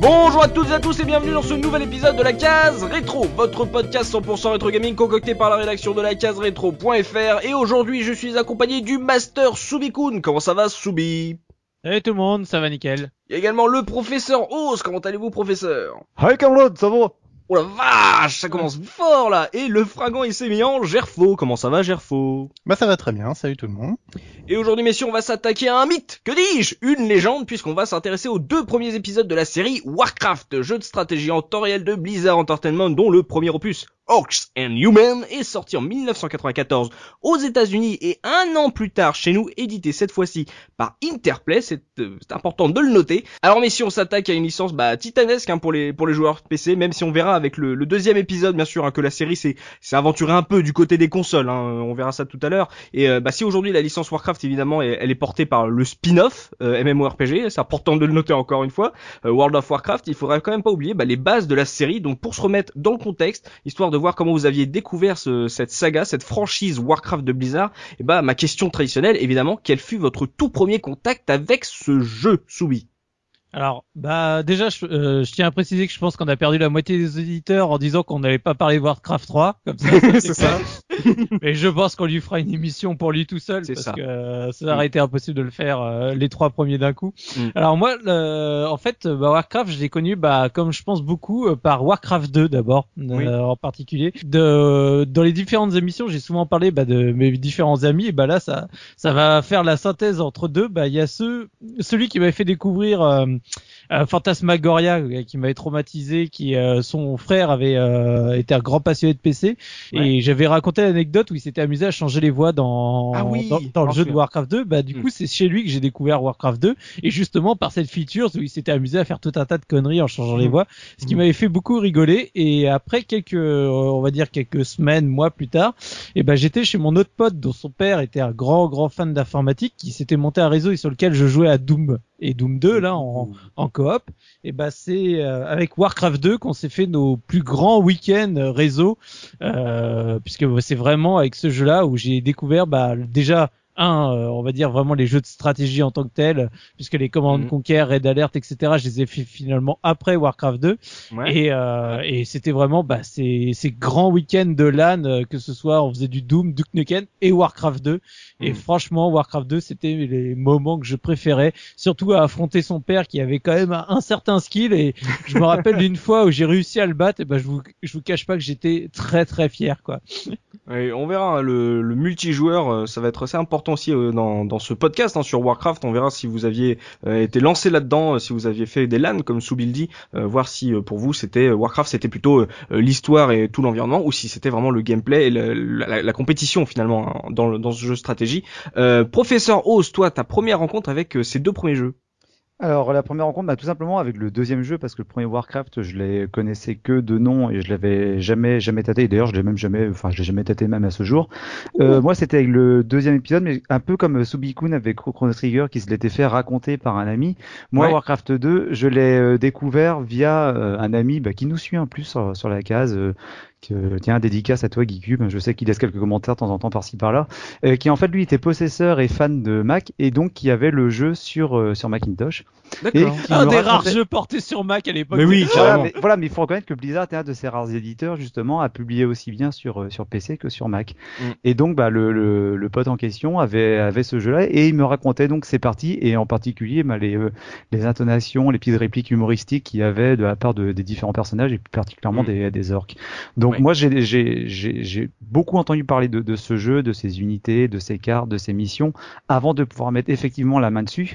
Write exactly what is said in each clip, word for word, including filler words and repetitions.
Bonjour à toutes et à tous et bienvenue dans ce nouvel épisode de la Case Rétro, votre podcast cent pour cent rétro gaming concocté par la rédaction de la case rétro point f r. Et aujourd'hui je suis accompagné du Master Soubikoun. Comment ça va Soubi? Salut tout le monde, ça va nickel. Il y a également le professeur Oz. Comment allez-vous professeur? Hi Camelot, ça va? Oh la vache, ça commence fort là. Et le fringant et sémillant Gerfo. Comment ça va Gerfo? Bah ça va très bien, salut tout le monde. Et aujourd'hui messieurs on va s'attaquer à un mythe, que dis-je, une légende, puisqu'on va s'intéresser aux deux premiers épisodes de la série Warcraft, jeu de stratégie en temps réel de Blizzard Entertainment, dont le premier opus, Orcs and Humans, est sorti en dix-neuf cent quatre-vingt-quatorze aux États-Unis et un an plus tard chez nous, édité cette fois-ci par Interplay. C'est, euh, c'est important de le noter. Alors messieurs on s'attaque à une licence bah titanesque hein, pour les pour les joueurs P C, même si on verra avec le, le deuxième épisode bien sûr hein, que la série s'est s'est aventurée un peu du côté des consoles. Hein, on verra ça tout à l'heure. Et euh, bah si aujourd'hui la licence Warcraft évidemment elle, elle est portée par le spin-off euh, MMORPG, c'est important de le noter encore une fois, euh, World of Warcraft, il faudrait quand même pas oublier bah, les bases de la série. Donc pour se remettre dans le contexte, histoire de voir comment vous aviez découvert ce, cette saga, cette franchise Warcraft de Blizzard, et bah ma question traditionnelle évidemment, quel fut votre tout premier contact avec ce jeu, Soubi? Alors, bah déjà, je, euh, je tiens à préciser que je pense qu'on a perdu la moitié des auditeurs en disant qu'on n'allait pas parler de Warcraft trois, comme ça. ça c'est ça. Mais je pense qu'on lui fera une émission pour lui tout seul, c'est parce ça. que euh, ça aurait été impossible de le faire euh, les trois premiers d'un coup. Mm. Alors moi, le, en fait, bah, Warcraft, je l'ai connu, bah comme je pense beaucoup, euh, par Warcraft deux d'abord, euh, oui. en particulier. De dans les différentes émissions, j'ai souvent parlé bah, de mes différents amis, et bah là, ça ça va faire la synthèse entre deux. Bah il y a ceux, celui qui m'avait fait découvrir euh, Euh, Phantasmagoria euh, qui m'avait traumatisé, qui euh, son frère avait euh, été un grand passionné de P C, ouais. Et j'avais raconté l'anecdote où il s'était amusé à changer les voix dans ah oui, dans, dans le jeu sûr. de Warcraft deux. Bah du mm. coup c'est chez lui que j'ai découvert Warcraft deux, et justement par cette feature où il s'était amusé à faire tout un tas de conneries en changeant mm. les voix, ce qui mm. m'avait fait beaucoup rigoler. Et après quelques euh, on va dire quelques semaines, mois plus tard, et ben bah, j'étais chez mon autre pote dont son père était un grand grand fan d'informatique, qui s'était monté un réseau et sur lequel je jouais à Doom et Doom deux là en, en coop. Et bah c'est euh, avec Warcraft deux qu'on s'est fait nos plus grands week-ends euh, réseau, euh, puisque bah, c'est vraiment avec ce jeu-là où j'ai découvert bah déjà un, euh, on va dire vraiment les jeux de stratégie en tant que tels, puisque les Command mmh. Conquer, Red Alert, et cetera. Je les ai fait finalement après Warcraft deux, ouais. et euh, et c'était vraiment bah ces ces grands week-ends de LAN, euh, que ce soit on faisait du Doom, Duke Nukem et Warcraft deux. Mmh. Et franchement Warcraft deux c'était les moments que je préférais, surtout à affronter son père qui avait quand même un certain skill. Et je me rappelle d'une fois où j'ai réussi à le battre, et ben bah, je vous je vous cache pas que j'étais très très fier quoi. Et on verra hein, le, le multijoueur, euh, ça va être assez important aussi euh, dans, dans ce podcast hein, sur Warcraft. On verra si vous aviez euh, été lancé là-dedans, euh, si vous aviez fait des LAN comme Soubil dit, euh, voir si euh, pour vous c'était Warcraft c'était plutôt euh, l'histoire et tout l'environnement, ou si c'était vraiment le gameplay et le, la, la compétition finalement hein, dans, le, dans ce jeu stratégie. Euh, Professeur Oz, toi ta première rencontre avec euh, ces deux premiers jeux? Alors la première rencontre, bah, tout simplement avec le deuxième jeu, parce que le premier Warcraft, je les connaissais que de nom et je l'avais jamais jamais tâté. Et d'ailleurs, je l'ai même jamais, enfin, je l'ai jamais tâté même à ce jour. Euh, moi, c'était avec le deuxième épisode, mais un peu comme Soubikoun avec Chrono Trigger, qui se l'était fait raconter par un ami. Moi, ouais. Warcraft deux, je l'ai euh, découvert via euh, un ami bah, qui nous suit en plus sur, sur la case. Euh, Que, tiens, dédicace à toi Guicube, je sais qu'il laisse quelques commentaires de temps en temps par-ci par-là, euh, qui en fait lui était possesseur et fan de Mac, et donc qui avait le jeu sur euh, sur Macintosh. D'accord. Un des rares jeux portés sur Mac à l'époque. Mais oui, voilà, mais, voilà, mais il faut reconnaître que Blizzard était un de ces rares éditeurs justement à publier aussi bien sur euh, sur P C que sur Mac. Mm. Et donc bah le, le le pote en question avait avait ce jeu-là, et il me racontait donc ses parties, et en particulier bah, les euh, les intonations, les petites répliques humoristiques qu'il y avait de la part de, des différents personnages, et plus particulièrement mm. des des orques. Donc Donc ouais. moi j'ai j'ai j'ai j'ai beaucoup entendu parler de de ce jeu, de ses unités, de ses cartes, de ses missions, avant de pouvoir mettre effectivement la main dessus.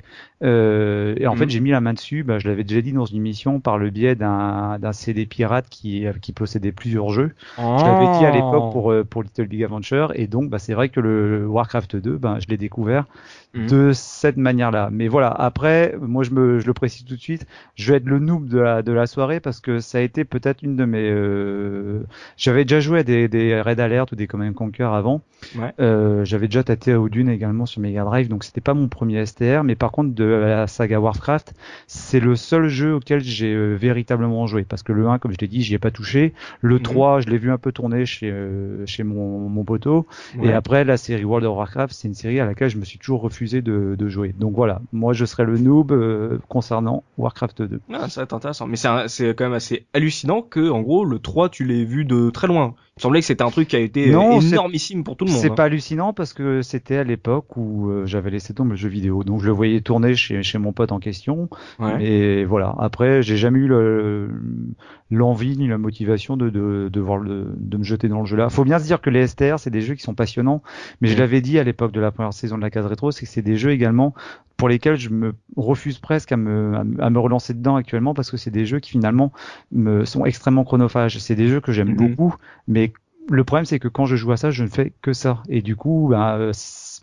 Euh, et en mmh. fait j'ai mis la main dessus, bah je l'avais déjà dit dans une émission, par le biais d'un d'un C D pirate qui qui possédait plusieurs jeux. Oh. Je l'avais dit à l'époque pour pour Little Big Adventure, et donc bah c'est vrai que le Warcraft deux, bah je l'ai découvert mmh. de cette manière-là. Mais voilà, après moi je me je le précise tout de suite, je vais être le noob de la de la soirée, parce que ça a été peut-être une de mes euh, j'avais déjà joué à des, des Red Alert ou des Command and Conquer avant. Ouais. Euh, j'avais déjà tâté à Odune également sur Mega Drive, donc c'était pas mon premier S T R, mais par contre de la saga Warcraft, c'est le seul jeu auquel j'ai euh, véritablement joué, parce que le un, comme je l'ai dit, j'y ai pas touché. Le Mhm. trois, je l'ai vu un peu tourner chez euh, chez mon, mon poteau. Ouais. Et après, la série World of Warcraft, c'est une série à laquelle je me suis toujours refusé de, de jouer. Donc voilà, moi je serais le noob euh, concernant Warcraft deux. Ah, ça va être intéressant. Mais c'est, un- c'est quand même assez hallucinant que, en gros, le trois, tu l'aies vu de très loin. Il me semblait que c'était un truc qui a été Non, euh, c'est- énormissime pour tout le monde. C'est hein. pas hallucinant parce que c'était à l'époque où euh, j'avais laissé tomber le jeu vidéo. Donc je le voyais tourner chez, chez mon pote en question. Ouais. Mais voilà, après j'ai jamais eu le, l'envie ni la motivation de, de, de, voir le, de me jeter dans le jeu là. Faut bien se dire que les S T R c'est des jeux qui sont passionnants. Mais je Mm. l'avais dit à l'époque de la première saison de la case rétro, c'est que c'est des jeux également pour lesquels je me refuse presque à me, à me- à me relancer dedans actuellement parce que c'est des jeux qui finalement me, sont extrêmement chronophages. C'est des jeux que j'aime Mhm. beaucoup, mais le problème, c'est que quand je joue à ça, je ne fais que ça. Et du coup, bah, euh, c'est-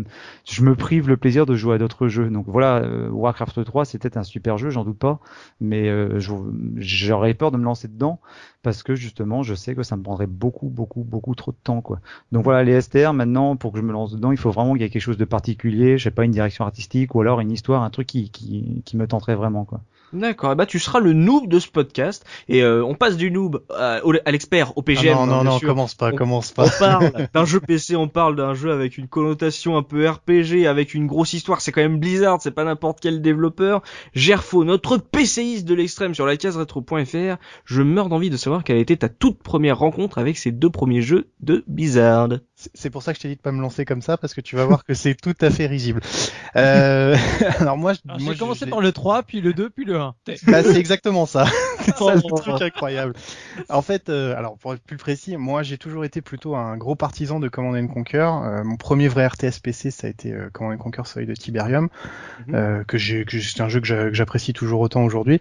je me prive le plaisir de jouer à d'autres jeux. Donc voilà, euh, Warcraft trois, c'est peut-être un super jeu, j'en doute pas. Mais euh, je- j'aurais peur de me lancer dedans parce que justement, je sais que ça me prendrait beaucoup, beaucoup, beaucoup trop de temps, quoi. Donc voilà, les S T R, maintenant, pour que je me lance dedans, il faut vraiment qu'il y ait quelque chose de particulier. Je sais pas, une direction artistique ou alors une histoire, un truc qui, qui, qui me tenterait vraiment, quoi. D'accord. Eh bah, tu seras le noob de ce podcast. Et euh, on passe du noob à, au- à l'expert, au P G M. Ah non, hein, non, bien non, sûr. commence pas, On- commence On pas. parle d'un jeu P C, on parle d'un jeu avec une connotation un peu R P G, avec une grosse histoire. C'est quand même Blizzard, c'est pas n'importe quel développeur. Gerfo, notre PCiste de l'extrême sur la case rétro point F R. Je meurs d'envie de savoir quelle a été ta toute première rencontre avec ces deux premiers jeux de Blizzard. C'est c'est pour ça que je t'ai dit de pas me lancer comme ça, parce que tu vas voir que c'est tout à fait risible. Euh, alors moi, je- Alors, moi j'ai je- commencé je l'ai- par le trois, puis le deux, puis le un. Bah, c'est exactement ça. C'est ça le Oh. truc incroyable. En fait, euh, alors pour être plus précis, moi j'ai toujours été plutôt un gros partisan de Command and Conquer. Euh, mon premier vrai R T S P C, ça a été euh, Command and Conquer Soleil de Tiberium, Mhm. euh, que j'ai, que c'est un jeu que j'a- que j'apprécie toujours autant aujourd'hui.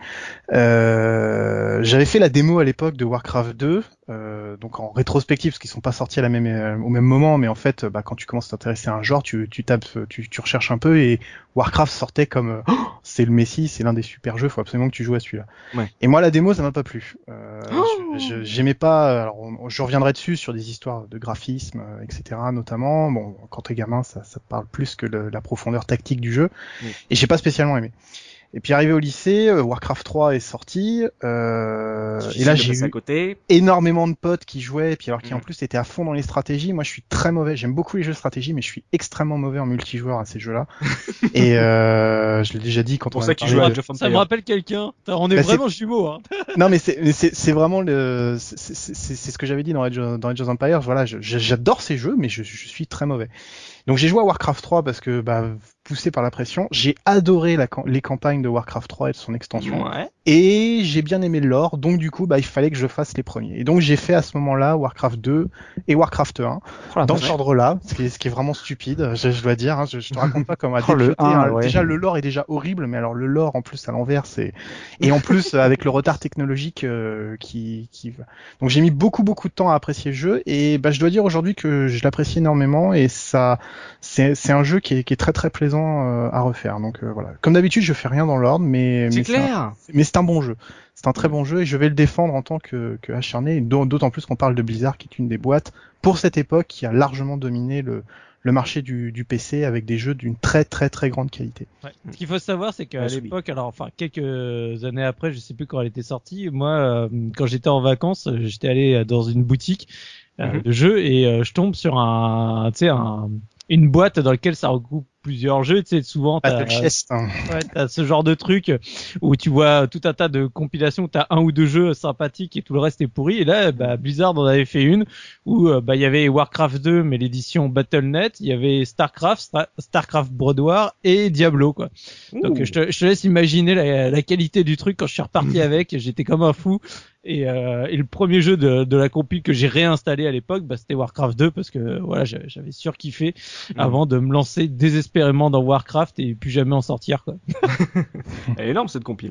Euh, j'avais fait la démo à l'époque de Warcraft deux, euh, donc en rétrospective, parce qu'ils sont pas sortis à la même, euh, au même moment, mais en fait, bah, quand tu commences à t'intéresser à un genre, tu, tu tapes, tu, tu recherches un peu, et Warcraft sortait comme euh, oh, c'est le Messi, c'est l'un des super jeux, faut absolument que tu joues à celui-là. Ouais. Et moi, la démo, ça m'a pas plu. Euh, Oh je- je- j'aimais pas. Alors, on- je reviendrai dessus sur des histoires de graphisme, euh, et cetera. Notamment, bon, quand t'es gamin, ça, ça te parle plus que le- la profondeur tactique du jeu, Oui. et j'ai pas spécialement aimé. Et puis arrivé au lycée, euh, Warcraft trois est sorti, euh, et Difficile là de j'ai passer à eu côté. énormément de potes qui jouaient, et puis alors qui en Mhm. plus étaient à fond dans les stratégies. Moi, je suis très mauvais. J'aime beaucoup les jeux de stratégie, mais je suis extrêmement mauvais en multijoueur à ces jeux-là. Et euh, je l'ai déjà dit quand Pour on ça a qu'il parlé joue à de- Age of Ça me Empires. rappelle quelqu'un. Putain, On est Bah, c'est- vraiment jumeaux, hein. Non, mais c'est mais c'est c'est vraiment le c'est c'est- c'est- c'est ce que j'avais dit dans Age of, dans Age of Empires. Voilà, je- je- j'adore ces jeux, mais je, je suis très mauvais. Donc j'ai joué à Warcraft trois parce que bah poussé par la pression, j'ai adoré la, cam- les campagnes de Warcraft trois et de son extension. Ouais. Et j'ai bien aimé le lore, donc du coup, bah, il fallait que je fasse les premiers. Et donc j'ai fait à ce moment-là Warcraft deux et Warcraft un, Oh la dans vache. cet ordre-là, ce qui est, ce qui est vraiment stupide, je, je dois dire. Hein, je, je te raconte pas comment à Oh, le défioter, un, hein. ouais. Déjà le lore est déjà horrible, mais alors le lore en plus à l'envers, c'est et en plus avec le retard technologique euh, qui, qui va. Donc j'ai mis beaucoup beaucoup de temps à apprécier le jeu et bah, je dois dire aujourd'hui que je l'apprécie énormément et ça, c'est c'est un jeu qui est, qui est très très plaisant euh, à refaire. Donc euh, voilà, comme d'habitude, je fais rien dans l'ordre, mais C'est mais c'est un- clair. mais c'est un bon jeu. C'est un très bon jeu et je vais le défendre en tant que, que acharné, et d'au- d'autant plus qu'on parle de Blizzard qui est une des boîtes pour cette époque qui a largement dominé le, le marché du, du P C avec des jeux d'une très très très grande qualité. Ouais. Ce qu'il faut savoir, c'est qu'à Ouais, c'est l'époque, alors enfin quelques années après, je sais plus quand elle était sortie, moi, euh, quand j'étais en vacances, euh, j'étais allé dans une boutique euh, Mhm. de jeux et euh, je tombe sur un, tu sais, un, une boîte dans laquelle ça regroupe plusieurs jeux. Tu sais, souvent t'as, Battle Chest, hein. ouais, t'as ce genre de truc où tu vois tout un tas de compilations, où t'as un ou deux jeux sympathiques et tout le reste est pourri. Et là, bah, Blizzard en avait fait une où euh, bah il y avait Warcraft deux, mais l'édition Battle point net, il y avait Starcraft, Star- Starcraft Brood War et Diablo, quoi. Donc Ouh. je te, je te laisse imaginer la, la qualité du truc quand je suis reparti avec. J'étais comme un fou. Et, euh, et le premier jeu de, de la compile que j'ai réinstallé à l'époque, bah, c'était Warcraft deux parce que voilà, j'avais, j'avais surkiffé Mhm. avant de me lancer désespérément dans Warcraft et plus jamais en sortir, quoi. Elle est énorme cette compile. Hein.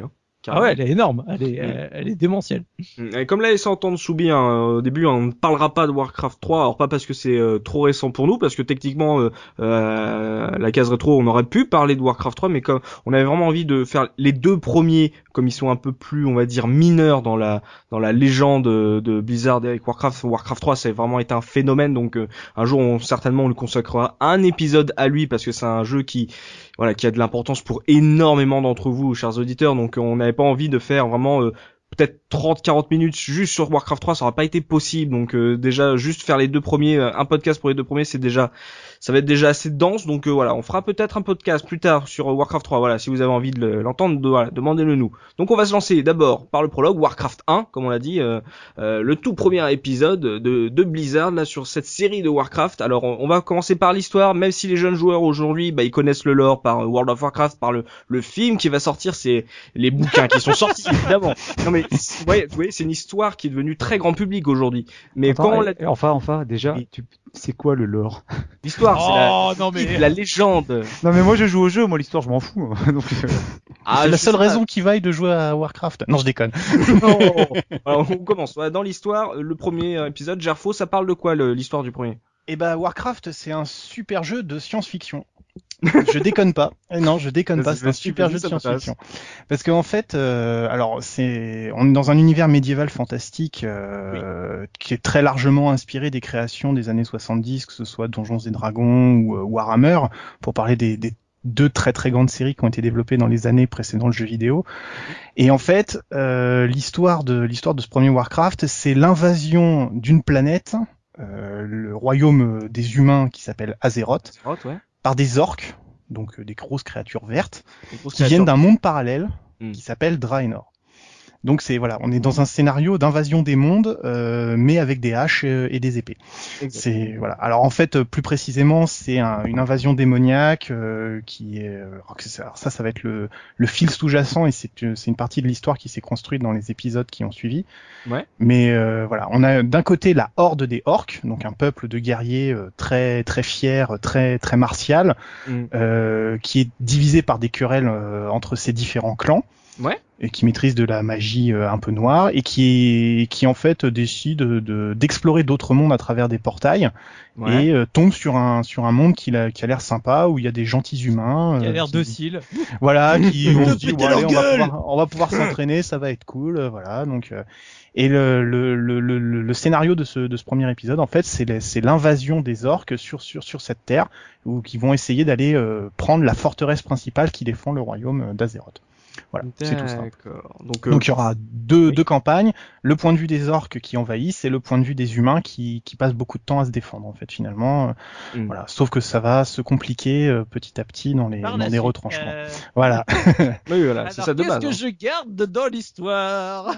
Ah ouais, elle est énorme, elle est, mmh. elle est démentielle. Et comme l'a laissé entendre Soubi, hein, au début, on ne parlera pas de Warcraft trois, alors pas parce que c'est euh, trop récent pour nous, parce que techniquement, euh, euh, la case rétro, on aurait pu parler de Warcraft trois, mais comme on avait vraiment envie de faire les deux premiers, comme ils sont un peu plus, on va dire, mineurs dans la dans la légende de Blizzard avec Warcraft. Warcraft trois, c'est vraiment été un phénomène, donc euh, un jour, on certainement on lui consacrera un épisode à lui, parce que c'est un jeu qui voilà, qui a de l'importance pour énormément d'entre vous, chers auditeurs, donc on n'avait pas envie de faire vraiment euh, peut-être trente à quarante minutes juste sur Warcraft trois, ça n'aurait pas été possible, donc euh, déjà juste faire les deux premiers, un podcast pour les deux premiers, c'est déjà, ça va être déjà assez dense, donc euh, voilà, on fera peut-être un podcast plus tard sur Warcraft trois, voilà, si vous avez envie de l'entendre, de, voilà, demandez-le nous. Donc on va se lancer d'abord par le prologue, Warcraft un, comme on l'a dit, euh, euh, le tout premier épisode de, de Blizzard, là, sur cette série de Warcraft. Alors on, on va commencer par l'histoire, même si les jeunes joueurs aujourd'hui, bah, ils connaissent le lore par World of Warcraft, par le, le film qui va sortir, c'est les bouquins qui sont sortis, évidemment. Non mais, vous voyez, vous voyez, c'est une histoire qui est devenue très grand public aujourd'hui. Mais enfin, quand on l'a... Enfin, enfin, déjà, oui. tu... c'est quoi le lore? L'histoire, oh, c'est la... non, mais... la légende. Non mais moi je joue au jeu, moi l'histoire je m'en fous. Donc, euh... ah, c'est la seule raison qui vaille de jouer à Warcraft. Non, je déconne. Non. Alors on commence. Dans l'histoire, le premier épisode, Gerfo, ça parle de quoi l'histoire du premier? Eh ben, Warcraft, c'est un super jeu de science-fiction. Je déconne pas. Non, je déconne pas. C'est un super jeu de science-fiction. Parce qu'en fait, euh, alors c'est, on est dans un univers médiéval fantastique euh, oui. qui est très largement inspiré des créations des années soixante-dix, que ce soit Donjons et Dragons ou euh, Warhammer, pour parler des, des deux très très grandes séries qui ont été développées dans les années précédant le jeu vidéo. Et en fait, euh, l'histoire de l'histoire de ce premier Warcraft, c'est l'invasion d'une planète, euh, le royaume des humains qui s'appelle Azeroth. Azeroth, ouais. Par des orques, donc euh, des grosses créatures vertes, grosses qui créatures. viennent d'un monde parallèle mm. qui s'appelle Draenor. Donc c'est voilà, on est dans un scénario d'invasion des mondes, euh, mais avec des haches euh, et des épées. Exactement. C'est voilà. Alors en fait, plus précisément, c'est un, une invasion démoniaque euh, qui est. Alors, alors ça, ça va être le, le fil sous-jacent et c'est c'est une partie de l'histoire qui s'est construite dans les épisodes qui ont suivi. Ouais. Mais euh, voilà, on a d'un côté la horde des orques, donc un peuple de guerriers euh, très très fier, très très martial, mm. euh, qui est divisé par des querelles euh, entre ces différents clans. Ouais. Et qui maîtrise de la magie euh, un peu noire et qui est, qui en fait décide de, de d'explorer d'autres mondes à travers des portails ouais. et euh, tombe sur un sur un monde qui a qui a l'air sympa où il y a des gentils humains. Qui euh, a l'air qui, docile. Voilà, qui on se dit bon, allez, on va pouvoir on va pouvoir s'entraîner, ça va être cool, euh, voilà donc. Euh, et le, le, le, le, le scénario de ce, de ce premier épisode, en fait, c'est, c'est l'invasion des orques sur, sur, sur cette terre, où qui vont essayer d'aller euh, prendre la forteresse principale qui défend le royaume d'Azeroth. Voilà, c'est tout simple. Donc, euh... Donc il y aura deux, oui. deux campagnes, le point de vue des orques qui envahissent et le point de vue des humains qui, qui passent beaucoup de temps à se défendre en fait finalement. Mm. Voilà, sauf que ça va se compliquer euh, petit à petit dans les, dans les retranchements. Euh... Voilà. Oui, voilà, c'est ça de base. Qu'est-ce que hein. je garde dans l'histoire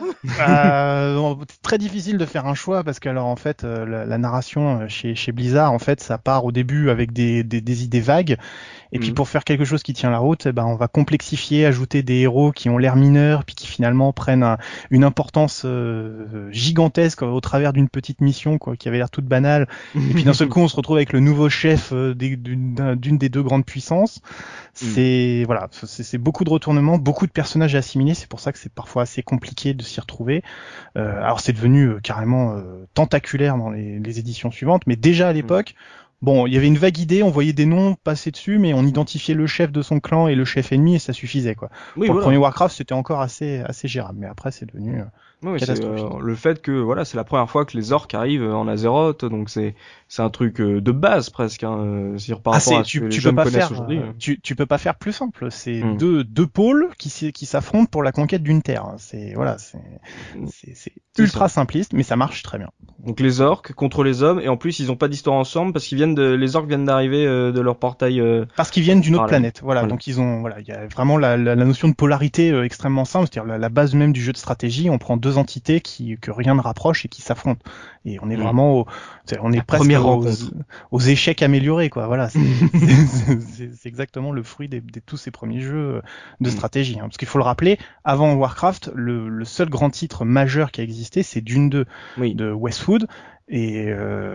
euh, C'est très difficile de faire un choix parce que alors en fait euh, la, la narration chez, chez Blizzard en fait ça part au début avec des, des, des idées vagues. Et puis mmh. pour faire quelque chose qui tient la route, eh ben on va complexifier, ajouter des héros qui ont l'air mineurs, puis qui finalement prennent un, une importance euh, gigantesque au travers d'une petite mission quoi, qui avait l'air toute banale. Et puis d'un seul coup, on se retrouve avec le nouveau chef euh, des, d'une, d'une des deux grandes puissances. C'est mmh. voilà, c'est, c'est beaucoup de retournements, beaucoup de personnages à assimiler. C'est pour ça que c'est parfois assez compliqué de s'y retrouver. Euh, alors c'est devenu euh, carrément euh, tentaculaire dans les, les éditions suivantes, mais déjà à l'époque. Mmh. Bon, il y avait une vague idée, on voyait des noms passer dessus, mais on identifiait le chef de son clan et le chef ennemi et ça suffisait quoi. Oui, Pour voilà. le premier Warcraft, c'était encore assez assez gérable, mais après c'est devenu euh, oui, catastrophique. C'est, euh, le fait que voilà, c'est la première fois que les orques arrivent en Azeroth, donc c'est c'est un truc euh, de base presque. Hein, si par ah, rapport à tu, ce que tu les peux jeunes pas connaissent faire, aujourd'hui. Euh, tu tu peux pas faire plus simple. C'est mm. deux deux pôles qui qui s'affrontent pour la conquête d'une terre. C'est voilà, c'est c'est, c'est ultra ça. simpliste, mais ça marche très bien. Donc les orques contre les hommes et en plus ils ont pas d'histoire ensemble parce qu'ils viennent de les orques viennent d'arriver euh, de leur portail euh... parce qu'ils viennent d'une autre voilà. planète voilà, voilà donc ils ont voilà il y a vraiment la, la, la notion de polarité euh, extrêmement simple, c'est-à-dire la, la base même du jeu de stratégie, on prend deux entités qui que rien ne rapproche et qui s'affrontent et on est mmh. vraiment au, c'est, on est la presque aux, aux échecs améliorés quoi, voilà c'est, c'est, c'est, c'est exactement le fruit des, des tous ces premiers jeux de stratégie hein. Parce qu'il faut le rappeler, avant Warcraft le, le seul grand titre majeur qui a existé c'est Dune deux oui. de Westwood. Et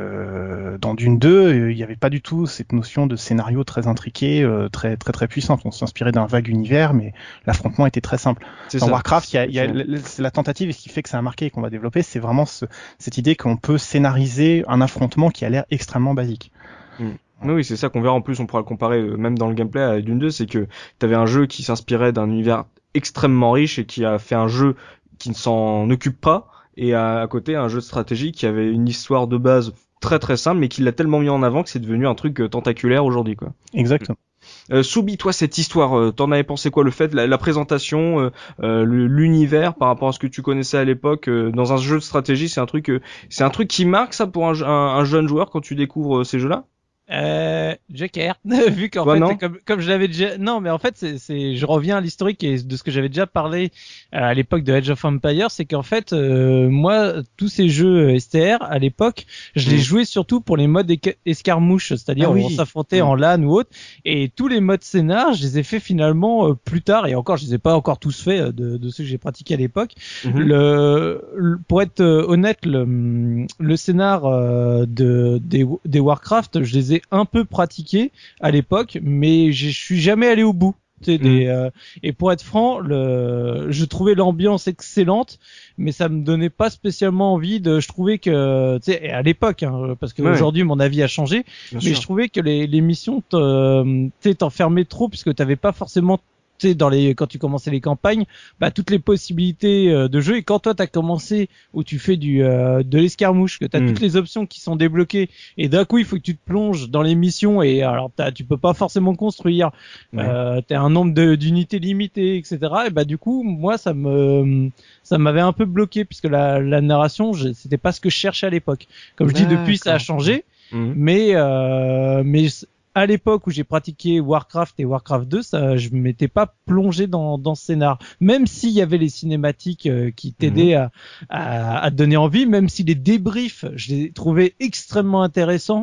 euh, dans Dune deux, il n'y avait pas du tout cette notion de scénario très intriqué, euh, très très très puissante. On s'inspirait d'un vague univers, mais l'affrontement était très simple. C'est dans ça. Warcraft, il y a, y a la, la tentative, et ce qui fait que ça a marqué et qu'on va développer, c'est vraiment ce, cette idée qu'on peut scénariser un affrontement qui a l'air extrêmement basique. Mm. Oui, c'est ça qu'on verra. En plus, on pourra le comparer euh, même dans le gameplay à Dune deux, c'est que t'avais un jeu qui s'inspirait d'un univers extrêmement riche et qui a fait un jeu qui ne s'en occupe pas. Et à, à côté, un jeu de stratégie qui avait une histoire de base très très simple, mais qui l'a tellement mis en avant que c'est devenu un truc euh, tentaculaire aujourd'hui, quoi. Exactement. Euh, Soubi, toi, cette histoire, euh, t'en avais pensé quoi? Le fait, la, la présentation, euh, euh, l'univers par rapport à ce que tu connaissais à l'époque euh, dans un jeu de stratégie, c'est un truc, euh, c'est un truc qui marque ça pour un, un, un jeune joueur quand tu découvres euh, ces jeux-là? Euh, Joker, vu qu'en Toi, fait, non comme, comme je l'avais déjà, non, mais en fait, c'est, c'est, je reviens à l'historique et de ce que j'avais déjà parlé à l'époque de Age of Empires, c'est qu'en fait, euh, moi, tous ces jeux S T R à l'époque, je mmh. les jouais surtout pour les modes escarmouches, c'est-à-dire ah, où oui. on s'affrontait mmh. en LAN ou autre, et tous les modes scénar, je les ai fait finalement euh, plus tard, et encore, je les ai pas encore tous faits de, de ceux que j'ai pratiqués à l'époque. Mmh. Le, le, pour être honnête, le, le scénar euh, de des, des Warcraft, je les ai un peu pratiqué à l'époque, mais je suis jamais allé au bout. Tu sais, mmh. des, euh, et pour être franc, le, je trouvais l'ambiance excellente, mais ça me donnait pas spécialement envie de. Je trouvais que, tu sais, à l'époque, hein, parce qu'aujourd'hui ouais. mon avis a changé, Bien mais sûr. je trouvais que les, les missions, tu sais, t'enfermaient trop puisque t'avais pas forcément dans les quand tu commençais les campagnes, bah toutes les possibilités euh, de jeu, et quand toi t'as commencé où tu fais du euh, de l'escarmouche, que t'as mmh. toutes les options qui sont débloquées, et d'un coup il faut que tu te plonges dans les missions, et alors t'as, tu peux pas forcément construire, ouais. euh, t'as un nombre de, d'unités limité, et cetera. Et bah du coup moi ça me ça m'avait un peu bloqué puisque la, la narration je, c'était pas ce que je cherchais à l'époque. Comme je dis, depuis ça a changé, mmh. mais euh, mais à l'époque où j'ai pratiqué Warcraft et Warcraft deux, ça, je m'étais pas plongé dans, dans ce scénar. Même s'il y avait les cinématiques euh, qui t'aidaient mmh. à, à, à te donner envie, même si les débriefs, je les trouvais extrêmement intéressants.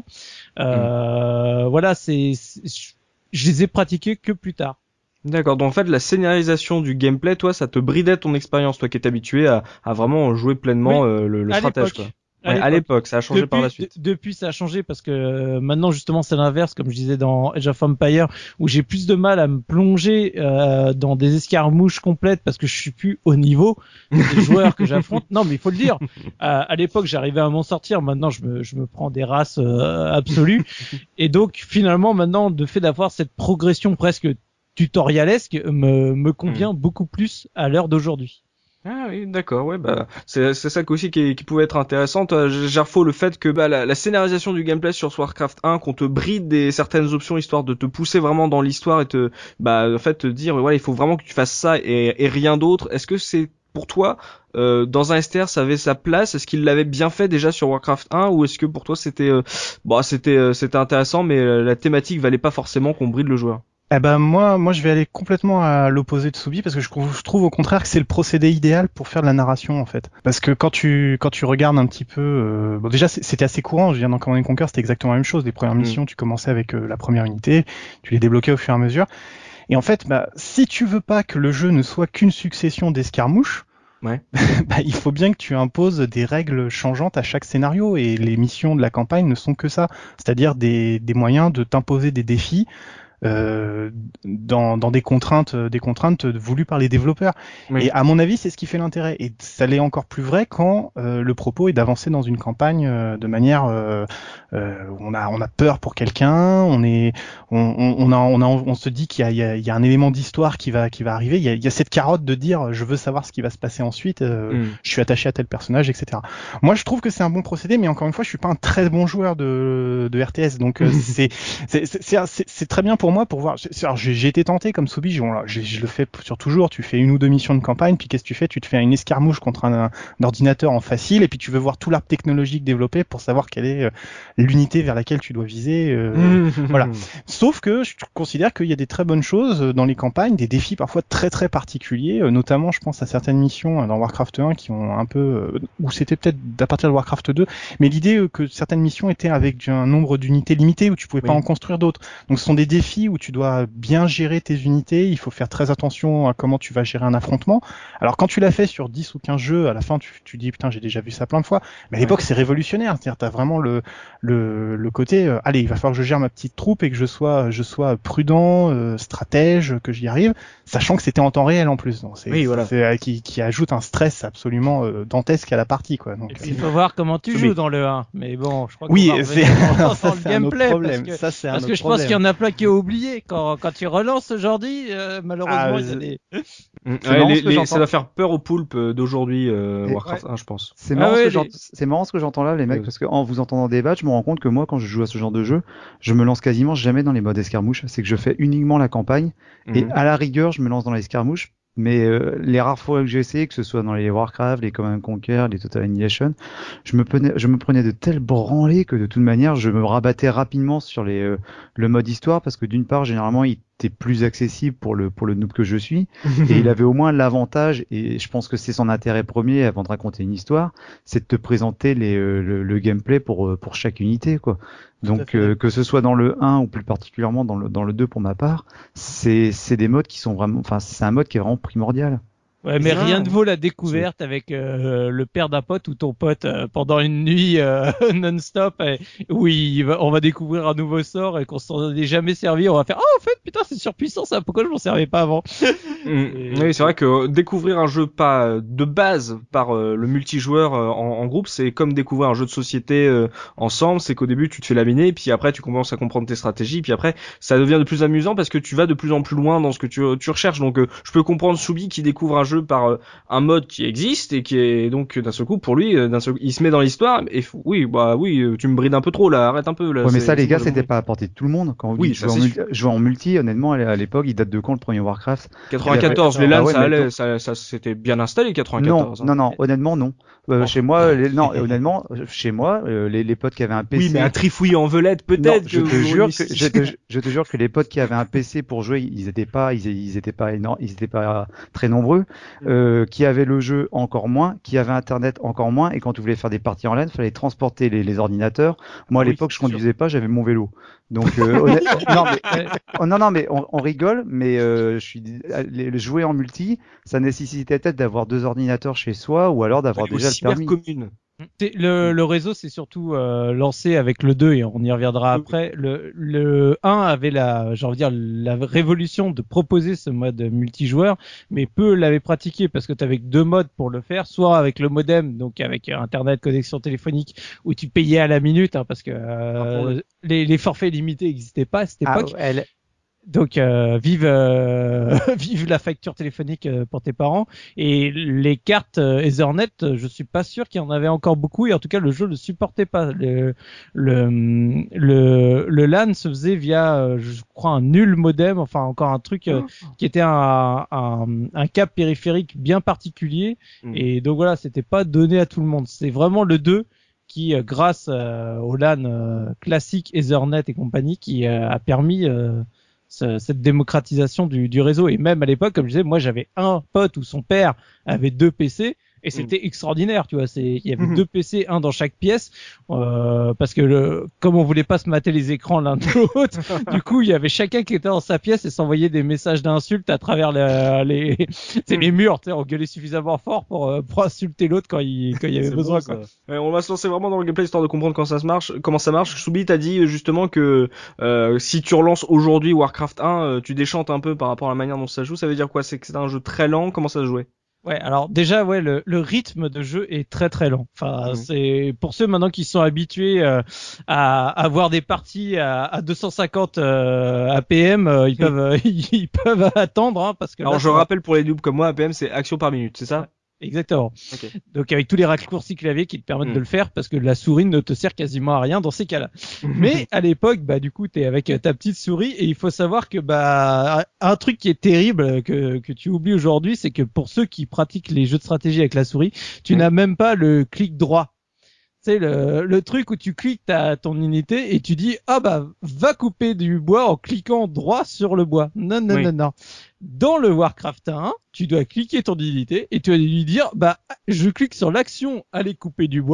Euh, mmh. Voilà, c'est, c'est, je les ai pratiqués que plus tard. D'accord. Donc en fait, la scénarisation du gameplay, toi, ça te bridait ton expérience, toi qui es habitué à, à vraiment jouer pleinement oui, euh, le, le stratège, quoi. Ouais, à l'époque, ça a changé depuis, par la suite. D- depuis, ça a changé parce que euh, maintenant, justement, c'est l'inverse, comme je disais dans Age of Empires, où j'ai plus de mal à me plonger euh, dans des escarmouches complètes parce que je suis plus au niveau des joueurs que j'affronte. Non, mais il faut le dire. À, à l'époque, j'arrivais à m'en sortir. Maintenant, je me, je me prends des races euh, absolues. Et donc, finalement, maintenant, le fait d'avoir cette progression presque tutorialesque me, me convient mmh. beaucoup plus à l'heure d'aujourd'hui. Ah oui, d'accord, ouais, bah c'est c'est ça aussi qui, qui pouvait être intéressant. Gerfo, le fait que bah la, la scénarisation du gameplay sur Warcraft un, qu'on te bride des certaines options histoire de te pousser vraiment dans l'histoire et te bah en fait te dire voilà, il faut vraiment que tu fasses ça et, et rien d'autre. Est-ce que c'est pour toi euh, dans un S T R ça avait sa place? Est-ce qu'il l'avait bien fait déjà sur Warcraft un, ou est-ce que pour toi c'était euh, bah c'était euh, c'était intéressant mais euh, la thématique valait pas forcément qu'on bride le joueur? Eh ben moi, moi je vais aller complètement à l'opposé de Soubi parce que je trouve, je trouve au contraire que c'est le procédé idéal pour faire de la narration en fait. Parce que quand tu quand tu regardes un petit peu, euh, bon déjà c'était assez courant. Je viens dans Command and Conquer, c'était exactement la même chose. Les premières missions, mmh. tu commençais avec euh, la première unité, tu les débloquais au fur et à mesure. Et en fait, bah si tu veux pas que le jeu ne soit qu'une succession d'escarmouches, ouais. bah, il faut bien que tu imposes des règles changeantes à chaque scénario, et les missions de la campagne ne sont que ça, c'est-à-dire des des moyens de t'imposer des défis. Euh, dans, dans des contraintes, des contraintes voulues par les développeurs. Oui. Et à mon avis, c'est ce qui fait l'intérêt. Et ça l'est encore plus vrai quand euh, le propos est d'avancer dans une campagne euh, de manière, euh, euh, on a, on a peur pour quelqu'un, on est, on, on a, on a, on se dit qu'il y a, il y a, il y a un élément d'histoire qui va, qui va arriver. Il y a, il y a cette carotte de dire, je veux savoir ce qui va se passer ensuite. Euh, mm. Je suis attaché à tel personnage, et cetera. Moi, je trouve que c'est un bon procédé, mais encore une fois, je suis pas un très bon joueur de, de R T S, donc c'est, c'est, c'est, c'est, c'est très bien pour moi pour voir. Alors, j'ai, j'ai été tenté comme Soubi, je, je, je le fais sur toujours. Tu fais une ou deux missions de campagne, puis qu'est-ce que tu fais? Tu te fais une escarmouche contre un, un ordinateur en facile, et puis tu veux voir tout l'arbre technologique développé pour savoir quelle est euh, l'unité vers laquelle tu dois viser. Euh, voilà. Sauf que je considère qu'il y a des très bonnes choses dans les campagnes, des défis parfois très très particuliers, euh, notamment je pense à certaines missions dans Warcraft un qui ont un peu, euh, ou c'était peut-être à partir de Warcraft deux, mais l'idée euh, que certaines missions étaient avec un nombre d'unités limité où tu pouvais oui. pas en construire d'autres. Donc ce sont des défis défi où tu dois bien gérer tes unités, il faut faire très attention à comment tu vas gérer un affrontement. Alors quand tu l'as fait sur dix ou quinze jeux, à la fin tu, tu dis putain j'ai déjà vu ça plein de fois, mais à l'époque ouais. c'est révolutionnaire, c'est-à-dire t'as vraiment le le, le côté euh, allez il va falloir que je gère ma petite troupe et que je sois je sois prudent, euh, stratège, que j'y arrive, sachant que c'était en temps réel en plus. Donc c'est, oui, voilà. c'est, c'est qui, qui ajoute un stress absolument euh, dantesque à la partie quoi. Donc, et puis il faut voir comment tu joues dans le un, mais bon je crois que oui c'est dans, ça, dans le gameplay problème. parce que, ça, c'est un parce autre que je problème. pense qu'il y en a plein qui ont oublié quand quand tu relances aujourd'hui euh, malheureusement ah, il y a des ouais, les, les, ça va faire peur aux poulpes d'aujourd'hui euh, Warcraft ouais. un je pense. C'est marrant, ah, ce ouais, que les... c'est marrant ce que j'entends là les mecs ouais. parce que en vous entendant débattre je me rends compte que moi quand je joue à ce genre de jeu je me lance quasiment jamais dans les modes escarmouche, c'est que je fais uniquement la campagne mm-hmm. et à la rigueur je me lance dans les escarmouches. Mais euh, les rares fois que j'ai essayé, que ce soit dans les Warcraft, les Command and Conquer, les Total Annihilation, je me prenais, je me prenais de telles branlées que de toute manière, je me rabattais rapidement sur les, euh, le mode histoire parce que d'une part, généralement, il était plus accessible pour le pour le noob que je suis et il avait au moins l'avantage et je pense que c'est son intérêt premier avant de raconter une histoire, c'est de te présenter les euh, le, le gameplay pour pour chaque unité quoi. Donc euh, que ce soit dans le un ou plus particulièrement dans le dans le deux pour ma part, c'est c'est des modes qui sont vraiment enfin c'est un mode qui est vraiment primordial. Ouais, mais rien ne vaut la découverte avec euh, le père d'un pote ou ton pote euh, pendant une nuit euh, non-stop et, où il va, on va découvrir un nouveau sort et qu'on s'en est jamais servi. On va faire oh en fait putain c'est surpuissant ça. Pourquoi je m'en servais pas avant? Mmh. Et... Oui c'est vrai que découvrir un jeu pas de base par euh, le multijoueur euh, en, en groupe c'est comme découvrir un jeu de société euh, ensemble. C'est qu'au début tu te fais laminer puis après tu commences à comprendre tes stratégies puis après ça devient de plus amusant parce que tu vas de plus en plus loin dans ce que tu, tu recherches. Donc euh, je peux comprendre Soubi qui découvre un jeu par euh, un mode qui existe et qui est donc d'un seul coup pour lui d'un seul coup, il se met dans l'histoire et f- oui bah oui tu me brides un peu trop là arrête un peu là. Ouais mais ça les gars c'était pas à la portée de tout le monde quand oui, jouait en, multi, jouait en multi honnêtement à l'époque il date de quand le premier Warcraft quatre-vingt-quatorze les LAN ah ouais, ça allait ça, ça s'était bien installé quatre-vingt-quatorze. Non hein. non non honnêtement non euh, bon. Chez moi les, non honnêtement chez moi euh, les, les potes qui avaient un P C oui mais un trifouille en velette peut-être non, je te jure que je te, je te jure que les potes qui avaient un P C pour jouer ils étaient pas ils, ils étaient pas énormes ils étaient pas très nombreux euh, qui avaient le jeu encore moins, qui avait internet encore moins, et quand tu voulais faire des parties en LAN, il fallait transporter les, les ordinateurs. Moi à oui, l'époque je conduisais sûr. pas, j'avais mon vélo. Donc euh, honnête... non mais oh, non non mais on, on rigole, mais euh, je suis les, jouer en multi, ça nécessitait peut-être d'avoir deux ordinateurs chez soi ou alors d'avoir déjà le permis. Commune. Le, le réseau s'est surtout euh, lancé avec le deux et on y reviendra après. Le, le un avait la, j'ai envie de dire, la révolution de proposer ce mode multijoueur, mais peu l'avaient pratiqué parce que tu avais deux modes pour le faire, soit avec le modem, donc avec internet, connexion téléphonique, où tu payais à la minute, hein, parce que euh, les, les forfaits limités n'existaient pas à cette époque. Ah, elle... Donc euh, vive euh, vive la facture téléphonique euh, pour tes parents et les cartes euh, Ethernet, je suis pas sûr qu'il y en avait encore beaucoup et en tout cas le jeu ne supportait pas le le le, le LAN se faisait via euh, je crois un nul modem, enfin encore un truc euh, qui était un, un un câble périphérique bien particulier mmh. et donc voilà, c'était pas donné à tout le monde. C'est vraiment le deux qui, euh, grâce euh, au LAN euh, classique Ethernet et compagnie, qui euh, a permis euh, ce, cette démocratisation du, du réseau. Et même à l'époque, comme je disais, moi j'avais un pote où son père avait deux P C. Et c'était mmh. extraordinaire, tu vois. C'est, il y avait mmh. deux P C, un dans chaque pièce, euh, parce que le, comme on voulait pas se mater les écrans l'un de l'autre, du coup, il y avait chacun qui était dans sa pièce et s'envoyait des messages d'insultes à travers la, les, c'est les murs, tu sais, on gueulait suffisamment fort pour, pour insulter l'autre quand il, quand il y avait besoin, bon, quoi. Ouais, on va se lancer vraiment dans le gameplay histoire de comprendre comment ça se marche, comment ça marche. Soubi t'a dit justement que, euh, si tu relances aujourd'hui Warcraft un, euh, tu déchantes un peu par rapport à la manière dont ça joue. Ça veut dire quoi? C'est que c'est un jeu très lent. Comment ça se jouait? Ouais, alors déjà, ouais, le, le rythme de jeu est très très lent. Enfin, mmh. c'est pour ceux maintenant qui sont habitués euh, à avoir des parties à, à deux cent cinquante euh, A P M, euh, ils mmh. peuvent euh, ils peuvent attendre, hein, parce que. Alors là, je ça... rappelle pour les noobs comme moi, A P M c'est action par minute, c'est ça? Ouais. Exactement. Okay. Donc avec tous les raccourcis clavier qui te permettent mmh. de le faire parce que la souris ne te sert quasiment à rien dans ces cas-là. Mais à l'époque, bah du coup, t'es avec ta petite souris et il faut savoir que bah un truc qui est terrible que que tu oublies aujourd'hui, c'est que pour ceux qui pratiquent les jeux de stratégie avec la souris, tu mmh. n'as même pas le clic droit. C'est le, le truc où tu cliques ta, ton unité et tu dis ah bah va couper du bois en cliquant droit sur le bois. Non non oui. non non. Dans le Warcraft un, tu dois cliquer ton unité et tu vas lui dire bah je clique sur l'action aller couper du bois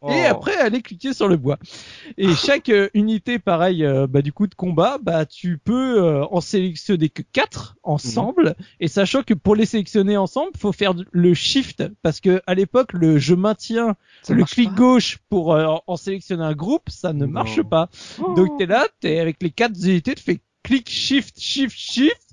Oh. Et après, aller cliquer sur le bois. Et chaque euh, unité, pareil, euh, bah du coup de combat, bah tu peux euh, en sélectionner que quatre ensemble. Mmh. Et sachant que pour les sélectionner ensemble, faut faire le shift parce que à l'époque, le je maintiens ça le clic pas. Gauche pour euh, en sélectionner un groupe, ça ne non. marche pas. Oh. Donc t'es là, t'es avec les quatre unités, tu fais clic shift shift shift,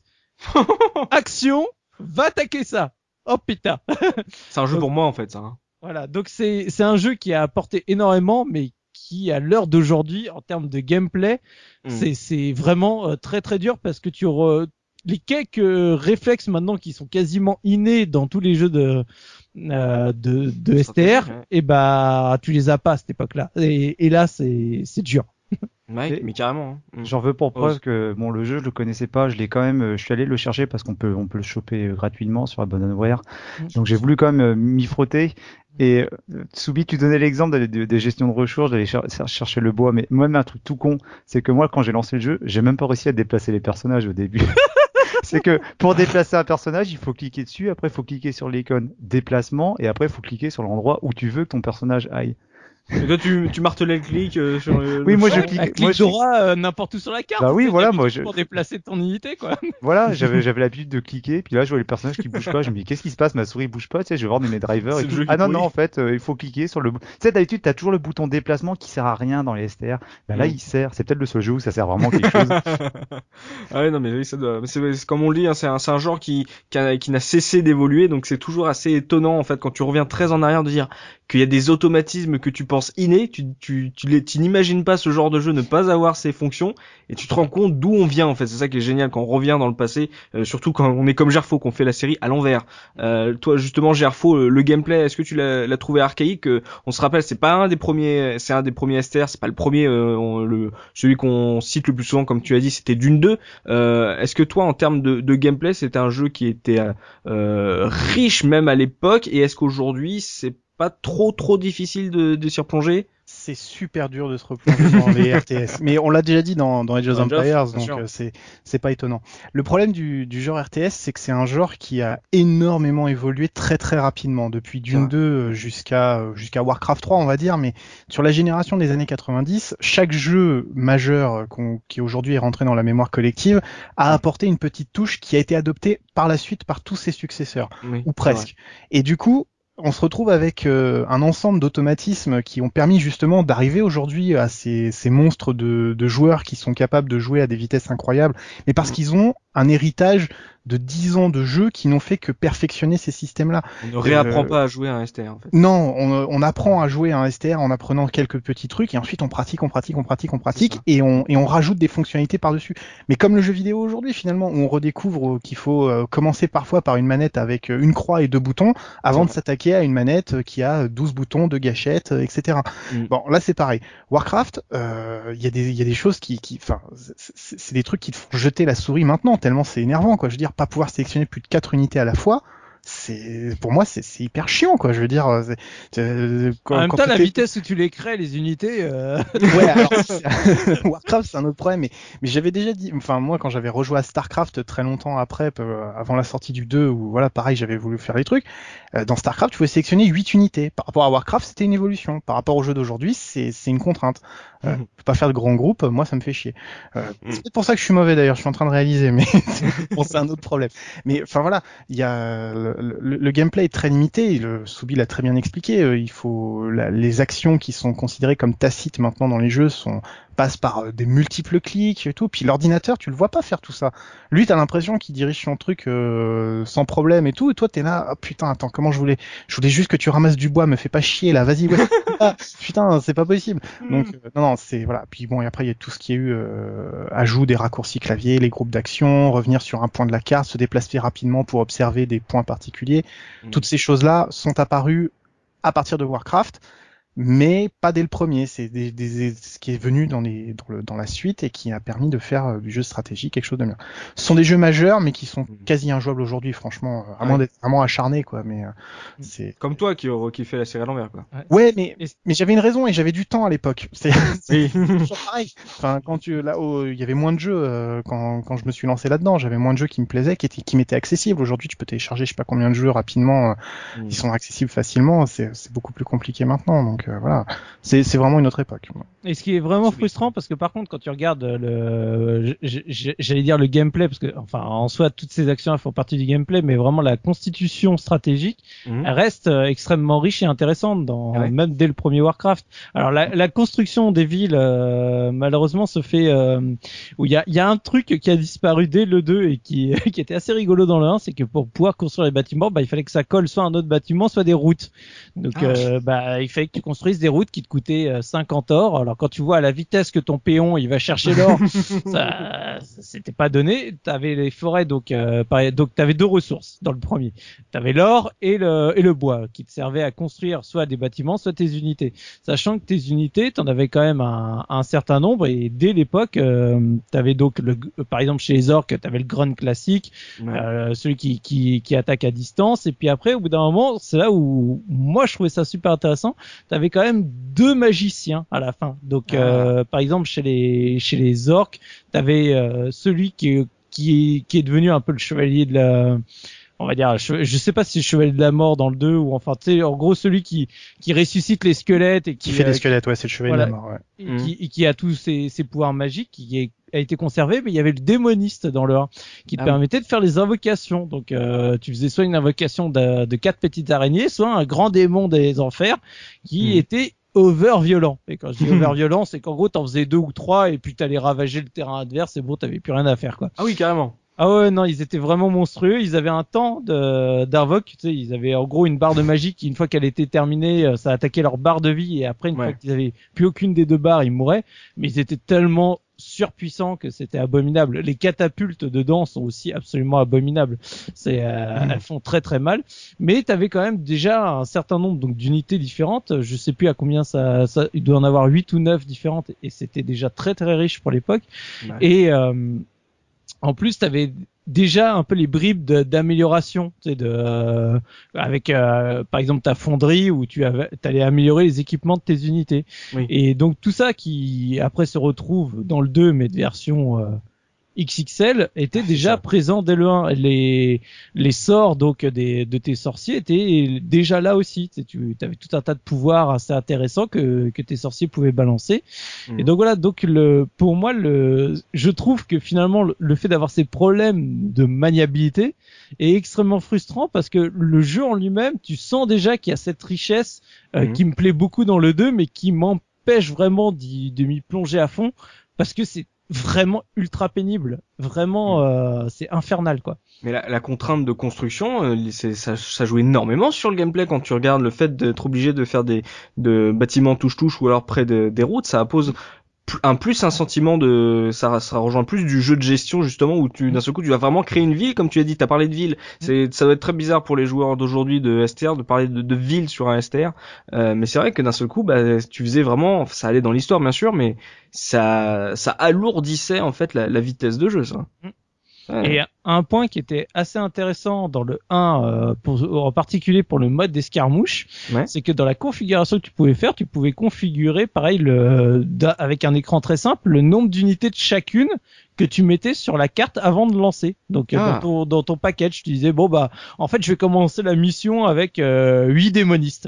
action, va attaquer ça. Oh putain. C'est un jeu donc, pour moi en fait ça. Hein. Voilà, donc c'est c'est un jeu qui a apporté énormément, mais qui à l'heure d'aujourd'hui, en termes de gameplay, mm. c'est c'est vraiment euh, très très dur parce que tu re... les quelques euh, réflexes maintenant qui sont quasiment innés dans tous les jeux de euh, de, de S T R, ouais. et bah tu les as pas à cette époque-là. Et, et là c'est c'est dur. Mike, mais carrément. Hein. J'en veux pour preuve que bon le jeu je le connaissais pas, je l'ai quand même, je suis allé le chercher parce qu'on peut on peut le choper gratuitement sur Abandonware. Donc j'ai voulu quand même m'y frotter. Et Soubi, tu donnais l'exemple de, de, de gestion de ressources, d'aller cher- chercher le bois, mais moi même un truc tout con, c'est que moi quand j'ai lancé le jeu, j'ai même pas réussi à déplacer les personnages au début. C'est que pour déplacer un personnage, il faut cliquer dessus, après il faut cliquer sur l'icône déplacement, et après il faut cliquer sur l'endroit où tu veux que ton personnage aille. Et toi, tu, tu martelais le clic euh, sur le. Oui, le moi champ. je clique. Un clic moi, je droit euh, n'importe où sur la carte. Bah oui, voilà, moi je. Pour déplacer ton unité, quoi. Voilà, j'avais j'avais l'habitude de cliquer, puis là je vois les personnages qui bougent pas, je me dis qu'est-ce qui se passe, ma souris bouge pas, tu sais, je vais voir mes drivers et tout. Ah non non, en fait, euh, il faut cliquer sur le. Tu sais, d'habitude t'as toujours le bouton déplacement qui sert à rien dans les S T R. Ben là, mmh. il sert. C'est peut-être le seul jeu où ça sert vraiment quelque chose. Ah ouais, non mais oui, ça doit. C'est, c'est comme on le dit, hein, c'est un c'est un genre qui qui, a, qui n'a cessé d'évoluer, donc c'est toujours assez étonnant en fait quand tu reviens très en arrière de dire qu'il y a des automatismes que tu penses innés, tu tu tu, les, tu n'imagines pas ce genre de jeu ne pas avoir ces fonctions et tu te rends compte d'où on vient en fait. C'est ça qui est génial quand on revient dans le passé, euh, surtout quand on est comme Gerfo qu'on fait la série à l'envers. Euh, toi justement Gerfo, le, le gameplay, est-ce que tu l'as, l'as trouvé archaïque? euh, On se rappelle, c'est pas un des premiers, c'est un des premiers S T R, c'est pas le premier, euh, on, le celui qu'on cite le plus souvent comme tu as dit, c'était Dune deux. Euh, est-ce que toi en termes de, de gameplay, c'était un jeu qui était euh, riche même à l'époque et est-ce qu'aujourd'hui c'est pas trop trop difficile de, de s'y replonger? C'est super dur de se replonger dans les R T S, mais on l'a déjà dit dans, dans Age of Empires, donc euh, c'est c'est pas étonnant. Le problème du, du genre R T S, c'est que c'est un genre qui a énormément évolué très très rapidement depuis Dune deux jusqu'à jusqu'à Warcraft trois, on va dire, mais sur la génération des années quatre-vingt-dix, chaque jeu majeur qu'on, qui aujourd'hui est rentré dans la mémoire collective a apporté une petite touche qui a été adoptée par la suite par tous ses successeurs, oui, ou presque. Et du coup, on se retrouve avec euh, un ensemble d'automatismes qui ont permis justement d'arriver aujourd'hui à ces, ces monstres de, de joueurs qui sont capables de jouer à des vitesses incroyables, mais parce qu'ils ont un héritage de dix ans de jeu qui n'ont fait que perfectionner ces systèmes-là. On ne réapprend euh, pas à jouer à un S T R en fait. Non, on, on apprend à jouer à un S T R en apprenant quelques petits trucs et ensuite on pratique, on pratique, on pratique, on pratique et on, et on rajoute des fonctionnalités par-dessus. Mais comme le jeu vidéo aujourd'hui finalement, où on redécouvre qu'il faut euh, commencer parfois par une manette avec une croix et deux boutons avant de s'attaquer à une manette qui a douze boutons, deux gâchettes, et cetera. Mm. Bon, là c'est pareil. Warcraft, il euh, y a des, il y a des choses qui, qui, enfin, c'est, c'est des trucs qui te font jeter la souris maintenant tellement c'est énervant quoi. Je veux dire, pas pouvoir sélectionner plus de quatre unités à la fois, c'est pour moi c'est, c'est hyper chiant quoi. Je veux dire, c'est, c'est, quand, en même temps la vitesse où tu les crées les unités. Euh... Ouais, alors c'est... Warcraft c'est un autre problème, mais mais j'avais déjà dit, enfin moi quand j'avais rejoué à Starcraft très longtemps après, euh, avant la sortie du deux, où voilà pareil j'avais voulu faire les trucs. Euh, dans Starcraft tu pouvais sélectionner huit unités. Par rapport à Warcraft c'était une évolution. Par rapport au jeu d'aujourd'hui c'est c'est une contrainte. Euh, mmh. Je peux pas faire de grands groupes, moi ça me fait chier. Euh, mmh. C'est peut-être pour ça que je suis mauvais d'ailleurs, je suis en train de réaliser, mais bon, c'est un autre problème. Mais enfin voilà, il y a le, le, le gameplay est très limité. Le Soubi l'a très bien expliqué. Euh, il faut la, les actions qui sont considérées comme tacites maintenant dans les jeux sont passent par des multiples clics et tout. Puis l'ordinateur, tu le vois pas faire tout ça. Lui, t'as l'impression qu'il dirige son truc euh, sans problème et tout. Et toi, t'es là, oh, putain, attends, comment je voulais, je voulais juste que tu ramasses du bois, me fais pas chier là, vas-y, ouais. Ah, putain, c'est pas possible. Donc euh, non, non, c'est voilà. Puis bon, et après il y a tout ce qui est eu euh, ajout des raccourcis clavier, les groupes d'action, revenir sur un point de la carte, se déplacer rapidement pour observer des points particuliers. Mmh. Toutes ces choses-là sont apparues à partir de Warcraft. Mais pas dès le premier, c'est des, des, ce qui est venu dans, les, dans, le, dans la suite et qui a permis de faire euh, du jeu stratégique quelque chose de mieux. Ce sont des jeux majeurs, mais qui sont quasi injouables aujourd'hui, franchement, à ouais. moins d'être vraiment acharné, quoi. Mais euh, c'est comme toi qui qui fait la série à l'envers, quoi. Ouais, mais mais j'avais une raison et j'avais du temps à l'époque. C'est, c'est toujours pareil. Enfin, quand tu là, oh, il y avait moins de jeux euh, quand quand je me suis lancé là-dedans, j'avais moins de jeux qui me plaisaient, qui étaient qui m'étaient accessibles. Aujourd'hui, tu peux télécharger, je sais pas combien de jeux rapidement, euh, mmh. ils sont accessibles facilement. C'est c'est beaucoup plus compliqué maintenant, donc. Donc euh, voilà, c'est c'est vraiment une autre époque. Et ce qui est vraiment frustrant, parce que par contre, quand tu regardes le, j'allais dire le gameplay, parce que enfin en soi toutes ces actions elles font partie du gameplay, mais vraiment la constitution stratégique, mmh. elle reste extrêmement riche et intéressante dans ouais. même dès le premier Warcraft. Alors la, la construction des villes, euh, malheureusement, se fait euh, où il y a il y a un truc qui a disparu dès le deux et qui qui était assez rigolo dans le un, c'est que pour pouvoir construire les bâtiments, bah il fallait que ça colle soit à un autre bâtiment, soit des routes. Donc ah. euh, bah il fallait que tu construises des routes qui te coûtaient cinquante or. Alors quand tu vois à la vitesse que ton péon il va chercher l'or, ça, ça c'était pas donné. T'avais les forêts, donc euh, donc t'avais deux ressources dans le premier. T'avais l'or et le et le bois qui te servaient à construire soit des bâtiments, soit tes unités. Sachant que tes unités, t'en avais quand même un, un certain nombre et dès l'époque, euh, t'avais donc le, par exemple chez les orques, t'avais le Grunt classique, ouais. euh, celui qui qui qui attaque à distance. Et puis après, au bout d'un moment, c'est là où moi je trouvais ça super intéressant. T'avais quand même deux magiciens à la fin. Donc ah. euh, par exemple chez les chez les orques, t'avais euh, celui qui qui qui est devenu un peu le chevalier de la, on va dire, je, je sais pas si c'est le chevalier de la mort dans le deux ou enfin tu sais en gros celui qui qui ressuscite les squelettes et qui, qui fait euh, des squelettes, ouais, c'est le chevalier voilà, de la mort, ouais. Et, mmh. qui, et qui a tous ses, ses pouvoirs magiques, qui est a été conservé, mais il y avait le démoniste dans le un qui te ah permettait oui. de faire les invocations. Donc euh, tu faisais soit une invocation de, de quatre petites araignées, soit un grand démon des enfers qui mmh. était over violent. Et quand je dis over violent, c'est qu'en gros t'en faisais deux ou trois et puis t'allais ravager le terrain adverse et bon t'avais plus rien à faire quoi. Ah oui, carrément. Ah ouais, non, ils étaient vraiment monstrueux. Ils avaient un temps de d'invoque, tu sais, ils avaient en gros une barre de magie qui, une fois qu'elle était terminée, ça attaquait leur barre de vie et après une ouais. fois qu'ils avaient plus aucune des deux barres, ils mouraient. Mais ils étaient tellement surpuissants que c'était abominable. Les catapultes dedans sont aussi absolument abominables. C'est, euh, mmh. elles font très très mal. Mais t'avais quand même déjà un certain nombre donc d'unités différentes. Je sais plus à combien ça, ça il doit en avoir huit ou neuf différentes et c'était déjà très très riche pour l'époque. Ouais. Et euh, en plus, t'avais déjà un peu les bribes de, d'amélioration, tu sais, de, euh, avec euh, par exemple ta fonderie où tu avais, t'allais améliorer les équipements de tes unités. Oui. Et donc tout ça qui après se retrouve dans le deux mais de version euh, X X L était ah, déjà présent dès le un. Les les sorts donc des de tes sorciers étaient déjà là aussi. Tu sais, tu avais tout un tas de pouvoirs assez intéressants que que tes sorciers pouvaient balancer. Mmh. Et donc voilà, donc le pour moi le je trouve que finalement le, le fait d'avoir ces problèmes de maniabilité est extrêmement frustrant parce que le jeu en lui-même, tu sens déjà qu'il y a cette richesse euh, mmh. qui me plaît beaucoup dans le deux mais qui m'empêche vraiment d'y de m'y plonger à fond parce que c'est vraiment ultra pénible, vraiment euh, c'est infernal quoi. Mais la, la contrainte de construction, euh, c'est, ça, ça joue énormément sur le gameplay quand tu regardes le fait d'être obligé de faire des de bâtiments touche-touche ou alors près de, des routes, ça impose un plus un sentiment de ça ça rejoint plus du jeu de gestion justement où tu d'un seul coup tu vas vraiment créer une ville comme tu as dit, t'as parlé de ville, c'est ça doit être très bizarre pour les joueurs d'aujourd'hui de S T R de parler de, de ville sur un S T R, euh, mais c'est vrai que d'un seul coup bah tu faisais vraiment, ça allait dans l'histoire bien sûr, mais ça ça alourdissait en fait la, la vitesse de jeu ça. Ouais. Et un point qui était assez intéressant dans le un, euh, pour, en particulier pour le mode d'escarmouche, ouais. c'est que dans la configuration que tu pouvais faire, tu pouvais configurer, pareil, le, avec un écran très simple, le nombre d'unités de chacune que tu mettais sur la carte avant de lancer. Donc ah. dans ton dans ton package, tu disais bon bah en fait je vais commencer la mission avec euh, huit démonistes.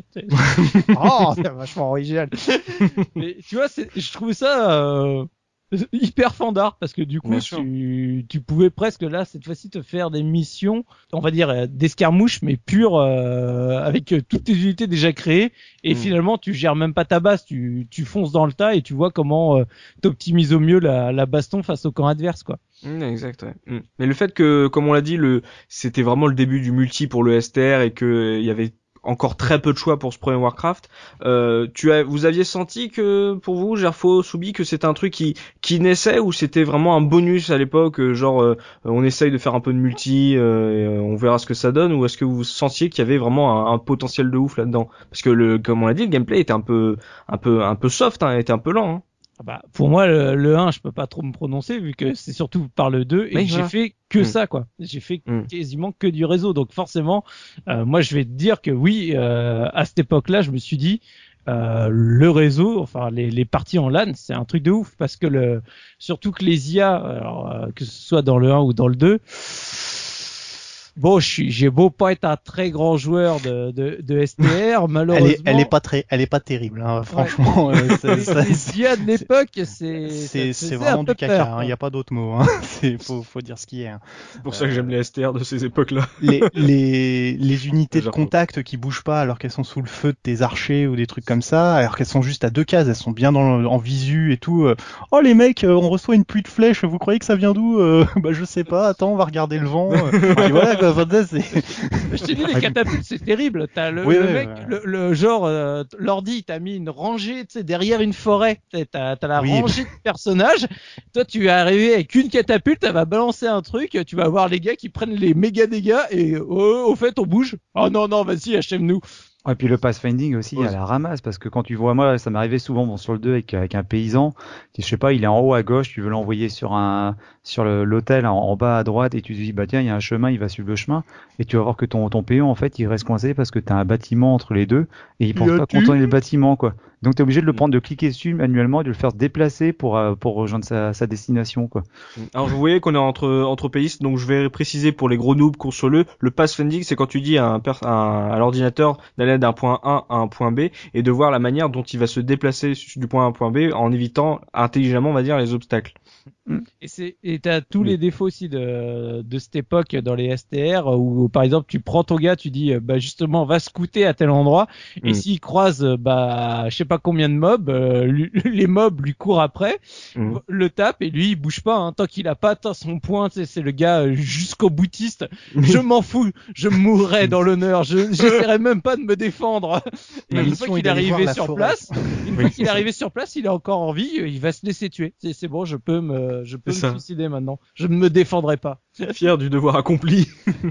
Oh, c'est vachement original. Mais tu vois, c'est, je trouve ça euh, hyper fandard parce que du coup tu, tu pouvais presque là cette fois-ci te faire des missions on va dire d'escarmouche mais pure euh, avec toutes tes unités déjà créées et mmh. finalement tu gères même pas ta base, tu, tu fonces dans le tas et tu vois comment euh, t'optimises au mieux la, la baston face au camp adverse quoi. Mmh, exact ouais. Mmh. Mais le fait que comme on l'a dit le c'était vraiment le début du multi pour le S T R et que il y avait encore très peu de choix pour ce premier Warcraft. Euh, tu as, vous aviez senti que pour vous, Gerfo, Soubi, que c'était un truc qui qui naissait ou c'était vraiment un bonus à l'époque, genre euh, on essaye de faire un peu de multi, euh, et on verra ce que ça donne, ou est-ce que vous sentiez qu'il y avait vraiment un, un potentiel de ouf là-dedans? Parce que le, comme on l'a dit, le gameplay était un peu un peu un peu soft, hein, était un peu lent. Hein. Ah bah, pour moi, le, le un, je peux pas trop me prononcer vu que c'est surtout par le deux et oui, que voilà. j'ai fait que mmh. ça, quoi. J'ai fait mmh. quasiment que du réseau. Donc forcément, euh, moi, je vais te dire que oui, euh, à cette époque-là, je me suis dit, euh, le réseau, enfin, les, les parties en LAN, c'est un truc de ouf parce que le, surtout que les I A, alors, euh, que ce soit dans le un ou dans le deux, bon, je suis, j'ai beau pas être un très grand joueur de, de, de S T R, malheureusement. Elle est, elle est pas très, elle est pas terrible, hein, franchement. Ouais. euh, ça, ça, les I A de l'époque, c'est, c'est, ça c'est faisait vraiment un peu du caca. peur, Il hein, y a pas d'autre mot. Hein. C'est, faut, faut dire ce qui est. Hein. C'est pour ça que j'aime les S T R de ces époques-là. Les, les, les unités de J'avoue. contact qui bougent pas alors qu'elles sont sous le feu de tes archers ou des trucs comme ça, alors qu'elles sont juste à deux cases, elles sont bien dans le, en visu et tout. euh, Oh les mecs, euh, on reçoit une pluie de flèches. Vous croyez que ça vient d'où euh, Bah je sais pas. Attends, on va regarder le vent. euh. Et voilà quoi. Enfin, ça, c'est... Je t'ai dit, les catapultes, c'est terrible. T'as le, Oui, le oui, mec, ouais. le, le genre, euh, l'ordi, t'as mis une rangée, tu sais, derrière une forêt. T'as, t'as la Oui. rangée de personnages. Toi, tu es arrivé avec une catapulte, elle va balancer un truc, tu vas voir les gars qui prennent les méga dégâts et, oh, au fait, on bouge. Oh non, non, vas-y, achève-nous. Et puis le pathfinding aussi Ouais. à la ramasse, parce que quand tu vois, moi ça m'arrivait souvent bon, sur le deux avec, avec un paysan, je sais pas, il est en haut à gauche, tu veux l'envoyer sur un sur le, l'hôtel en, en bas à droite et tu te dis bah tiens il y a un chemin, il va suivre le chemin et tu vas voir que ton ton péon en fait il reste coincé parce que t'as un bâtiment entre les deux et il pense Y pas a-tu contourner le bâtiment quoi. Donc t'es obligé de le prendre, de cliquer dessus manuellement et de le faire se déplacer pour euh, pour rejoindre sa, sa destination quoi. Alors vous voyez qu'on est entre entre pays, donc je vais préciser pour les gros noobs consoleux, le pathfinding c'est quand tu dis à un, per- à, un- à l'ordinateur d'aller d'un point A à un point B et de voir la manière dont il va se déplacer du point A à un point B en évitant intelligemment on va dire les obstacles. Et c'est, et t'as tous les défauts aussi de, de cette époque dans les S T R où, par exemple, tu prends ton gars, tu dis, bah, justement, va scouter à tel endroit. Et Mm. s'il croise, bah, je sais pas combien de mobs, euh, lui- les mobs lui courent après, Mm. le tape et lui, il bouge pas, hein, tant qu'il a pas atteint son point, tu sais, c'est le gars euh, jusqu'au boutiste. Je m'en fous, je mourrai dans l'honneur, je, j'essaierai même pas de me défendre. Et La une mission fois est qu'il est d'aller voir arrivé la sur forêt. place, une fois qu'il est arrivé sur place, il est encore en vie, il va se laisser tuer. C'est, c'est bon, je peux me, je peux me C'est ça. suicider maintenant. Je ne me défendrai pas. Fier du devoir accompli.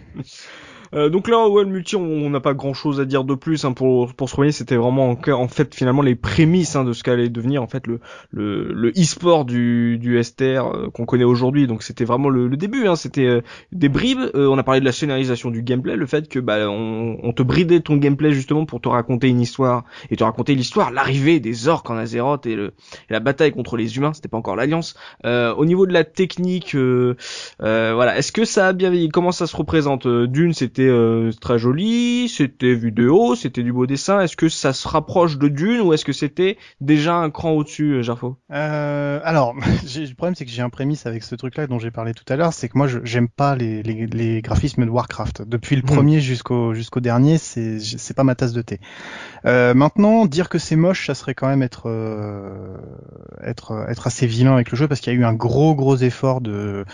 Euh, donc là, ouais, le multi, on n'a pas grand-chose à dire de plus. Hein, pour pour ce premier, c'était vraiment en, en fait finalement les prémices hein, de ce qu'allait devenir en fait le le, le e-sport du du S T R euh, qu'on connaît aujourd'hui. Donc c'était vraiment le, le début. Hein, c'était euh, des bribes. Euh, on a parlé de la scénarisation du gameplay, le fait que bah on, on te bridait ton gameplay justement pour te raconter une histoire et te raconter l'histoire, l'arrivée des orques en Azeroth et, le, et la bataille contre les humains. C'était pas encore l'Alliance. Euh, au niveau de la technique, euh, euh, voilà, est-ce que ça a bien vieilli? Comment ça se représente? euh, D'une, c'était euh, très joli, c'était vu de haut, c'était du beau dessin. Est-ce que ça se rapproche de Dune ou est-ce que c'était déjà un cran au-dessus, euh, Jarfo? Euh, alors, j'ai, le problème c'est que j'ai un prémisse avec ce truc-là dont j'ai parlé tout à l'heure, c'est que moi je, j'aime pas les, les, les graphismes de Warcraft. Depuis le Mmh. premier jusqu'au jusqu'au dernier, c'est c'est pas ma tasse de thé. Euh, maintenant, dire que c'est moche, ça serait quand même être euh, être être assez vilain avec le jeu parce qu'il y a eu un gros gros effort de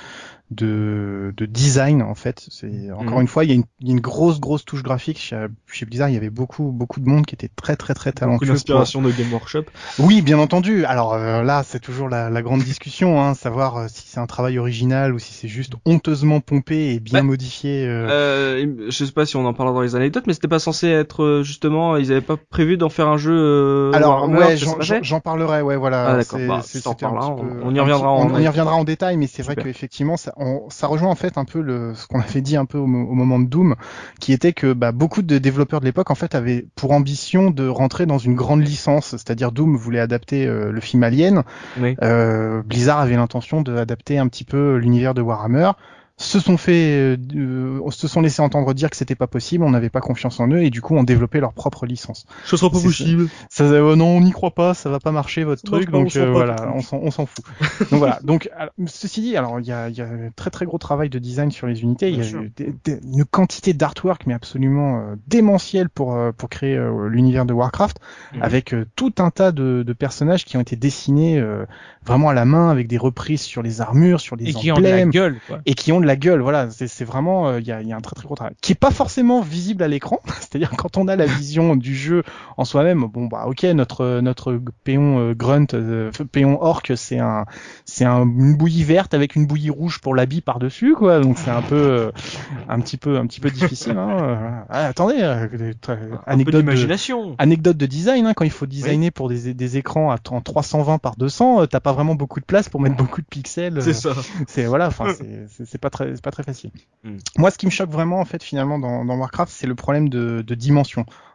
de, de design en fait. C'est encore Mhm. une fois, il y, a une, il y a une grosse grosse touche graphique chez, chez Blizzard. Il y avait beaucoup beaucoup de monde qui était très très très Beaucoup talentueux. d'inspiration de Game Workshop. Pour... Oui, bien entendu. Alors euh, là, c'est toujours la, la grande discussion, hein, savoir euh, si c'est un travail original ou si c'est juste honteusement pompé et bien Ouais. modifié. Euh... Euh, je sais pas si on en parlera dans les anecdotes, mais c'était pas censé être euh, justement, ils avaient pas prévu d'en faire un jeu. Euh, Alors Warhammer, ouais, c'est j'en, pas j'en, fait j'en parlerai, ouais, voilà. Ah, d'accord. C'est, Bah, c'est, tu t'en c'était un parleras, petit peu- on- on y un reviendra petit- en on, on y détail. reviendra en détail, mais c'est Super. vrai qu'effectivement, ça, on, ça rejoint en fait un peu le, ce qu'on avait dit un peu au, mo- au moment de Doom, qui était que bah, beaucoup de développeurs de l'époque en fait avaient pour ambition de rentrer dans une grande licence, c'est-à-dire Doom voulait adapter euh, le film Alien, Oui. euh, Blizzard avait l'intention d'adapter un petit peu l'univers de Warhammer. Se sont fait, euh, se sont laissé entendre dire que c'était pas possible, on n'avait pas confiance en eux et du coup ont développé leur propre licence. Ce sera pas C'est possible. Ça, euh, non, on n'y croit pas, ça va pas marcher votre Ça marche truc, pas, on donc s'en euh, pas, voilà, tout le on s'en, on s'en fout. donc voilà. Donc alors, ceci dit, alors il y a, il y a un très très gros travail de design sur les unités. Il y Bien a sûr. eu des- des- une quantité d'artwork mais absolument euh, démentielle pour euh, pour créer euh, l'univers de Warcraft, Mhm. avec euh, tout un tas de, de personnages qui ont été dessinés euh, vraiment à la main avec des reprises sur les armures, sur les Et qui ont de la emblèmes gueule, quoi. et qui ont de la gueule. Voilà, c'est, c'est vraiment, il euh, y, a, y a un très très gros travail qui est pas forcément visible à l'écran. C'est-à-dire quand on a la vision du jeu en soi-même, bon bah ok, notre notre péon euh, grunt, euh, péon orc, c'est un c'est un, une bouillie verte avec une bouillie rouge pour l'habit par dessus, quoi. Donc c'est un peu euh, un petit peu un petit peu difficile. Hein. Euh, ah, attendez, euh, euh, Un peu anecdote de, d'imagination. anecdote de design, hein, quand il faut designer pour des des écrans à, en trois cent vingt par deux cents, euh, t'as pas vraiment beaucoup de place pour mettre beaucoup de pixels. euh, C'est ça. c'est voilà, enfin c'est, c'est c'est pas très c'est pas très facile. Mm. Moi, ce qui me choque vraiment en fait finalement dans, dans Warcraft, c'est le problème de, de dimension.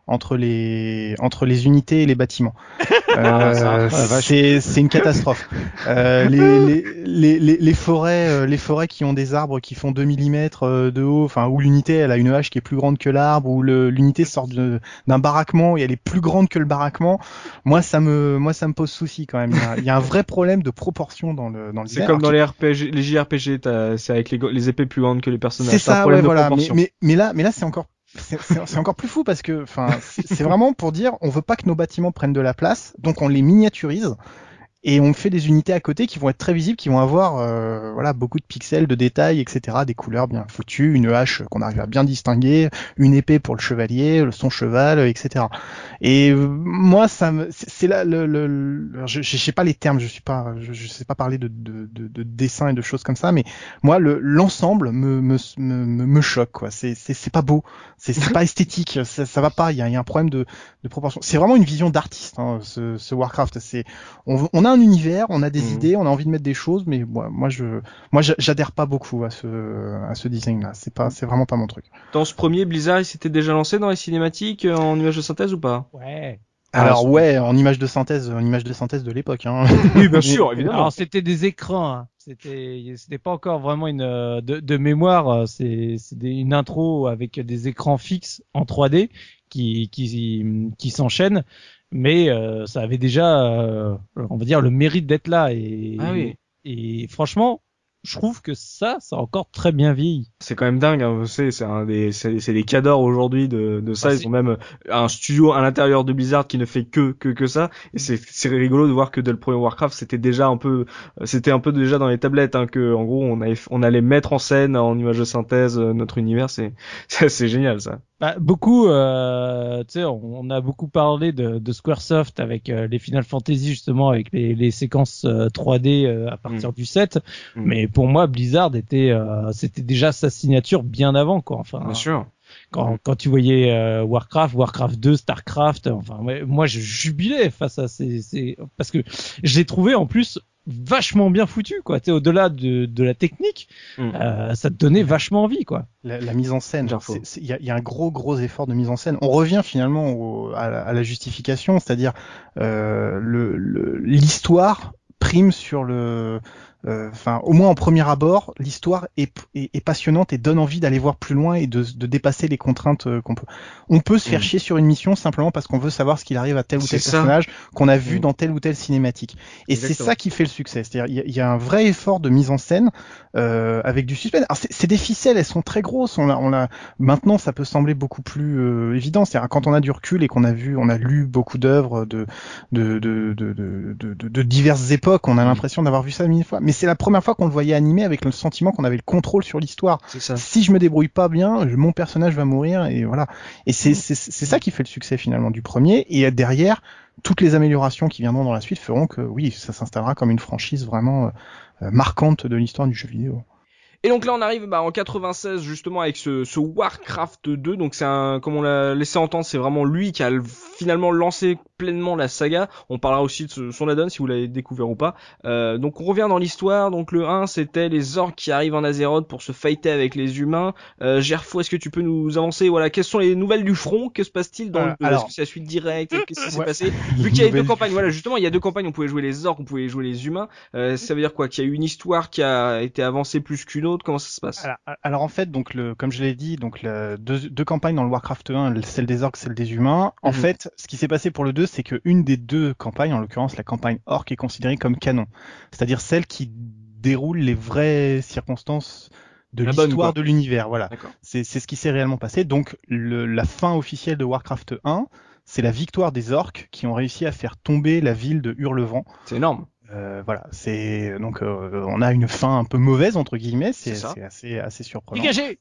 entre les entre les unités et les bâtiments. Ah, ça, Euh, ah, vache. c'est c'est une catastrophe. Euh, les, les les les les forêts euh, les forêts qui ont des arbres qui font deux millimètres de haut, enfin où l'unité elle a une hache qui est plus grande que l'arbre, où le, l'unité sort de, d'un baraquement et elle est plus grande que le baraquement. Moi ça me moi ça me pose souci quand même. Il y a, il y a un vrai problème de proportion dans le dans le C'est design. comme Alors dans qu'il- les R P G, les J R P G, t'as- c'est avec les, go- les épées plus grandes que les personnages. C'est C'est un ça, problème ouais, de voilà. Mais, proportion. mais, mais là, mais là, c'est encore, c'est, c'est, c'est encore plus fou parce que, enfin, c'est c'est vraiment pour dire, on veut pas que nos bâtiments prennent de la place, donc on les miniaturise. Et on fait des unités à côté qui vont être très visibles, qui vont avoir euh, voilà beaucoup de pixels, de détails, et cetera, des couleurs bien foutues, une hache qu'on arrive à bien distinguer, une épée pour le chevalier, le- son cheval, et cetera. Et euh, moi, ça me, c'est c'est là le, le, le- je, je sais pas les termes, je suis pas, je, je sais pas parler de, de, de, de dessin et de choses comme ça, mais moi, le l'ensemble me me, me, me me choque quoi. C'est c'est c'est pas beau, c'est c'est pas esthétique, ça, ça va pas. Il y a, il y a un problème de de proportion. C'est vraiment une vision d'artiste, hein, ce, ce Warcraft. C'est on, on a un univers, on a des Mhm. idées, on a envie de mettre des choses, mais moi, moi je, moi, j'a- j'adhère pas beaucoup à ce, à ce design-là. C'est pas, c'est vraiment pas mon truc. Dans ce premier, Blizzard, il s'était déjà lancé dans les cinématiques euh, en images de synthèse ou pas? Ouais. Ah, Alors super. ouais, en image de synthèse, en image de synthèse de l'époque. Hein. Oui, bien Mais- sûr, évidemment. Alors c'était des écrans, hein. C'était c'était pas encore vraiment une euh, de, de mémoire. euh, C'est c'est des- une intro avec des écrans fixes en trois D qui qui qui s'enchaînent, mais euh, ça avait déjà, euh, on va dire, le mérite d'être là. Et Ah oui. et franchement, je trouve que ça, ça a encore très bien vieilli. C'est quand même dingue, hein, vous savez, c'est un des, c'est, c'est des cadors aujourd'hui de, de ça. Ah, Ils c'est- ont même un studio à l'intérieur de Blizzard qui ne fait que, que, que ça. Et c'est, c'est rigolo de voir que dès le premier Warcraft, c'était déjà un peu, c'était un peu déjà dans les tablettes, hein, que, en gros, on avait, on allait mettre en scène, en image de synthèse, euh, notre univers. C'est, c'est, c'est génial, ça. Bah, beaucoup, euh, tu sais, on, on a beaucoup parlé de, de Squaresoft avec euh, les Final Fantasy justement, avec les, les séquences euh, trois D euh, à partir du sept. Mm. Mais pour moi, Blizzard était, euh, c'était déjà sa signature bien avant, quoi. Enfin, Bien sûr. quand, quand tu voyais euh, Warcraft, Warcraft deux, Starcraft, enfin, ouais, moi, je jubilais face à ces, ces... parce que j'ai trouvé en plus vachement bien foutu, quoi. Tu sais, au-delà de, de la technique, Mm. euh, ça te donnait vachement envie, quoi. La, la mise en scène, Bien faux. c'est- c'est- il y a, il y a un gros gros effort de mise en scène. On revient finalement au- à, la, à la justification, c'est-à-dire euh, le- le- l'histoire prime sur le, euh, enfin au moins en premier abord, l'histoire est, est, est passionnante et donne envie d'aller voir plus loin et de, de dépasser les contraintes euh, qu'on peut. On peut se faire Mm. chier sur une mission simplement parce qu'on veut savoir ce qu'il arrive à tel ou C'est tel ça. personnage qu'on a vu Mm. dans telle ou telle cinématique. Et c'est Exactement. ça qui fait le succès. C'est-à-dire il y, a- il y a un vrai effort de mise en scène euh, avec du suspense. Alors c'est, c'est des ficelles, elles sont très grosses. On l'a, on l'a. Maintenant, ça peut sembler beaucoup plus euh, évident. C'est-à-dire quand on a du recul et qu'on a vu, on a lu beaucoup d'œuvres de de de de de, de, de, de diverses époques, on a Mm. l'impression d'avoir vu ça mille fois. Mais c'est la première fois qu'on le voyait animé avec le sentiment qu'on avait le contrôle sur l'histoire. C'est ça. Si je me débrouille pas bien, je- mon personnage va mourir et voilà. Et c'est Mm. c'est c'est ça qui fait le succès finalement du premier. Et derrière, toutes les améliorations qui viendront dans la suite feront que oui, ça s'installera comme une franchise vraiment euh, marquante de l'histoire du jeu vidéo. Et donc là on arrive bah, en quatre-vingt-seize justement avec ce, ce Warcraft deux, donc c'est un, comme on l'a laissé entendre, c'est vraiment lui qui a l- finalement lancé pleinement la saga. On parlera aussi de ce- son add-on si vous l'avez découvert ou pas. Euh, donc on revient dans l'histoire, donc le un c'était les orques qui arrivent en Azeroth pour se fighter avec les humains. Euh, Gerfo, est-ce que tu peux nous avancer, voilà, quelles sont les nouvelles du front, que se passe-t-il dans Euh, le deux? alors- Est-ce que c'est la suite directe, qu'est-ce qui s'est Ouais. passé? Vu qu'il y a deux Nouvelles campagnes, du voilà, front. justement il y a deux campagnes, on pouvait jouer les orques, on pouvait jouer les humains. Euh, ça veut dire quoi? Qu'il y a eu une histoire qui a été avancée plus qu'une autre? Comment ça se passe? Alors, alors en fait, donc le, comme je l'ai dit, donc la, deux, deux campagnes dans le Warcraft un, celle des orques, celle des humains. En Mhm. fait, ce qui s'est passé pour le deux, c'est que une des deux campagnes, en l'occurrence la campagne orque, est considérée comme canon, c'est-à-dire celle qui déroule les vraies circonstances de La bonne, l'histoire quoi. de l'univers. Voilà, D'accord. c'est c'est ce qui s'est réellement passé. Donc le, la fin officielle de Warcraft un, c'est la victoire des orques qui ont réussi à faire tomber la ville de Hurlevent. C'est énorme. Euh, voilà, c'est donc euh, on a une fin un peu mauvaise entre guillemets, c'est C'est ça. c'est assez assez surprenant. Dégagez!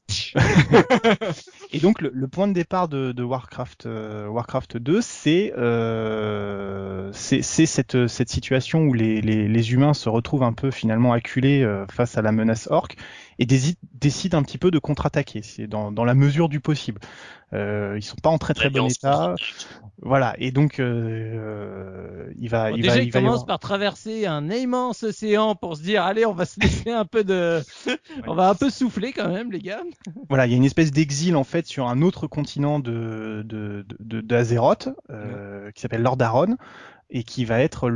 Et donc le, le point de départ de, de Warcraft euh, Warcraft deux, c'est euh, c'est c'est cette cette situation où les, les les humains se retrouvent un peu finalement acculés euh, face à la menace orque et décide, décide un petit peu de contre-attaquer. C'est dans, dans la mesure du possible. Euh, ils sont pas en très très bon état. Voilà. Et donc, euh, il va, bon, il déjà, va, il, il va commence y avoir... par traverser un immense océan pour se dire, allez, on va se laisser un peu de, on va un peu souffler quand même, les gars. Voilà, il y a une espèce d'exil en fait sur un autre continent de de de, d'Azeroth euh, ouais. qui s'appelle Lordaeron et qui va être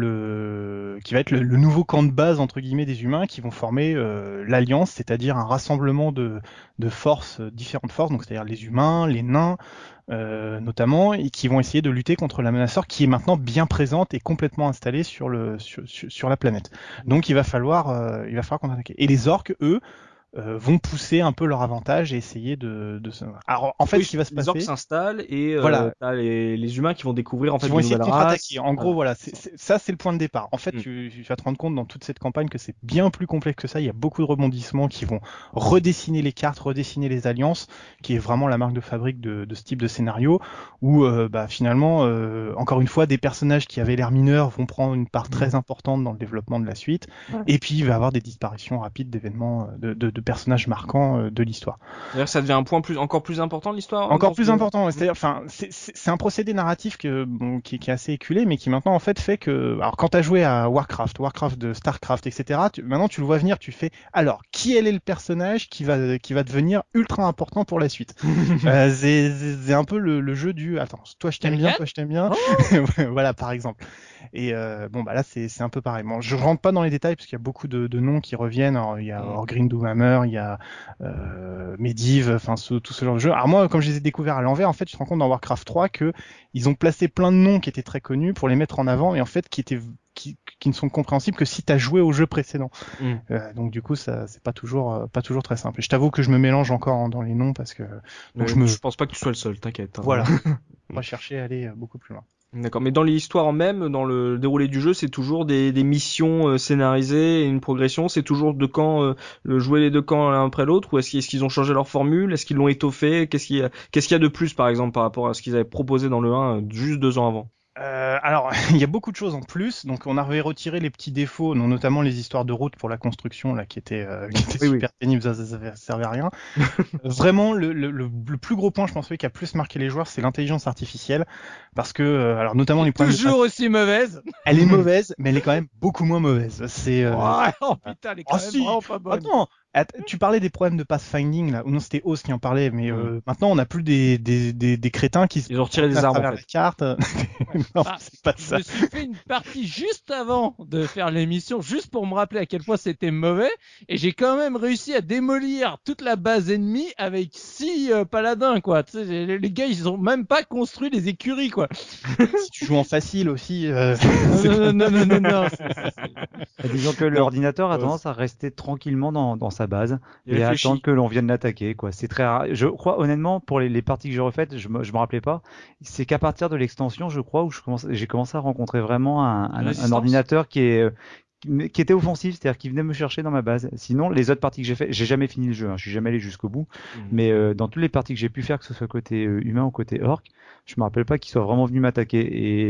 le qui va être le, le nouveau camp de base entre guillemets des humains qui vont former euh, l'Alliance, c'est-à-dire un rassemblement de de forces, différentes forces, donc c'est-à-dire les humains, les nains euh, notamment, et qui vont essayer de lutter contre la menaceur qui est maintenant bien présente et complètement installée sur le sur sur, sur la planète. Donc il va falloir euh, il va falloir contre-attaquer. Et les orques, eux, Euh, vont pousser un peu leur avantage et essayer de, de se... Alors en fait, oui, ce qui va se les passer, orques s'installent et euh, voilà, t'as les, les humains qui vont découvrir en fait ils vont de essayer de nouvelles contre-attaquer. races. En gros, voilà, c'est, c'est, ça c'est le point de départ. En fait, Mm. tu, tu vas te rendre compte dans toute cette campagne que c'est bien plus complexe que ça. Il y a beaucoup de rebondissements qui vont redessiner les cartes, redessiner les alliances, qui est vraiment la marque de fabrique de, de ce type de scénario, où euh, bah, finalement, euh, encore une fois, des personnages qui avaient l'air mineurs vont prendre une part très importante dans le développement de la suite, ouais. Et puis il va y avoir des disparitions rapides d'événements, de, de, de personnages marquants de l'histoire. C'est-à-dire que ça devient un point plus, encore plus important de l'histoire. Encore plus important, ouais. C'est-à-dire, enfin, c'est, c'est, c'est un procédé narratif que, bon, qui, qui est assez éculé, mais qui maintenant en fait fait que, alors quand t'as joué à Warcraft, Warcraft de Starcraft, et cetera, tu, maintenant tu le vois venir, tu fais, alors qui est le personnage qui va, qui va devenir ultra important pour la suite. euh, c'est, c'est, c'est un peu le, le jeu du, attends, toi je t'aime bien, toi je t'aime bien, oh voilà par exemple. Et euh, bon bah là c'est c'est un peu pareil. Bon, je rentre pas dans les détails parce qu'il y a beaucoup de, de noms qui reviennent. Alors, il y a Orgrimmar Doomhammer, il y a euh, Medivh, enfin ce, tout ce genre de jeu. Alors moi comme je les ai découverts à l'envers, en fait, je te rends compte dans Warcraft trois que ils ont placé plein de noms qui étaient très connus pour les mettre en avant et en fait qui étaient qui, qui ne sont compréhensibles que si tu as joué au jeu précédent. Mm. Euh, donc du coup ça c'est pas toujours euh, pas toujours très simple. Et je t'avoue que je me mélange encore hein, dans les noms parce que donc je me je pense pas que tu sois le seul, t'inquiète. Hein. Voilà. On va chercher à aller beaucoup plus loin. D'accord, mais dans l'histoire en même, dans le déroulé du jeu, c'est toujours des, des missions euh, scénarisées et une progression. C'est toujours de camps, euh, le jouer les deux camps l'un après l'autre, ou est-ce qu'ils, est-ce qu'ils ont changé leur formule, est-ce qu'ils l'ont étoffé, qu'est-ce qu'il y a, qu'est-ce qu'il y a de plus par exemple par rapport à ce qu'ils avaient proposé dans le un euh, juste deux ans avant? Euh, alors, il y a beaucoup de choses en plus. Donc, on avait retiré les petits défauts, non, notamment les histoires de route pour la construction, là, qui étaient, euh, qui étaient oui, super oui. pénibles, ça, ça, ça servait à rien. Vraiment, le, le, le, le plus gros point, je pense, qui a plus marqué les joueurs, c'est l'intelligence artificielle, parce que, euh, alors, notamment les problèmes. Toujours de... aussi mauvaise. Elle est mauvaise, mais elle est quand même beaucoup moins mauvaise. C'est. Euh... Ouais, oh putain, elle est quand oh, même si. vraiment pas bonne. Attends. Tu parlais des problèmes de pathfinding là, ou non c'était Oz qui en parlait, mais euh, mmh. maintenant on n'a plus des, des, des, des crétins qui se ils ont retiré des arbres en fait. La carte. non, ah, c'est pas ça. Je me suis fait une partie juste avant de faire l'émission, juste pour me rappeler à quel point c'était mauvais, et j'ai quand même réussi à démolir toute la base ennemie avec six euh, paladins quoi. Tu sais, les, les gars ils ont même pas construit les écuries quoi. Si tu joues en facile aussi. Euh... non, non, non, non, non, non. C'est, c'est, c'est... Disons que l'ordinateur a tendance à rester tranquillement dans, dans sa base Il et réfléchit. Attendre que l'on vienne l'attaquer quoi. C'est très rare. Je crois honnêtement pour les, les parties que j'ai refaites, je me je me rappelais pas. C'est qu'à partir de l'extension, je crois où je commence, j'ai commencé à rencontrer vraiment un, un, un ordinateur qui est qui était offensif, c'est-à-dire qui venait me chercher dans ma base. Sinon, les autres parties que j'ai fait, j'ai jamais fini le jeu, hein, je suis jamais allé jusqu'au bout, mmh. mais euh, dans toutes les parties que j'ai pu faire, que ce soit côté euh, humain ou côté orc, je me rappelle pas qu'ils soient vraiment venus m'attaquer.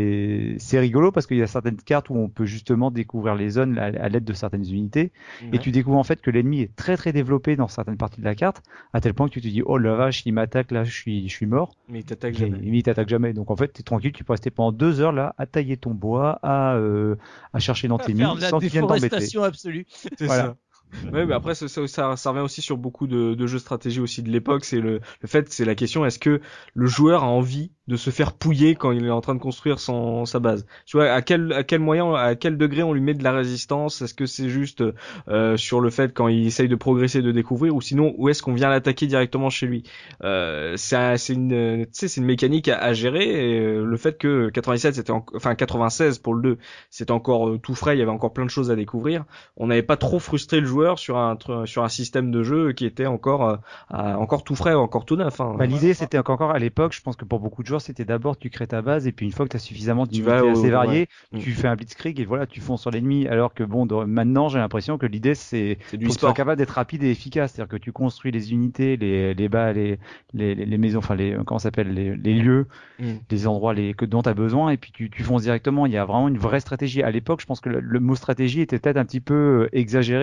Et c'est rigolo parce qu'il y a certaines cartes où on peut justement découvrir les zones à, à l'aide de certaines unités, ouais. Et tu découvres en fait que l'ennemi est très très développé dans certaines parties de la carte, à tel point que tu te dis oh la vache, il m'attaque là, je suis je suis mort. Mais il t'attaque jamais. Mais il t'attaque jamais. Donc en fait, t'es tranquille, tu peux rester pendant deux heures là, à tailler ton bois, à euh, à chercher dans tes mines, sans qu'ils viennent t'embêter. Déforestation absolue. C'est voilà. Ça. Ouais, mais après ça, ça, ça, ça revient aussi sur beaucoup de, de jeux de stratégie aussi de l'époque. C'est le, le fait, c'est la question est-ce que le joueur a envie de se faire pouiller quand il est en train de construire son sa base. Tu vois, à quel à quel moyen, à quel degré on lui met de la résistance? Est-ce que c'est juste euh, sur le fait quand il essaye de progresser, de découvrir, ou sinon où est-ce qu'on vient l'attaquer directement chez lui? euh, C'est c'est une, tu sais, c'est une mécanique à, à gérer. Et euh, le fait que quatre-vingt-dix-sept c'était en, enfin quatre-vingt-seize pour le deux, c'était encore euh, tout frais, il y avait encore plein de choses à découvrir. On n'avait pas trop frustré le joueur sur un sur un système de jeu qui était encore euh, encore tout frais, encore tout neuf. Hein. Bah, l'idée c'était encore à l'époque, je pense que pour beaucoup de joueurs c'était d'abord tu crées ta base et puis une fois que tu as suffisamment d'unités assez variées, ouais. tu mmh. fais un blitzkrieg et voilà, tu fonces sur l'ennemi. Alors que bon, de, maintenant j'ai l'impression que l'idée c'est, c'est du faut sport. Que tu sois capable d'être rapide et efficace, c'est-à-dire que tu construis les unités, les les bas, les les, les maisons, enfin les comment ça s'appelle, les, les lieux, mmh. les endroits les que dont tu as besoin et puis tu tu fonces directement. Il y a vraiment une vraie stratégie. À l'époque, je pense que le, le mot stratégie était peut-être un petit peu exagéré par rapport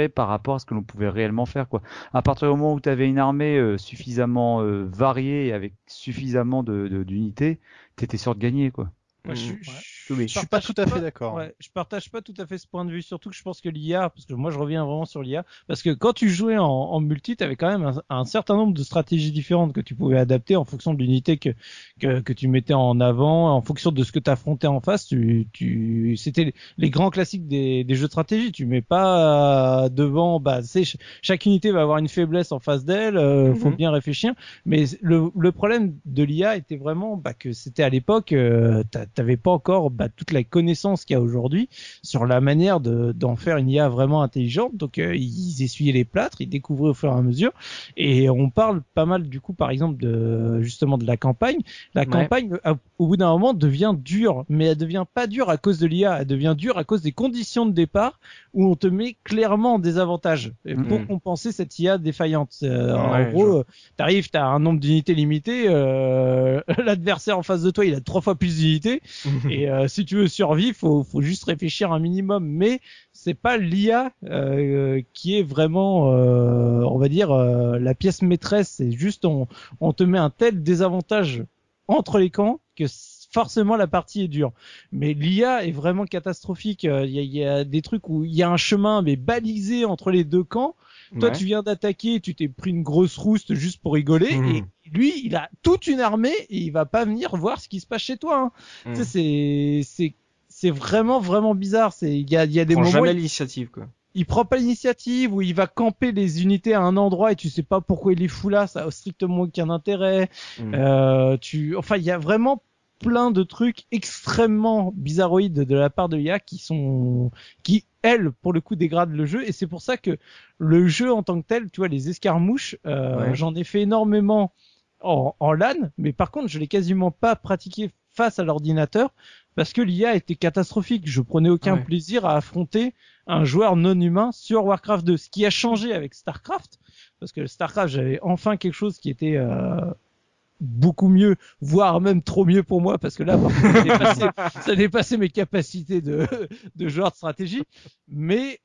rapport à ce que l'on pouvait réellement faire, quoi. À partir du moment où tu avais une armée euh, suffisamment euh, variée et avec suffisamment de, de, d'unités, t'étais sûr de gagner, quoi. Moi, je, Ouais. je, Je suis pas tout à fait d'accord. Ouais, je partage pas tout à fait ce point de vue, surtout que je pense que l'I A, parce que moi je reviens vraiment sur l'I A, parce que quand tu jouais en, en multi, tu avais quand même un, un certain nombre de stratégies différentes que tu pouvais adapter en fonction de l'unité que, que que tu mettais en avant, en fonction de ce que tu affrontais en face. Tu, tu, c'était les grands classiques des, des jeux de stratégie. Tu mets pas devant, bah, c'est chaque unité va avoir une faiblesse en face d'elle. Euh, mm-hmm. Faut bien réfléchir. Mais le, le problème de l'I A était vraiment bah, que c'était à l'époque, euh, t'avais pas encore bah, toute la connaissance qu'il y a aujourd'hui sur la manière de, d'en faire une I A vraiment intelligente. Donc euh, ils essuyaient les plâtres, ils découvraient au fur et à mesure. Et on parle pas mal du coup par exemple de justement de la campagne. La ouais. campagne au bout d'un moment devient dure, mais elle devient pas dure à cause de l'I A, elle devient dure à cause des conditions de départ où on te met clairement en désavantage pour mmh. compenser cette I A défaillante. Euh, ouais, en gros, je... t'arrives, t'as un nombre d'unités limité, euh, l'adversaire en face de toi il a trois fois plus d'unités. Et euh, si tu veux survivre, faut, faut juste réfléchir un minimum. Mais c'est pas l'I A euh, qui est vraiment, euh, on va dire, euh, la pièce maîtresse. C'est juste on, on te met un tel désavantage entre les camps que forcément la partie est dure. Mais l'I A est vraiment catastrophique. Il y a, il y a des trucs où il y a un chemin mais balisé entre les deux camps. Toi, ouais. tu viens d'attaquer, tu t'es pris une grosse rouste juste pour rigoler, mmh. et lui, il a toute une armée et il va pas venir voir ce qui se passe chez toi. Hein. Mmh. Tu sais, c'est c'est c'est vraiment vraiment bizarre. C'est il y a il y a des moments. Il prend jamais l'initiative, quoi. Il prend pas l'initiative, ou il va camper les unités à un endroit et tu sais pas pourquoi il les fout là. Ça a strictement aucun intérêt. Mmh. Euh, tu, enfin, il y a vraiment plein de trucs extrêmement bizarroïdes de la part de l'I A qui sont, qui, elle, pour le coup, dégradent le jeu. Et c'est pour ça que le jeu en tant que tel, tu vois, les escarmouches, euh, ouais. j'en ai fait énormément en, en LAN, mais par contre, je l'ai quasiment pas pratiqué face à l'ordinateur parce que l'I A était catastrophique. Je prenais aucun ouais. plaisir à affronter un joueur non humain sur Warcraft deux. Ce qui a changé avec Starcraft, parce que Starcraft, j'avais enfin quelque chose qui était, euh, beaucoup mieux, voire même trop mieux pour moi, parce que là, par contre, ça dépassait, ça dépassait mes capacités de, de joueur de stratégie. Mais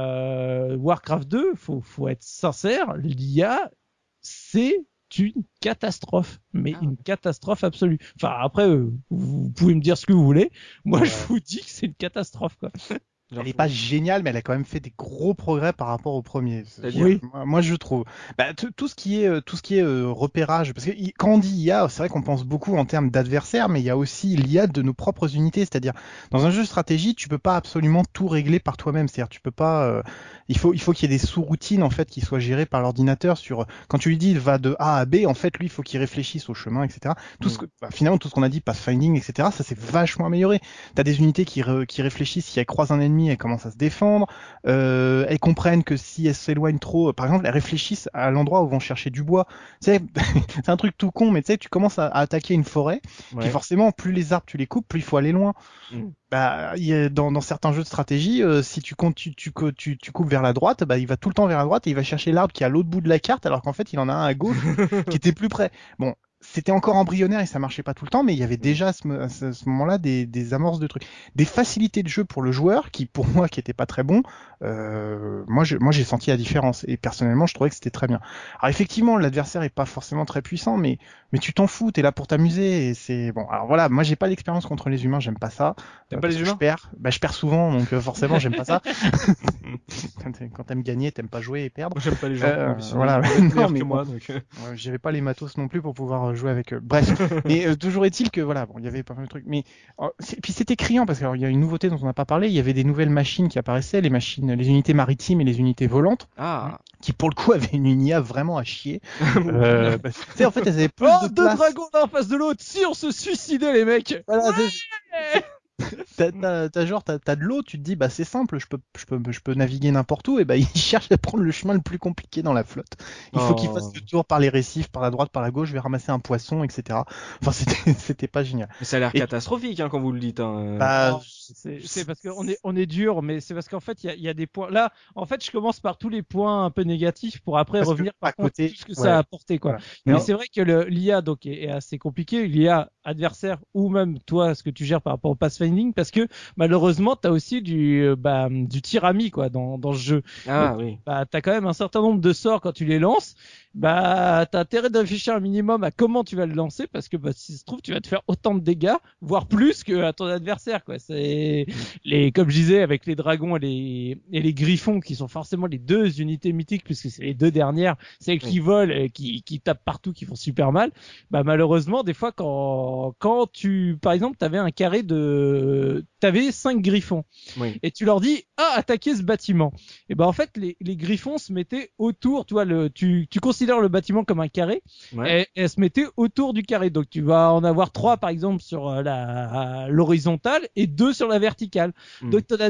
euh, Warcraft deux, faut, faut être sincère, l'I A, c'est une catastrophe, mais ah. une catastrophe absolue. Enfin, après, euh, vous pouvez me dire ce que vous voulez. Moi, ouais. je vous dis que c'est une catastrophe, quoi. Elle est pas géniale, mais elle a quand même fait des gros progrès par rapport au premier. Oui. Moi, moi, je trouve. Bah, t- tout ce qui est, tout ce qui est euh, repérage, parce que y, quand on dit I A, c'est vrai qu'on pense beaucoup en termes d'adversaires, mais il y a aussi l'I A de nos propres unités. C'est-à-dire, dans un jeu de stratégie, tu peux pas absolument tout régler par toi-même. C'est-à-dire, tu peux pas. Euh, il faut, il faut qu'il y ait des sous-routines en fait qui soient gérées par l'ordinateur. Sur quand tu lui dis va de A à B, en fait, lui, il faut qu'il réfléchisse au chemin, et cetera. Tout mmh. ce que, bah, finalement, tout ce qu'on a dit, pathfinding, et cetera. Ça s'est vachement amélioré. T'as des unités qui, re, qui réfléchissent si elles croisent un ennemi, elles commencent à se défendre, euh, elles comprennent que si elles s'éloignent trop, par exemple, elles réfléchissent à l'endroit où vont chercher du bois. Tu sais, c'est un truc tout con, mais tu sais, tu commences à, à attaquer une forêt, ouais. puis forcément, plus les arbres tu les coupes, plus il faut aller loin. Mm. Bah, y a, dans, dans certains jeux de stratégie, euh, si tu, comptes, tu, tu, tu, tu coupes vers la droite, bah, il va tout le temps vers la droite et il va chercher l'arbre qui est à l'autre bout de la carte, alors qu'en fait, il en a un à gauche qui était plus près. Bon. C'était encore embryonnaire et ça marchait pas tout le temps, mais il y avait déjà à ce, à ce moment-là des, des amorces de trucs, des facilités de jeu pour le joueur qui, pour moi, qui était pas très bon. Euh, moi, je, moi, j'ai senti la différence et personnellement, je trouvais que c'était très bien. Alors effectivement, l'adversaire est pas forcément très puissant, mais mais tu t'en fous, t'es là pour t'amuser et c'est bon. Alors voilà, moi, j'ai pas l'expérience contre les humains, j'aime pas ça. T'aimes euh, pas les humains? Je perds, bah je perds souvent, donc euh, forcément, j'aime pas ça. Quand t'aimes gagner, t'aimes pas jouer et perdre. J'aime pas les gens. Euh, voilà. Non, mais moi, donc euh... ouais, j'avais pas les matos non plus pour pouvoir jouer avec eux. Bref, mais euh, toujours est-il que voilà, bon, il y avait pas mal de trucs, mais euh, puis c'était criant parce qu'il y a une nouveauté dont on n'a pas parlé, il y avait des nouvelles machines qui apparaissaient, les machines, les unités maritimes et les unités volantes, ah. qui pour le coup avaient une I A vraiment à chier. euh, bah, tu sais, en fait, elles avaient plus oh, de place. deux dragons l'un en face de l'autre, si on se suicidait les mecs. Voilà, ouais T'as, t'as, t'as genre t'as, t'as de l'eau, tu te dis bah c'est simple, je peux je peux je peux naviguer n'importe où et bah il cherche à prendre le chemin le plus compliqué dans la flotte. Il faut oh. qu'il fasse le tour par les récifs, par la droite, par la gauche, je vais ramasser un poisson, et cetera. Enfin c'était c'était pas génial. Mais ça a l'air et... catastrophique hein, quand vous le dites. Hein. Bah, c'est, c'est parce qu'on est on est dur, mais c'est parce qu'en fait il y a il y a des points. Là en fait je commence par tous les points un peu négatifs pour après parce revenir par contre côté... tout ce que ouais. ça a apporté quoi. Voilà. Mais, mais c'est vrai que le, l'I A donc est, est assez compliqué. L'I A adversaire ou même toi ce que tu gères par rapport au pathfinding, parce que malheureusement t'as aussi du euh, bah du tir ami quoi dans dans ce jeu. Ah Donc, oui. bah t'as quand même un certain nombre de sorts quand tu les lances. Bah t'as intérêt de réfléchir un minimum à comment tu vas le lancer, parce que bah si ça se trouve tu vas te faire autant de dégâts, voire plus que à ton adversaire quoi. C'est les comme je disais avec les dragons et les et les griffons qui sont forcément les deux unités mythiques, puisque c'est les deux dernières, celles qui Oui. volent et qui qui tapent partout, qui font super mal. Bah malheureusement des fois quand quand tu, par exemple, t'avais un carré de, t'avais cinq griffons, Oui. et tu leur dis, ah, attaquez ce bâtiment. Et ben en fait, les, les griffons se mettaient autour, tu vois, le, tu, tu considères le bâtiment comme un carré, Ouais. et, et elles se mettaient autour du carré. Donc tu vas en avoir trois, par exemple, sur euh, la l'horizontale et deux sur la verticale. Mm. Donc t'en as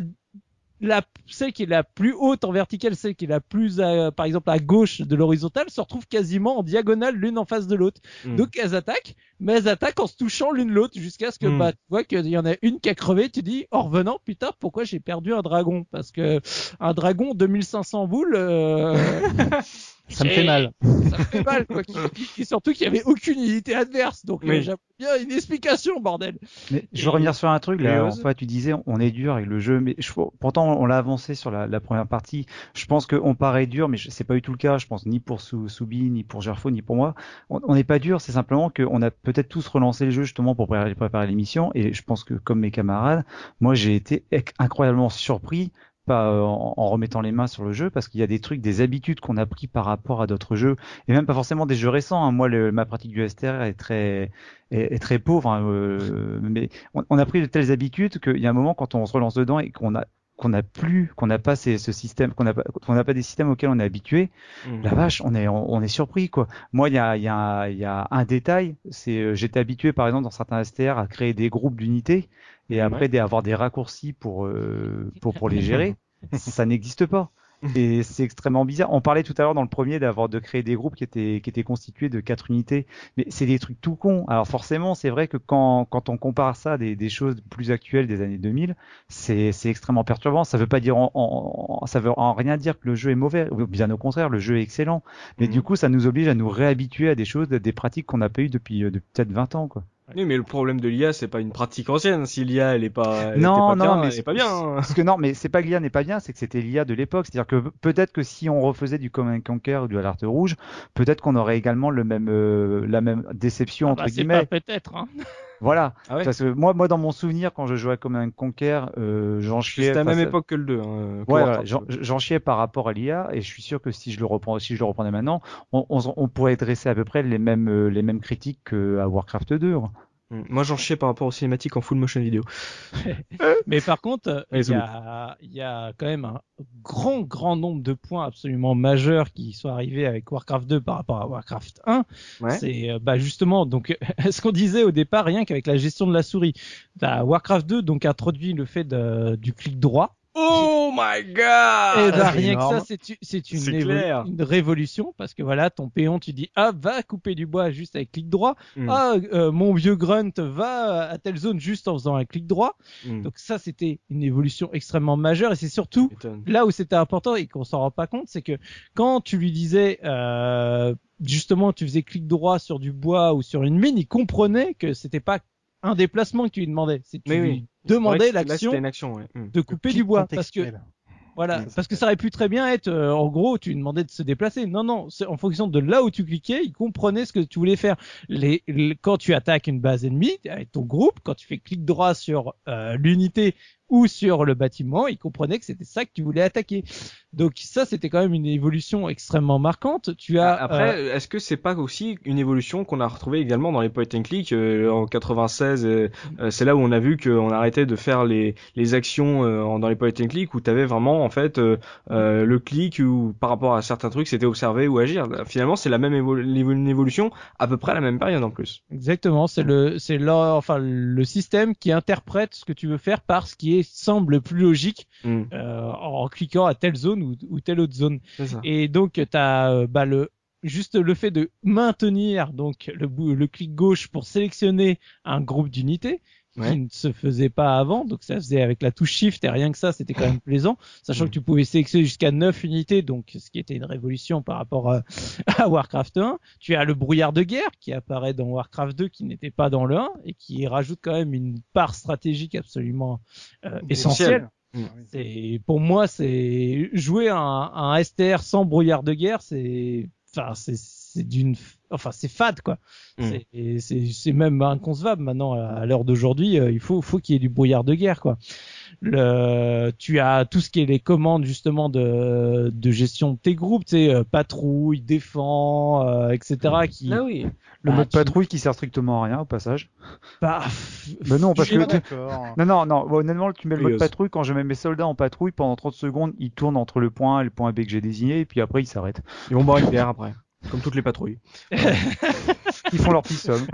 la celle qui est la plus haute en verticale, celle qui est la plus à, par exemple à gauche de l'horizontale, se retrouvent quasiment en diagonale l'une en face de l'autre. Mm. Donc elles attaquent, mais elles attaquent en se touchant l'une l'autre jusqu'à ce que Mm. bah tu vois qu'il y en a une qui a crevé, tu dis en revenant putain pourquoi j'ai perdu un dragon, parce que un dragon deux mille cinq cents boules euh... Ça me Et- fait mal. ça me fait mal quoi. Qui- qui- Et surtout qu'il y avait aucune unité adverse, donc euh, Oui. j'aimerais bien une explication bordel. Mais je veux revenir sur un truc là. Léos En fait, tu disais on est dur avec le jeu, mais je, pourtant on l'a avancé sur la, la première partie. Je pense qu'on paraît dur, mais je- c'est pas du tout le cas. Je pense ni pour Sou- Soubi, ni pour Gerfo, ni pour moi. On on n'est pas dur. C'est simplement qu'on a peut-être tous relancé le jeu justement pour préparer, préparer l'émission. Et je pense que comme mes camarades, moi j'ai été ec- incroyablement surpris. Pas euh, en, en remettant les mains sur le jeu, parce qu'il y a des trucs, des habitudes qu'on a pris par rapport à d'autres jeux, et même pas forcément des jeux récents. Hein. Moi, le, ma pratique du S T R est très est, est très pauvre, hein, euh, mais on, on a pris de telles habitudes qu'il y a un moment quand on se relance dedans et qu'on a qu'on n'a plus, qu'on n'a pas ces, ce système, qu'on n'a pas, qu'on n'a pas des systèmes auxquels on est habitué. Mm. La vache, on est, on, on est surpris quoi. Moi, il y a, il y a, il y a un détail, c'est, euh, j'étais habitué par exemple dans certains S T R à créer des groupes d'unités et après Ouais. des, avoir des raccourcis pour, euh, pour, pour les gérer. Ça n'existe pas. Et c'est extrêmement bizarre. On parlait tout à l'heure dans le premier d'avoir de créer des groupes qui étaient qui étaient constitués de quatre unités, mais c'est des trucs tout cons. Alors forcément, c'est vrai que quand quand on compare ça à des des choses plus actuelles des années deux mille, c'est c'est extrêmement perturbant. Ça veut pas dire en, en, en- ça veut en rien dire que le jeu est mauvais. Bien au contraire, le jeu est excellent. Mais Mhm. du coup, ça nous oblige à nous réhabituer à des choses, des pratiques qu'on n'a pas eues depuis euh, depuis peut-être vingt ans quoi. Oui, mais le problème de l'I A, c'est pas une pratique ancienne. Si l'I A, elle est pas, elle Non, était pas non, bien, mais elle est pas bien. hein. Parce que non, mais c'est pas que l'I A n'est pas bien, c'est que c'était l'I A de l'époque. C'est-à-dire que peut-être que si on refaisait du Command and Conquer ou du Alerte Rouge, peut-être qu'on aurait également le même, euh, la même déception Ah entre bah, c'est guillemets. pas peut-être hein. Voilà. Ah ouais. Parce que moi, moi, dans mon souvenir, quand je jouais à Command and Conquer, euh, j'en chiais. C'était à la même face à- époque que le deux. Hein, que Ouais, Warcraft voilà, j'en, j'en chiais par rapport à l'I A, et je suis sûr que si je le reprends, si je le reprenais maintenant, on, on, on pourrait dresser à peu près les mêmes, euh, les mêmes critiques qu'à Warcraft deux. quoi. Mm. Moi, j'en chiais par rapport aux cinématiques en full motion vidéo. Mais par contre, Allez, il y a, il y a quand même un grand, grand nombre de points absolument majeurs qui sont arrivés avec Warcraft deux par rapport à Warcraft un. Ouais. C'est euh, bah justement donc ce qu'on disait au départ, rien qu'avec la gestion de la souris. T'as Warcraft deux donc introduit le fait de, du clic droit. Oh my god! Et bah c'est rien énorme. que ça, c'est, u- c'est une, C'est évo- clair. une révolution, parce que voilà, ton péon, tu dis ah va couper du bois juste avec clic droit. Mm. Ah euh, mon vieux grunt va à telle zone juste en faisant un clic droit. Mm. Donc ça, c'était une évolution extrêmement majeure, et c'est surtout M'étonne. là où c'était important et qu'on s'en rend pas compte, c'est que quand tu lui disais euh, justement tu faisais clic droit sur du bois ou sur une mine, il comprenait que c'était pas un déplacement que tu lui demandais, c'est que tu Mais lui oui. demandais C'est vrai que là, l'action C'était une action, ouais. Mm. de couper Clic du bois, parce que contextuel. voilà, Ouais, parce que ça aurait pu très bien être, euh, en gros, tu lui demandais de se déplacer. Non, non, c'est en fonction de là où tu cliquais, il comprenait ce que tu voulais faire. Les, les- quand tu attaques une base ennemie avec ton groupe, quand tu fais clic droit sur euh, l'unité ou sur le bâtiment, il comprenait que c'était ça que tu voulais attaquer. Donc ça, c'était quand même une évolution extrêmement marquante. Tu as Après, euh, est-ce que c'est pas aussi une évolution qu'on a retrouvée également dans les point and click euh, en quatre-vingt-seize euh, euh, c'est là où on a vu qu'on arrêtait de faire les les actions euh, en- dans les point and click où t'avais vraiment en fait euh, euh, le clic ou par rapport à certains trucs c'était observer ou agir. Là, finalement, c'est la même évo- l'évo- une évolution à peu près à la même période en plus. Exactement, c'est le c'est là enfin le système qui interprète ce que tu veux faire par ce qui est, semble plus logique Mm. euh, en cliquant à telle zone ou, ou telle autre zone. C'est ça. Et donc t'as euh, bah le juste le fait de maintenir donc le bou- le clic gauche pour sélectionner un groupe d'unités Ouais. qui ne se faisait pas avant, donc ça faisait avec la touche Shift et rien que ça, c'était quand même plaisant, sachant Mm. que tu pouvais sélectionner jusqu'à neuf unités, donc ce qui était une révolution par rapport à, à Warcraft un. Tu as le brouillard de guerre qui apparaît dans Warcraft deux, qui n'était pas dans le un, et qui rajoute quand même une part stratégique absolument euh, essentielle. Mm. C'est, pour moi, c'est jouer un, un S T R sans brouillard de guerre, c'est, enfin, c'est, c'est d'une, enfin, c'est fade, quoi. Mm. C'est, c'est, c'est même inconcevable maintenant à l'heure d'aujourd'hui. euh, Il faut, faut qu'il y ait du brouillard de guerre, quoi. Le, tu as tout ce qui est les commandes justement de, de gestion de tes groupes, tu sais, euh, patrouille, défend, euh, et cetera. Qui, Ah oui. Le bah, mode tu- patrouille qui sert strictement à rien au passage. bah, Mais non, parce Je suis que pas d'accord. non, non, non. Honnêtement, tu mets le mode Curieux. patrouille. Quand je mets mes soldats en patrouille pendant trente secondes, ils tournent entre le point A et le point B que j'ai désigné, et puis après ils s'arrêtent. Ils vont boire une bière après. Comme toutes les patrouilles. Ils font leur petit somme.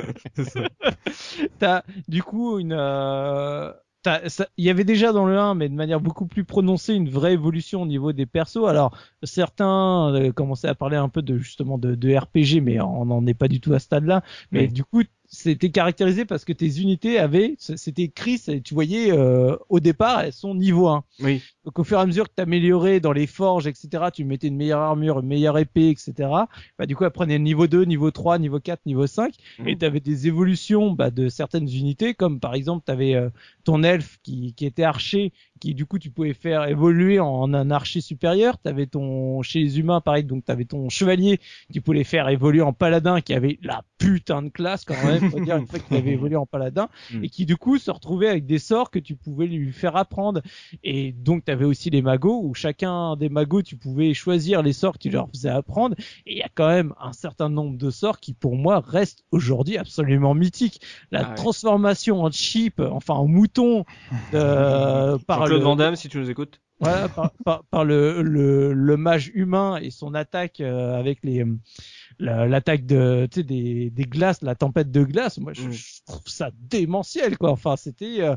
t'as du coup une euh, t'as- ça- il y avait déjà dans le un, mais de manière beaucoup plus prononcée, une vraie évolution au niveau des persos. Alors certains euh, commençaient à parler un peu de justement de, de R P G, mais on n'en est pas du tout à ce stade-là. Mais Oui. du coup, c'était caractérisé parce que tes unités avaient, c'était écrit, c'est- tu voyais euh, au départ, elles sont niveau un. Oui. Donc au fur et à mesure que tu améliorais dans les forges, et cetera, tu mettais une meilleure armure, une meilleure épée, et cetera. Bah, du coup, elles prenaient le niveau deux, niveau trois, niveau quatre, niveau cinq. Mhm. Et tu avais des évolutions bah, de certaines unités, comme par exemple, tu avais euh, ton elfe qui, qui était archer, qui du coup, tu pouvais faire évoluer en, en un archer supérieur. Tu avais ton, chez les humains, pareil, donc tu avais ton chevalier qui pouvait faire évoluer en paladin, qui avait la putain de classe quand même, faut dire, une fois qu'il avait évolué en paladin, Mhm. et qui du coup se retrouvait avec des sorts que tu pouvais lui faire apprendre. Et donc, tu avais aussi les magos, où chacun des magos, tu pouvais choisir les sorts que tu leur faisais apprendre. Et il y a quand même un certain nombre de sorts qui, pour moi, restent aujourd'hui absolument mythiques. La Ah ouais. transformation en sheep, enfin en mouton, euh, par Jean-Claude le, Van Damme, si tu nous écoutes. voilà, par, par, par le, le, le mage humain et son attaque euh, avec les la- l'attaque de tu sais des des glaces, la tempête de glace. Moi, je, Mm. je trouve ça démentiel, quoi. Enfin, c'était euh,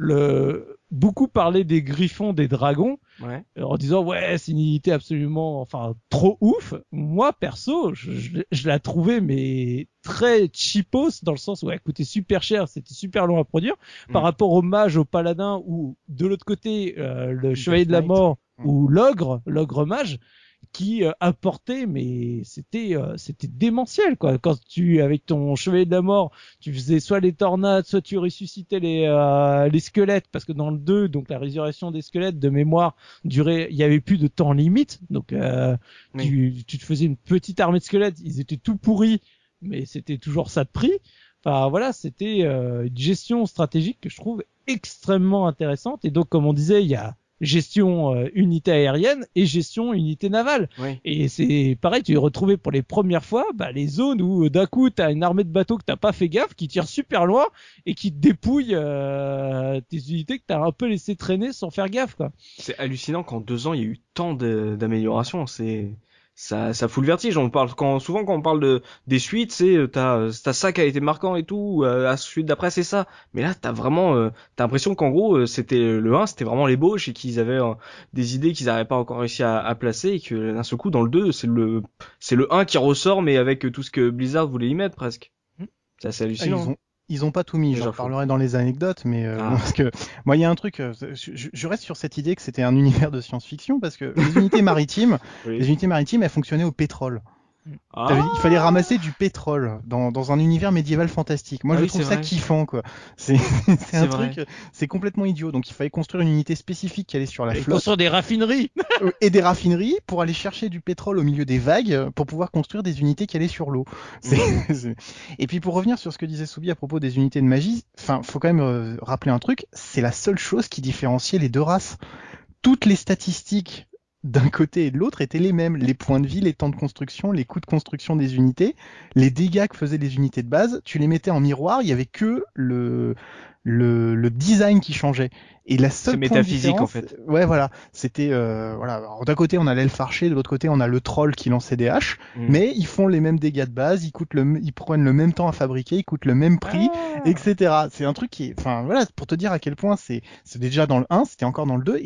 le beaucoup parler des griffons, des dragons, Ouais. euh, en disant ouais, c'est une unité absolument, enfin, trop ouf. Moi, perso, je, je, je la trouvais mais très cheapos dans le sens où elle coûtait super cher, c'était super long à produire par Mm. rapport au mage, au paladin ou de l'autre côté euh, le chevalier de la Knight. mort Mm. ou l'ogre, l'ogre mage qui euh, apportait, mais c'était euh, c'était démentiel, quoi. Quand tu avec ton chevalier de la mort, tu faisais soit les tornades, soit tu ressuscitais les euh, les squelettes, parce que dans le deux, donc la résurrection des squelettes de mémoire durait, il y avait plus de temps limite, donc euh, Oui. tu tu te faisais une petite armée de squelettes, ils étaient tout pourris, mais c'était toujours ça de prix. Enfin voilà, c'était euh, une gestion stratégique que je trouve extrêmement intéressante. Et donc, comme on disait, il y a gestion euh, unité aérienne et gestion unité navale. Oui. Et c'est pareil, tu es retrouvé pour les premières fois bah, les zones où euh, d'un coup t'as une armée de bateaux que t'as pas fait gaffe, qui tire super loin et qui te dépouille euh, tes unités que t'as un peu laissé traîner sans faire gaffe, quoi. C'est hallucinant qu'en deux ans il y a eu tant de- d'améliorations. C'est ça, ça fout le vertige. On parle quand souvent quand on parle de des suites, c'est euh, t'as t'as ça qui a été marquant et tout. Euh, la suite d'après c'est ça. Mais là t'as vraiment euh, t'as l'impression qu'en gros euh, c'était le un, c'était vraiment l'ébauche et qu'ils avaient euh, des idées qu'ils n'avaient pas encore réussi à, à placer et que d'un seul coup dans le deux c'est le c'est le un qui ressort mais avec tout ce que Blizzard voulait y mettre presque. Mm. C'est assez Ah, hallucinant. ils ont ils ont pas tout mis, Déjà j'en fou. parlerai dans les anecdotes, mais euh, Ah. parce que moi il y a un truc, euh, je, je- je reste sur cette idée que c'était un univers de science-fiction parce que les unités maritimes, Oui. les unités maritimes, elles fonctionnaient au pétrole. Ah. T'avais- Il fallait ramasser du pétrole dans, dans un univers médiéval fantastique. Moi, Ah je oui, trouve c'est ça vrai. kiffant, quoi. C'est c'est C'est un vrai. truc, c'est complètement idiot. Donc, il fallait construire une unité spécifique qui allait sur la Et flotte construire des raffineries. euh, et des raffineries pour aller chercher du pétrole au milieu des vagues euh, pour pouvoir construire des unités qui allaient sur l'eau. C'est- c'est- Et puis, pour revenir sur ce que disait Soubi à propos des unités de magie, enfin, faut quand même euh, rappeler un truc. C'est la seule chose qui différenciait les deux races. Toutes les statistiques d'un côté et de l'autre étaient les mêmes. Les points de vie, les temps de construction, les coûts de construction des unités, les dégâts que faisaient les unités de base, tu les mettais en miroir, il y avait que le, le, le design qui changeait. Et la seule C'est point de métaphysique, différence- en fait. Ouais, voilà. C'était, euh, voilà. Alors, d'un côté, on a l'elfe archer, de l'autre côté, on a le troll qui lançait des haches, Mm. mais ils font les mêmes dégâts de base, ils coûtent le, m- ils prennent le même temps à fabriquer, ils coûtent le même prix, Ah. et cetera. C'est un truc qui est, enfin, voilà, pour te dire à quel point c'est, c'est déjà dans le un, c'était encore dans le deux, et c'est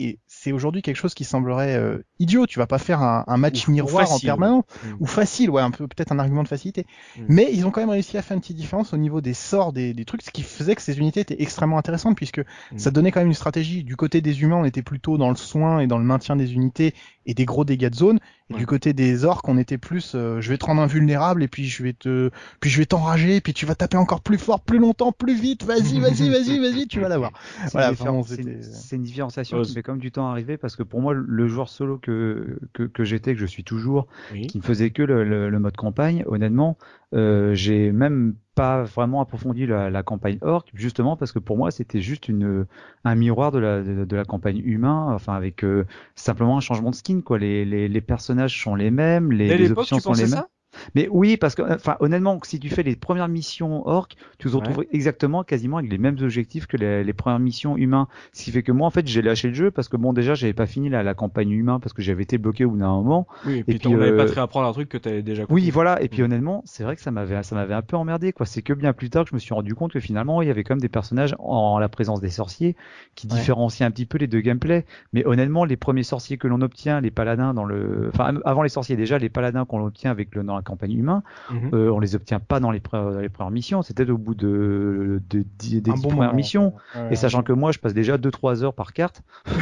c'est aujourd'hui quelque chose qui semblerait euh, idiot. Tu vas pas faire un, un match ou, miroir ou facile, en permanence ouais. ou facile, ouais, un peu peut-être un argument de facilité. Mm. Mais ils ont quand même réussi à faire une petite différence au niveau des sorts des, des trucs, ce qui faisait que ces unités étaient extrêmement intéressantes puisque mm. ça donnait quand même une stratégie. Du côté des humains, on était plutôt dans le soin et dans le maintien des unités et des gros dégâts de zone. Et ouais. du côté des orques, on était plus, euh, je vais te rendre invulnérable et puis je vais te, puis je vais t'enrager, puis tu vas taper encore plus fort, plus longtemps, plus vite. Vas-y, vas-y, vas-y, vas-y, tu vas l'avoir. C'est, voilà, une, différen... c'est, une... c'est une différenciation qui met comme du temps à arriver parce que pour moi, le joueur solo que que, que j'étais, que je suis toujours, oui. qui ne faisait que le, le, le mode campagne, honnêtement, euh, j'ai même pas vraiment approfondi la, la campagne orc, justement parce que pour moi c'était juste une un miroir de la de, de la campagne humain, enfin avec euh, simplement un changement de skin quoi. Les les, les personnages sont les mêmes, les, les options sont les mêmes. Ça Mais oui, parce que, enfin, honnêtement, si tu fais les premières missions orc, tu te retrouves ouais. exactement, quasiment avec les mêmes objectifs que les, les premières missions humains. Ce qui fait que moi, en fait, j'ai lâché le jeu parce que bon, déjà, j'avais pas fini la, la campagne humain parce que j'avais été bloqué au bout d'un moment. Oui, et puis, et puis on n'avait euh... pas te réapprendre un truc que t'avais déjà compris. Oui, voilà. Et puis, mmh. honnêtement, c'est vrai que ça m'avait, ça m'avait un peu emmerdé, quoi. C'est que bien plus tard que je me suis rendu compte que finalement, il y avait quand même des personnages en, en la présence des sorciers qui ouais. différenciaient un petit peu les deux gameplays. Mais honnêtement, les premiers sorciers que l'on obtient, les paladins dans le, enfin, avant les sorciers déjà, les paladins qu'on obtient avec le, dans la campagne humain, Mmh. Euh, on les obtient pas dans les, pre- dans les premières missions, c'était au bout de, de, de, de des dix bon premières moment. missions. Ouais, et sachant ouais. que moi, je passe déjà deux trois heures par carte.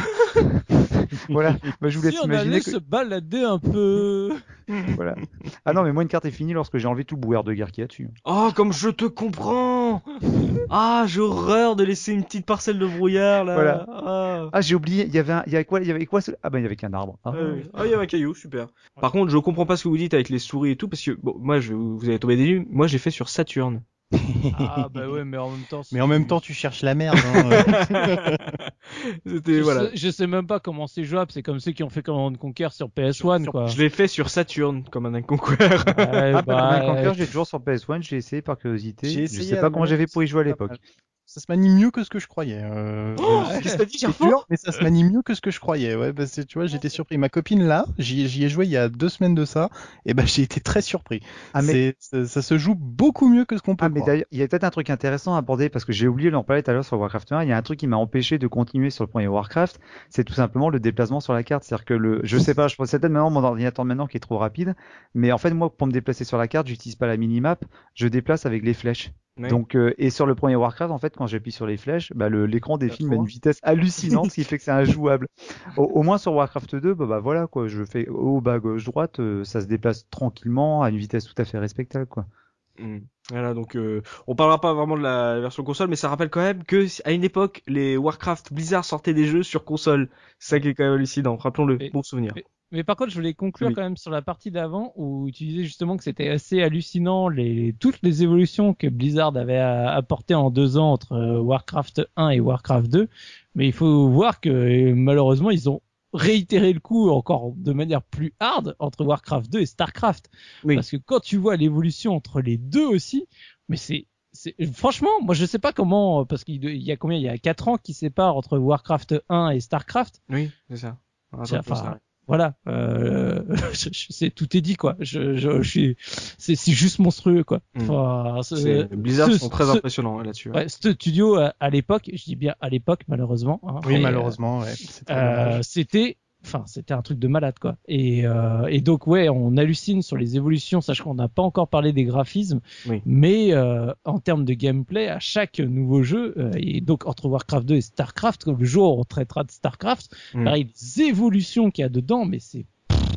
Voilà. Bah, je vous laisse si imaginer. On allait que... se balader un peu. Voilà. Ah non, mais moi, une carte est finie lorsque j'ai enlevé tout le brouillard de guerre qu'il y a dessus. Oh, comme je te comprends. Ah, j'ai horreur de laisser une petite parcelle de brouillard là. Voilà. Ah, ah j'ai oublié. Il y avait, un... il y avait quoi, il y avait quoi ce... Ah ben, il y avait qu'un arbre. Ah, euh, ah, il y avait un caillou, super. Par contre, je comprends pas ce que vous dites avec les souris et tout, parce que bon, moi, je, vous avez tombé des nues. Moi, j'ai fait sur Saturne. Ah bah ouais, mais en même temps. Mais en même temps, tu cherches la merde. Hein. C'était je voilà. Sais, je sais même pas comment c'est jouable. C'est comme ceux qui ont fait Command and Conquer sur P S un, quoi. Je l'ai fait sur Saturn, Command and Conquer. Ouais, ah bah, bah, Command and Conquer, j'ai toujours sur P S un. J'ai essayé par curiosité. J'ai je sais pas comment j'avais pour y jouer à l'époque. Ça se manie mieux que ce que je croyais. Euh... Oh, qu'est-ce que t'as dit, c'est dur, mais ça se manie mieux que ce que je croyais. Ouais, parce que tu vois, j'étais surpris. Ma copine là, j'y, j'y ai joué il y a deux semaines de ça, et ben j'ai été très surpris. Ah, mais... c'est, ça, ça se joue beaucoup mieux que ce qu'on peut ah, croire. Mais d'ailleurs, il y a peut-être un truc intéressant à aborder parce que j'ai oublié d'en parler tout à l'heure sur Warcraft un. Il y a un truc qui m'a empêché de continuer sur le premier Warcraft, c'est tout simplement le déplacement sur la carte. C'est-à-dire que le, je sais pas, je pense c'est peut-être maintenant mon ordinateur maintenant qui est trop rapide, mais en fait moi pour me déplacer sur la carte, j'utilise pas la minimap, je déplace avec les flèches. Oui. Donc euh, et sur le premier Warcraft en fait quand j'appuie sur les flèches bah le, l'écran défile à une vitesse hallucinante ce qui fait que c'est injouable. Au, au moins sur Warcraft deux bah, bah voilà quoi, je fais haut bas gauche droite, euh, ça se déplace tranquillement à une vitesse tout à fait respectable quoi. Mmh. Voilà, donc euh, on parlera pas vraiment de la version console, mais ça rappelle quand même que à une époque les Warcraft Blizzard sortaient des jeux sur console. C'est ça qui est quand même hallucinant. Rappelons-le, et, bon souvenir. Mais, mais par contre, je voulais conclure oui. quand même sur la partie d'avant où tu disais justement que c'était assez hallucinant les toutes les évolutions que Blizzard avait apportées en deux ans entre Warcraft un et Warcraft deux. Mais il faut voir que malheureusement ils ont réitéré le coup encore de manière plus hard entre Warcraft deux et Starcraft. Oui. Parce que quand tu vois l'évolution entre les deux aussi, mais c'est, c'est, franchement, moi je sais pas comment, parce qu'il y a combien, il y a quatre ans qui séparent entre Warcraft un et Starcraft. Oui, c'est ça. C'est, enfin, ça. Voilà, euh, je, je sais, tout est dit quoi. Je, je, je suis, c'est, c'est juste monstrueux quoi. Enfin, c'est, c'est, Blizzard ce, sont très ce, impressionnants là-dessus. Ouais, ce studio à, à l'époque, je dis bien à l'époque malheureusement. Hein, oui, et, malheureusement, ouais. C'est euh, c'était, enfin, c'était un truc de malade quoi. Et, euh, et donc ouais, on hallucine sur les évolutions, sachant qu'on n'a pas encore parlé des graphismes, oui. mais euh, en termes de gameplay, à chaque nouveau jeu, euh, et donc entre Warcraft deux et Starcraft, le jour où on traitera de Starcraft, mm. pareil, les évolutions qu'il y a dedans, mais c'est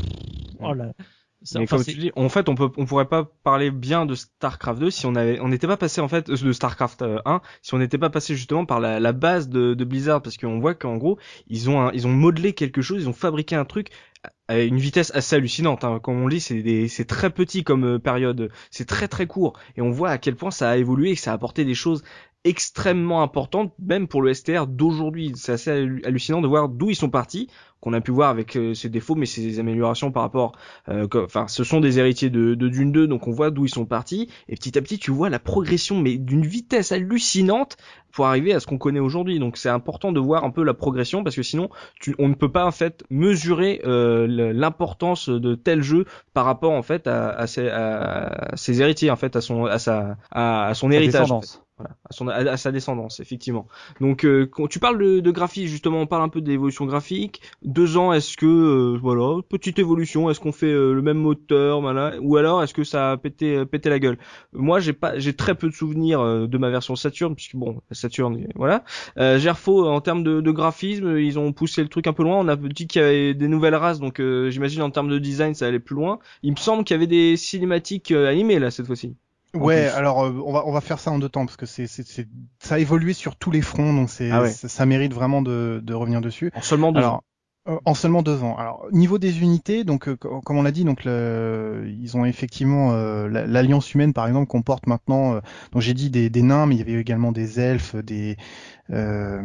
oh là. Ça, mais enfin, comme c'est... tu dis, en fait, on peut, on pourrait pas parler bien de Starcraft deux si on avait, on n'était pas passé en fait de Starcraft un, si on n'était pas passé justement par la, la base de, de Blizzard, parce qu'on voit qu'en gros, ils ont, un, ils ont modelé quelque chose, ils ont fabriqué un truc à une vitesse assez hallucinante. Hein. Comme on le dit, c'est, des, c'est très petit comme euh, période, c'est très très court, et on voit à quel point ça a évolué et que ça a apporté des choses extrêmement importantes, même pour le S T R d'aujourd'hui. C'est assez hallucinant de voir d'où ils sont partis, qu'on a pu voir avec euh, ses défauts, mais ses améliorations par rapport, euh, que, enfin, ce sont des héritiers de, de Dune deux, donc on voit d'où ils sont partis, et petit à petit, tu vois la progression, mais d'une vitesse hallucinante pour arriver à ce qu'on connaît aujourd'hui. Donc c'est important de voir un peu la progression, parce que sinon, tu, on ne peut pas en fait mesurer euh, l'importance de tel jeu par rapport en fait à, à, ses, à ses héritiers, en fait, à son, à sa, à, à son héritage. En fait. Voilà, à, son, à, à sa descendance, effectivement. Donc, euh, quand tu parles de, de graphisme, justement, on parle un peu de l'évolution graphique. Deux ans, est-ce que, euh, voilà, petite évolution, est-ce qu'on fait euh, le même moteur, voilà, ou alors est-ce que ça a pété, pété la gueule? Moi, j'ai pas, j'ai très peu de souvenirs euh, de ma version Saturn, puisque bon, la Saturn, voilà. Euh, Gerfo, en termes de, de graphisme, ils ont poussé le truc un peu loin. On a dit qu'il y avait des nouvelles races, donc euh, j'imagine en termes de design, ça allait plus loin. Il me semble qu'il y avait des cinématiques euh, animées là cette fois-ci. Ouais, alors euh, on va on va faire ça en deux temps parce que c'est c'est c'est ça a évolué sur tous les fronts, donc c'est Ah ouais. ça, ça mérite vraiment de de revenir dessus. En seulement deux alors, ans. Euh, en seulement deux ans. Alors niveau des unités, donc euh, comme on l'a dit, donc le, ils ont effectivement euh, l'alliance humaine par exemple comporte maintenant. Euh, donc j'ai dit des, des nains, mais il y avait également des elfes, des euh,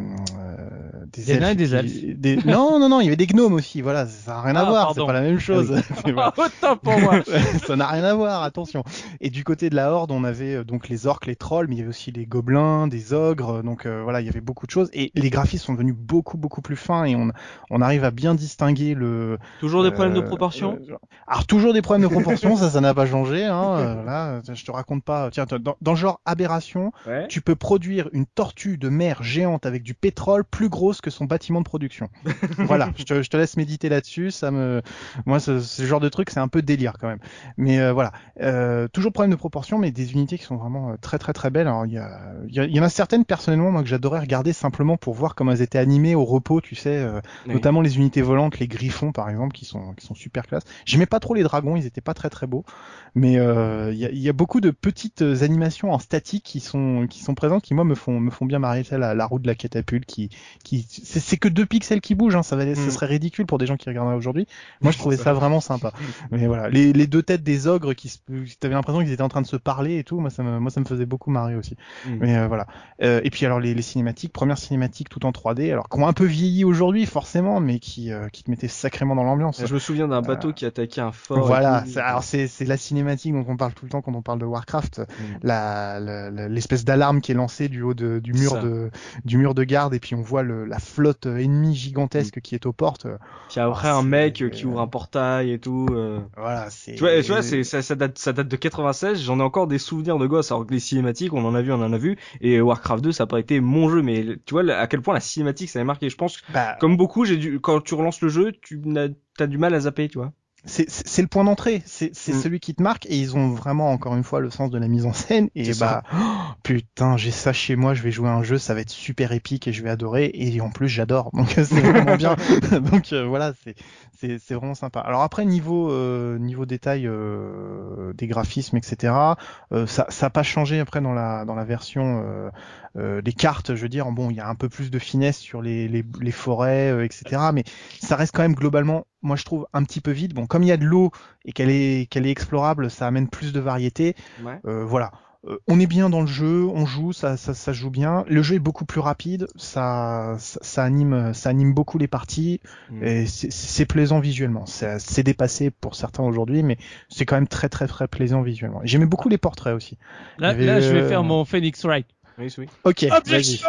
des, des nains et des qui, elfes. Des, non non non, il y avait des gnomes aussi. Voilà, ça n'a rien ah, à voir. Pardon. C'est pas la même chose. Voilà. Autant pour moi. Ça n'a rien à voir. Attention. Et du côté de la horde, on avait euh, donc les orques, les trolls, mais il y avait aussi les gobelins, des ogres. Donc euh, voilà, il y avait beaucoup de choses. Et les graphismes sont devenus beaucoup beaucoup plus fins et on on arrive à bien distinguer le. Toujours des euh, problèmes de proportion. Euh, alors toujours des problèmes de proportion, ça ça n'a pas changé. Hein. Euh, là, je te raconte pas. Tiens, dans, dans le genre aberration, ouais. tu peux produire une tortue de mer géante avec du pétrole plus grosse que son bâtiment de production. Voilà, je te, je te laisse méditer là-dessus. Ça me, moi, ce, ce genre de truc, c'est un peu délire quand même. Mais euh, voilà, euh, toujours problème de proportion, mais des unités qui sont vraiment très très très belles. Alors il y a, il y, a, il y en a certaines personnellement moi que j'adorais regarder simplement pour voir comment elles étaient animées au repos, tu sais, euh, oui. Notamment les unités volantes, les griffons par exemple, qui sont qui sont super classe. J'aimais pas trop les dragons, ils étaient pas très très beaux, mais euh, il y, a, il y a beaucoup de petites animations en statique qui sont qui sont présentes, qui moi me font me font bien marrer. C'est la, la roue de la catapulte qui qui c'est, c'est que deux pixels qui bougent, hein, ça va, mm. ce serait ridicule pour des gens qui regarderaient aujourd'hui. Moi je trouvais ça vraiment sympa. Mais voilà, les, les deux têtes des ogres qui t'avais l'impression qu'ils étaient en train de se parler et tout, moi ça me moi ça me faisait beaucoup marrer aussi. Mm. Mais euh, voilà. Euh, et puis alors les, les cinématiques, première cinématique tout en trois D, alors qui ont un peu vieilli aujourd'hui forcément, mais qui euh, qui te mettaient sacrément dans l'ambiance. Je me souviens d'un bateau euh, qui attaquait un fort. Voilà, c'est, alors c'est c'est la cinématique dont on parle tout le temps quand on parle de Warcraft, mm. la, la, la l'espèce d'alarme qui est lancée du haut de, du mur de du mur de garde et puis on voit le, la flotte ennemie gigantesque mm. qui est aux portes. Puis après oh, un mec qui ouvre un portail et tout. Euh... Voilà, c'est. Tu vois, tu vois, c'est ça, ça date ça date de quatre-vingt-seize. J'en ai encore des souvenirs de gosse. Alors que les cinématiques, on en a vu, on en a vu. Et Warcraft deux, ça n'a pas été mon jeu, mais tu vois à quel point la cinématique ça m'a marqué. Je pense, bah, comme beaucoup, j'ai dû quand tu relances le jeu, tu n'as t'as du mal à zapper, tu vois. C'est, c'est, c'est le point d'entrée, c'est, c'est mm. celui qui te marque et ils ont vraiment encore une fois le sens de la mise en scène et c'est bah oh, putain j'ai ça chez moi, je vais jouer à un jeu, ça va être super épique et je vais adorer et en plus j'adore donc c'est vraiment bien donc euh, voilà c'est c'est c'est vraiment sympa. Alors après niveau euh, niveau détail euh, des graphismes etc euh, ça ça a pas changé après dans la dans la version euh, euh, les cartes je veux dire bon il y a un peu plus de finesse sur les les, les forêts euh, etc mais ça reste quand même globalement moi je trouve un petit peu vide. Bon, comme il y a de l'eau et qu'elle est qu'elle est explorable, ça amène plus de variété. Ouais. Euh, voilà. Euh, on est bien dans le jeu, on joue, ça, ça ça joue bien. Le jeu est beaucoup plus rapide, ça ça, ça anime ça anime beaucoup les parties mmh. et c'est, c'est plaisant visuellement. C'est, c'est dépassé pour certains aujourd'hui, mais c'est quand même très très très plaisant visuellement. J'aimais beaucoup les portraits aussi. Là, avait, là, je vais euh... faire mon Phoenix Wright. Oui, oui. Ok. Objection.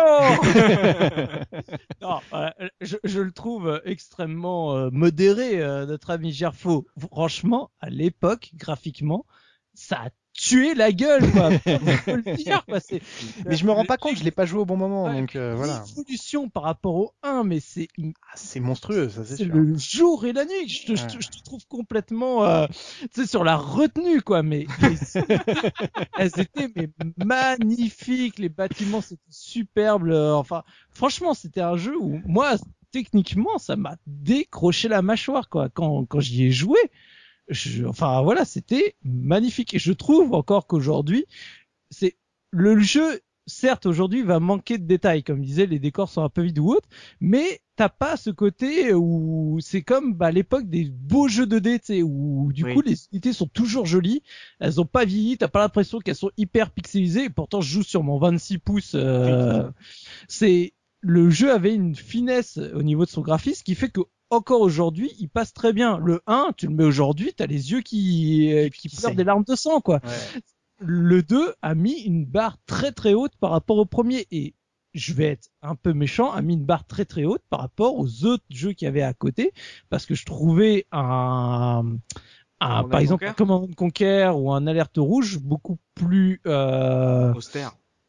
Non, euh, je, je le trouve extrêmement euh, modéré, euh, notre ami Gerfo. Franchement, à l'époque, graphiquement, ça a tué la gueule, quoi. Faut le dire, quoi. C'est, mais je me rends pas compte, je l'ai pas joué au bon moment, ouais, donc euh, voilà. L'évolution par rapport au un, mais c'est ah, c'est monstrueux, ça c'est, c'est sûr. Le jour et la nuit, je te, ouais. je, te, je te trouve complètement, euh, tu sais, sur la retenue, quoi. Mais, mais elles étaient mais magnifiques, les bâtiments c'était superbe. Euh, enfin, franchement, c'était un jeu où moi, techniquement, ça m'a décroché la mâchoire, quoi. Quand quand j'y ai joué. Je, enfin voilà, c'était magnifique et je trouve encore qu'aujourd'hui, c'est le jeu. Certes, aujourd'hui, va manquer de détails, comme je disais, les décors sont un peu vides ou autres, mais t'as pas ce côté où c'est comme bah, à l'époque des beaux jeux deux D, tu sais, où du oui. coup les unités sont toujours jolies, elles ont pas vieilli, t'as pas l'impression qu'elles sont hyper pixelisées. Et pourtant, je joue sur mon vingt-six pouces. Euh, oui. C'est le jeu avait une finesse au niveau de son graphisme qui fait que encore aujourd'hui, il passe très bien. Le un, tu le mets aujourd'hui, t'as les yeux qui, euh, qui pleurent des larmes de sang, quoi. Ouais. Le deux a mis une barre très très haute par rapport au premier. Et je vais être un peu méchant, a mis une barre très très haute par rapport aux autres jeux qu'il y avait à côté. Parce que je trouvais un, un par exemple, un Command and Conquer ou un Alerte Rouge beaucoup plus, euh, austère.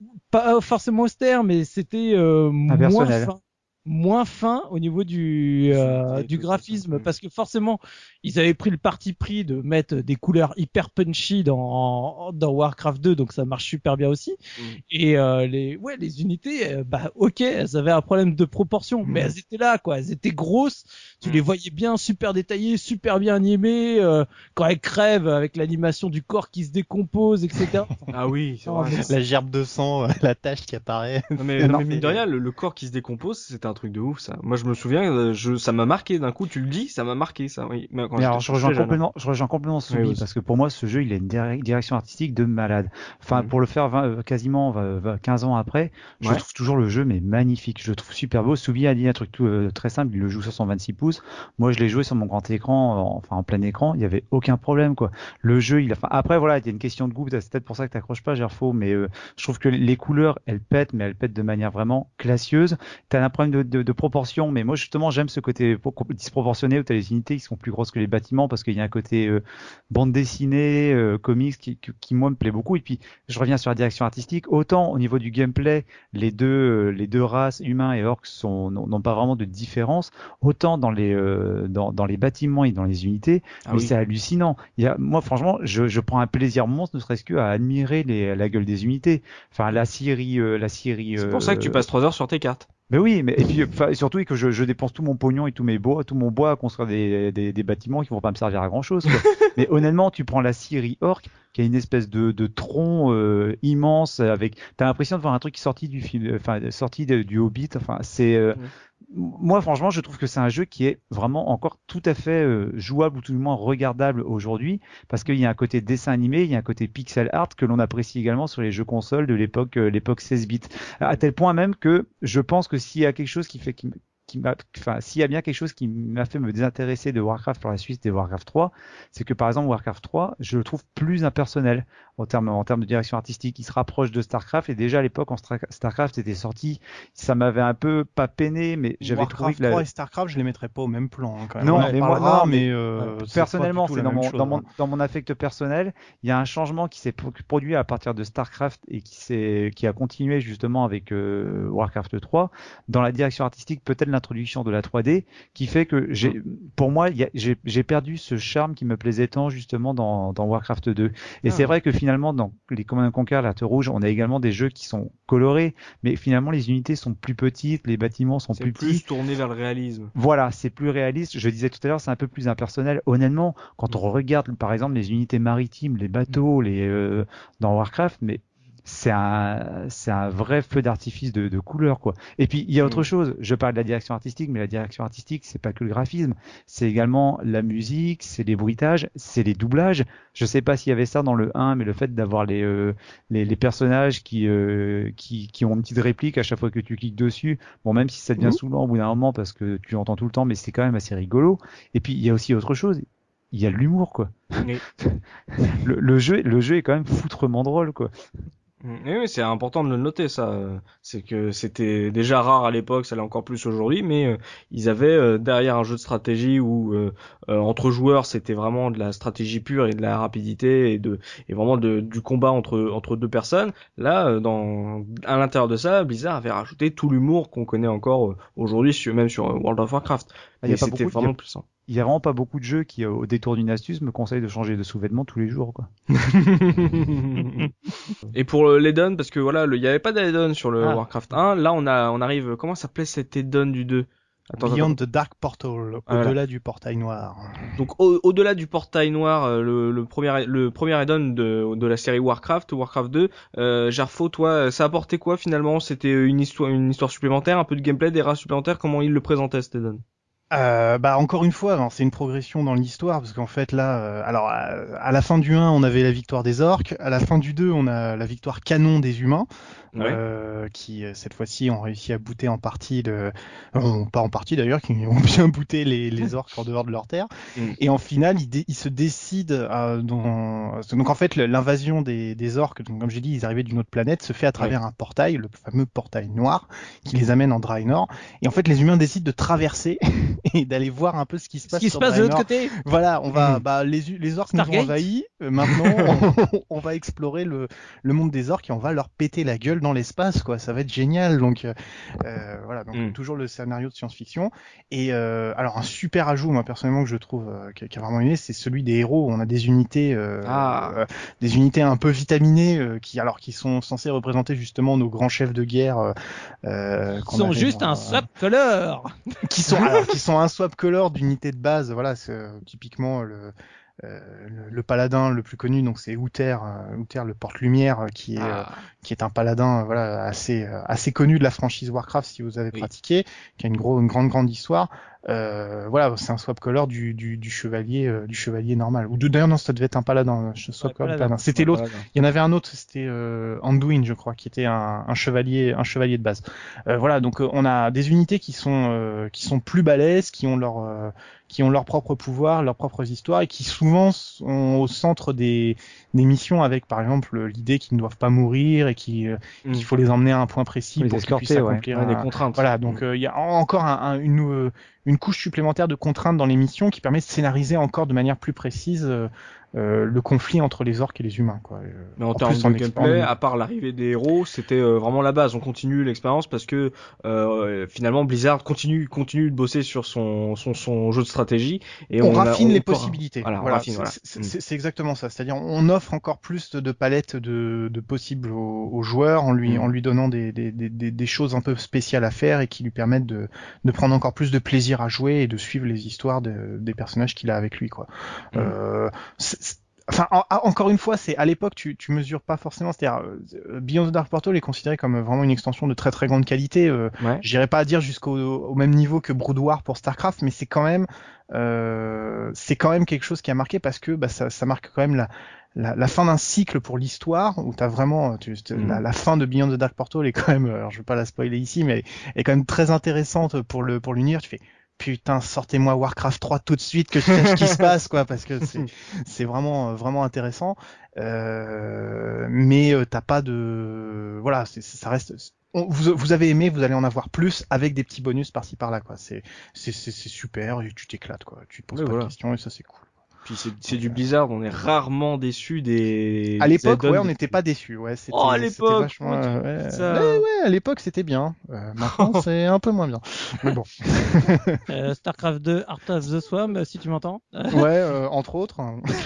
pas forcément austère, mais c'était euh, moins Impersonnel. fin. moins fin au niveau du euh, C'était du tout graphisme, ça. parce que forcément ils avaient pris le parti pris de mettre des couleurs hyper punchy dans dans Warcraft deux, donc ça marche super bien aussi. Mm. Et euh, les ouais les unités, euh, bah ok, elles avaient un problème de proportion, Mm. mais elles étaient là quoi, elles étaient grosses, tu Mm. les voyais bien, super détaillées, super bien animées, euh, quand elles crèvent avec l'animation du corps qui se décompose, et cetera. Ah oui, c'est Oh, vrai. mais ça. La gerbe de sang, la tache qui apparaît. Non mais, non, Non, mais mine de rien, le, le corps qui se décompose, c'était un truc de ouf ça. Moi je me souviens, euh, je, ça m'a marqué d'un coup, tu le dis, ça m'a marqué ça, oui. Mais, quand Mais j'étais- alors, je quand rejoins j'étais jeune, hein. complètement, je rejoins complètement Soubi, Oui, aussi. parce que pour moi, ce jeu, il a une dir- direction artistique de malade. Enfin, Mhm. pour le faire vingt, euh, quasiment vingt, vingt, quinze ans après, je Ouais. trouve toujours le jeu mais magnifique. Je le trouve super beau. Soubi a dit un truc tout, euh, très simple, il le joue sur son vingt-six pouces. Moi, je l'ai joué sur mon grand écran, en- enfin en plein écran, il y avait aucun problème quoi. Le jeu, il a. Enfin, après voilà, il y a une question de goût. C'est peut-être pour ça que t'accroches pas, Gerfo, mais euh, je trouve que les couleurs, elles pètent, mais elles pètent de manière vraiment classieuse. T'as un problème de, de, de proportion, mais moi justement, j'aime ce côté po- disproportionné où t'as les unités qui sont plus grosses que les bâtiments parce qu'il y a un côté euh, bande dessinée, euh, comics qui, qui, qui, moi me plaît beaucoup. Et puis je reviens sur la direction artistique. Autant au niveau du gameplay, les deux euh, les deux races, humains et orcs, sont n'ont pas vraiment de différence. Autant dans les euh, dans, dans les bâtiments et dans les unités, Ah mais oui. c'est hallucinant. Il y a, moi franchement, je, je prends un plaisir monstre, ne serait-ce que à admirer les, la gueule des unités. Enfin la Syrie, euh, la Syrie. C'est pour ça que tu euh, passes trois heures sur tes cartes. Mais oui, mais et puis enfin, et surtout que je, je dépense tout mon pognon et tous mes bois, tout mon bois à construire des, des, des bâtiments qui vont pas me servir à grand chose. Mais honnêtement, tu prends la Syrie orc qui a une espèce de, de tronc euh, immense avec, t'as l'impression de voir un truc sorti du film, enfin sorti de, du Hobbit. Enfin, c'est euh, Ouais. moi franchement, je trouve que c'est un jeu qui est vraiment encore tout à fait euh, jouable ou tout du moins regardable aujourd'hui parce qu'il y a un côté dessin animé, il y a un côté pixel art que l'on apprécie également sur les jeux consoles de l'époque euh, l'époque seize bits. À tel point même que je pense que s'il y a quelque chose qui fait qui, qui m'a enfin s'il y a bien quelque chose qui m'a fait me désintéresser de Warcraft pour la suite de Warcraft trois, c'est que par exemple Warcraft trois, je le trouve plus impersonnel en termes en termes de direction artistique, il se rapproche de Starcraft et déjà à l'époque quand Star- Starcraft était sorti, ça m'avait un peu pas peiné mais j'avais trouvé Warcraft que la... trois et Starcraft, je les mettrais pas au même plan hein, quand même. Non, On en mais moi, parlera, non, mais- mais euh, c'est personnellement, pas du tout c'est la dans même mon, chose, dans mon, hein. dans mon affect personnel, il y a un changement qui s'est pro- produit à partir de Starcraft et qui s'est, qui a continué justement avec euh, Warcraft trois, dans la direction artistique, peut-être l'introduction de la trois D, qui fait que j'ai, pour moi, il y a- j'ai, j'ai perdu ce charme qui me plaisait tant justement dans, dans Warcraft deux. Et Ah. c'est vrai que finalement, dans les Command and Conquer, l'Alerte Rouge, on a également des jeux qui sont colorés, mais finalement, les unités sont plus petites, les bâtiments sont C'est plus plus petits. tourné vers le réalisme. Voilà, c'est plus réaliste. Je disais tout à l'heure, c'est un peu plus impersonnel. Honnêtement, quand on regarde, par exemple, les unités maritimes, les bateaux, les euh, dans Warcraft, mais c'est un, c'est un vrai feu d'artifice de, de couleurs, quoi. Et puis il y a autre Mm. chose. Je parle de la direction artistique, mais la direction artistique, c'est pas que le graphisme, c'est également la musique, c'est les bruitages, c'est les doublages. Je sais pas s'il y avait ça dans le un, mais le fait d'avoir les, euh, les les personnages qui euh, qui qui ont une petite réplique à chaque fois que tu cliques dessus. Bon, même si ça devient Mhm. saoulant au bout d'un moment parce que tu l'entends tout le temps, mais c'est quand même assez rigolo. Et puis il y a aussi autre chose. Il y a de l'humour, quoi. Oui. Le, le jeu, le jeu est quand même foutrement drôle, quoi. Mm. Oui, oui, c'est important de le noter, ça. Euh, C'est que c'était déjà rare à l'époque, ça l'est encore plus aujourd'hui, mais euh, ils avaient euh, derrière un jeu de stratégie où euh, euh, entre joueurs c'était vraiment de la stratégie pure et de la rapidité et de et vraiment de, du combat entre entre deux personnes. Là, euh, dans à l'intérieur de ça, Blizzard avait rajouté tout l'humour qu'on connaît encore euh, aujourd'hui, sur, même sur euh, World of Warcraft. Il y a Et pas c'était beaucoup- il y a- vraiment plus simple. Il y a vraiment pas beaucoup de jeux qui, euh, au détour d'une astuce, me conseillent de changer de sous-vêtements tous les jours, quoi. Et pour euh, l'add-on, parce que voilà, le- il y avait pas d'add-on sur le Ah. Warcraft un, là on a on arrive, comment ça s'appelait cet add-on du deux? Attends, Beyond attends. the Dark Portal, Voilà. au-delà du portail noir. Donc au- au-delà du portail noir, euh, le, le premier le premier add-on de, de la série Warcraft, Warcraft deux, euh, Jarfo, toi, ça apportait quoi finalement? C'était une histoire une histoire supplémentaire, un peu de gameplay, des races supplémentaires, comment il le présentait cet add-on? Euh, bah encore une fois, alors, c'est une progression dans l'histoire parce qu'en fait là, euh, alors à, à la fin du un, on avait la victoire des orques, à la fin du deux, on a la victoire canon des humains, Ouais. euh, qui euh, cette fois-ci ont réussi à booter en partie, le, euh, pas en partie d'ailleurs, qui ont bien booté les, les orques en dehors de leur terre. Mm. Et en finale, ils, dé- ils se décident, euh, dans... donc en fait le- l'invasion des, des orques, donc, comme j'ai dit, ils arrivaient d'une autre planète, se fait à travers un portail, le fameux portail noir, qui les amène en Draenor. Et en fait, les humains décident de traverser et d'aller voir un peu ce qui se Ce passe. qui se sur passe de l'autre Draenor. côté. Voilà, on va, Mm. bah les les orques nous ont Stargate. envahis. Euh, maintenant, on, on va explorer le le monde des orques et on va leur péter la gueule dans l'espace, quoi. Ça va être génial. Donc euh, euh, voilà, donc Mm. toujours le scénario de science-fiction. Et euh, alors un super ajout, moi personnellement que je trouve euh, qui, qui a vraiment aimé, c'est celui des héros. On a des unités, euh, Ah. euh, des unités un peu vitaminées euh, qui alors qui sont censées représenter justement nos grands chefs de guerre. Euh, euh, Ils qu'on sont avait juste dans, un euh, swap color. qui sont alors qui sont un swap color d'unité de base. Voilà, c'est euh, typiquement le euh, le, le paladin le plus connu, donc c'est Uther, euh, Uther le porte-lumière, euh, qui est euh, Ah. qui est un paladin euh, voilà assez euh, assez connu de la franchise Warcraft si vous avez Oui. pratiqué, qui a une gros une grande grande histoire. Euh, voilà, c'est un swap color du du, du chevalier euh, du chevalier normal. Ou de, d'ailleurs non, ça devait être un paladin, euh, swap Ouais, color du paladin. paladin. C'était Ouais, l'autre. voilà. Il y en avait un autre, c'était euh, Anduin, je crois, qui était un, un chevalier, un chevalier de base. Euh, voilà, donc euh, on a des unités qui sont euh, qui sont plus balèzes, qui ont leur euh, qui ont leurs propres pouvoirs, leurs propres histoires, et qui souvent sont au centre des des missions avec, par exemple, l'idée qu'ils ne doivent pas mourir et qui euh, Mm. qu'il faut les emmener à un point précis Faut les pour qu'ils puissent escorter, ouais. accomplir Ouais, des un- contraintes. Voilà, donc il Mm. euh, y a en- encore un, un, une euh, une couche supplémentaire de contraintes dans les missions qui permet de scénariser encore de manière plus précise euh, euh, le conflit entre les orques et les humains, quoi. Euh, Mais en, en termes plus, de en explorant gameplay, le- à part l'arrivée des héros, c'était euh, vraiment la base. On continue l'expérience parce que euh, finalement Blizzard continue continue de bosser sur son son, son jeu de stratégie et on, on, a- raffine on les peut- possibilités. Voilà, on Voilà, raffine. c'est Voilà. c'est- Mm. c'est- c'est exactement ça. C'est-à-dire, on offre encore plus de palettes de, de possibles aux, aux joueurs en lui Mm. en lui donnant des, des, des, des des choses un peu spéciales à faire et qui lui permettent de, de prendre encore plus de plaisir à jouer et de suivre les histoires de, des personnages qu'il a avec lui, quoi. Mm. Euh, c'est- c'est- Enfin, en- encore une fois, c'est à l'époque, tu, tu mesures pas forcément. C'est-à-dire, euh, Beyond the Dark Portal est considéré comme vraiment une extension de très très grande qualité. Euh, Ouais. J'irai pas à dire jusqu'au au même niveau que Brood War pour Starcraft, mais c'est quand même, euh, c'est quand même quelque chose qui a marqué parce que bah, ça, ça marque quand même la, la, la fin d'un cycle pour l'histoire où t'as vraiment, tu, Mm. la, la fin de Beyond the Dark Portal est quand même, alors je vais pas la spoiler ici, mais elle est quand même très intéressante pour le pour l'univers. Tu fais putain, sortez-moi Warcraft trois tout de suite que je sache ce qui se passe, quoi, parce que c'est c'est vraiment vraiment intéressant. Euh, mais euh, t'as pas de, voilà, c'est, ça reste. On, vous, vous avez aimé, vous allez en avoir plus avec des petits bonus par-ci par-là, quoi. C'est c'est c'est, c'est super, et tu t'éclates, quoi. Tu te poses Oui, pas voilà. de questions et ça c'est cool. Puis c'est c'est du Blizzard, on est rarement déçu des. À l'époque, des add-ons. ouais, on n'était pas déçus, ouais. C'était, Oh, à c'était l'époque, vachement, comment tu euh, peux ouais, dire ça ouais, ouais, à l'époque c'était bien. Euh, maintenant c'est un peu moins bien. Mais bon. Euh, Starcraft deux, Art of the Swarm, euh, si tu m'entends. Ouais, euh, entre autres.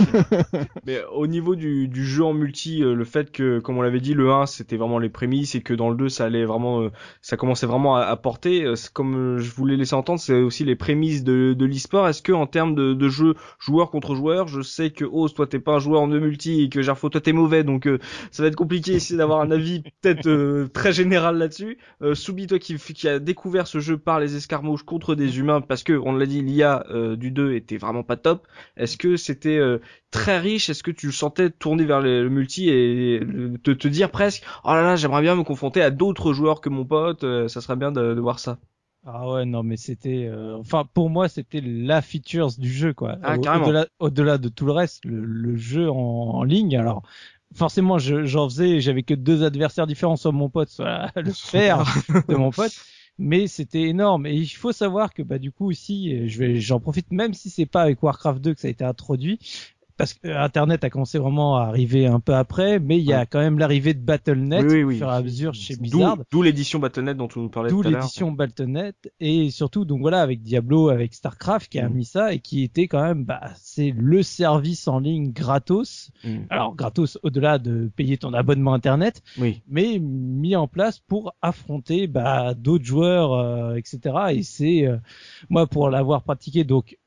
Mais au niveau du, du jeu en multi, euh, le fait que, comme on l'avait dit, le un c'était vraiment les prémices et que dans le deux ça allait vraiment, euh, ça commençait vraiment à, à porter. euh, c'est comme euh, je voulais laisser entendre, c'est aussi les prémices de, de l'e-sport. Est-ce que en termes de, de jeu joueur contre joueur, je sais que Oz, toi t'es pas un joueur en deux multi et que Gerfo toi t'es mauvais, donc euh, ça va être compliqué ici d'avoir un avis peut-être euh, très général là-dessus. Euh, Soubi, toi qui, qui a découvert ce jeu par les escarmouches contre des humains, parce que on l'a dit, l'I A euh, du deux était vraiment pas top. Est-ce que c'était euh, très riche? Est-ce que tu le sentais tourner vers le, le multi et le- te, te dire presque, oh là là, j'aimerais bien me confronter à d'autres joueurs que mon pote, euh, ça serait bien de, de voir ça. Ah ouais, non, mais c'était, euh, enfin, pour moi, c'était la features du jeu, quoi. Ah, Au- carrément. Au-delà, au-delà de tout le reste, le, le jeu en, en ligne, alors, forcément, je, j'en faisais, j'avais que deux adversaires différents, soit mon pote, soit le père de mon pote. Mais c'était énorme. Et il faut savoir que, bah, du coup, aussi, je vais, j'en profite, même si c'est pas avec Warcraft deux que ça a été introduit, parce que Internet a commencé vraiment à arriver un peu après, mais il y a Ouais. quand même l'arrivée de Battle point net Oui, oui, au oui. fur et à mesure chez D'où, Blizzard. d'où l'édition Battle point net dont tu nous parlais D'où tout à l'heure. l'édition Battle point net et surtout donc voilà avec Diablo, avec Starcraft qui a Mm. mis ça et qui était quand même bah c'est le service en ligne gratos. Mm. Alors gratos au-delà de payer ton abonnement internet, Oui. mais mis en place pour affronter bah d'autres joueurs euh, et cetera. Et c'est euh, moi pour l'avoir pratiqué donc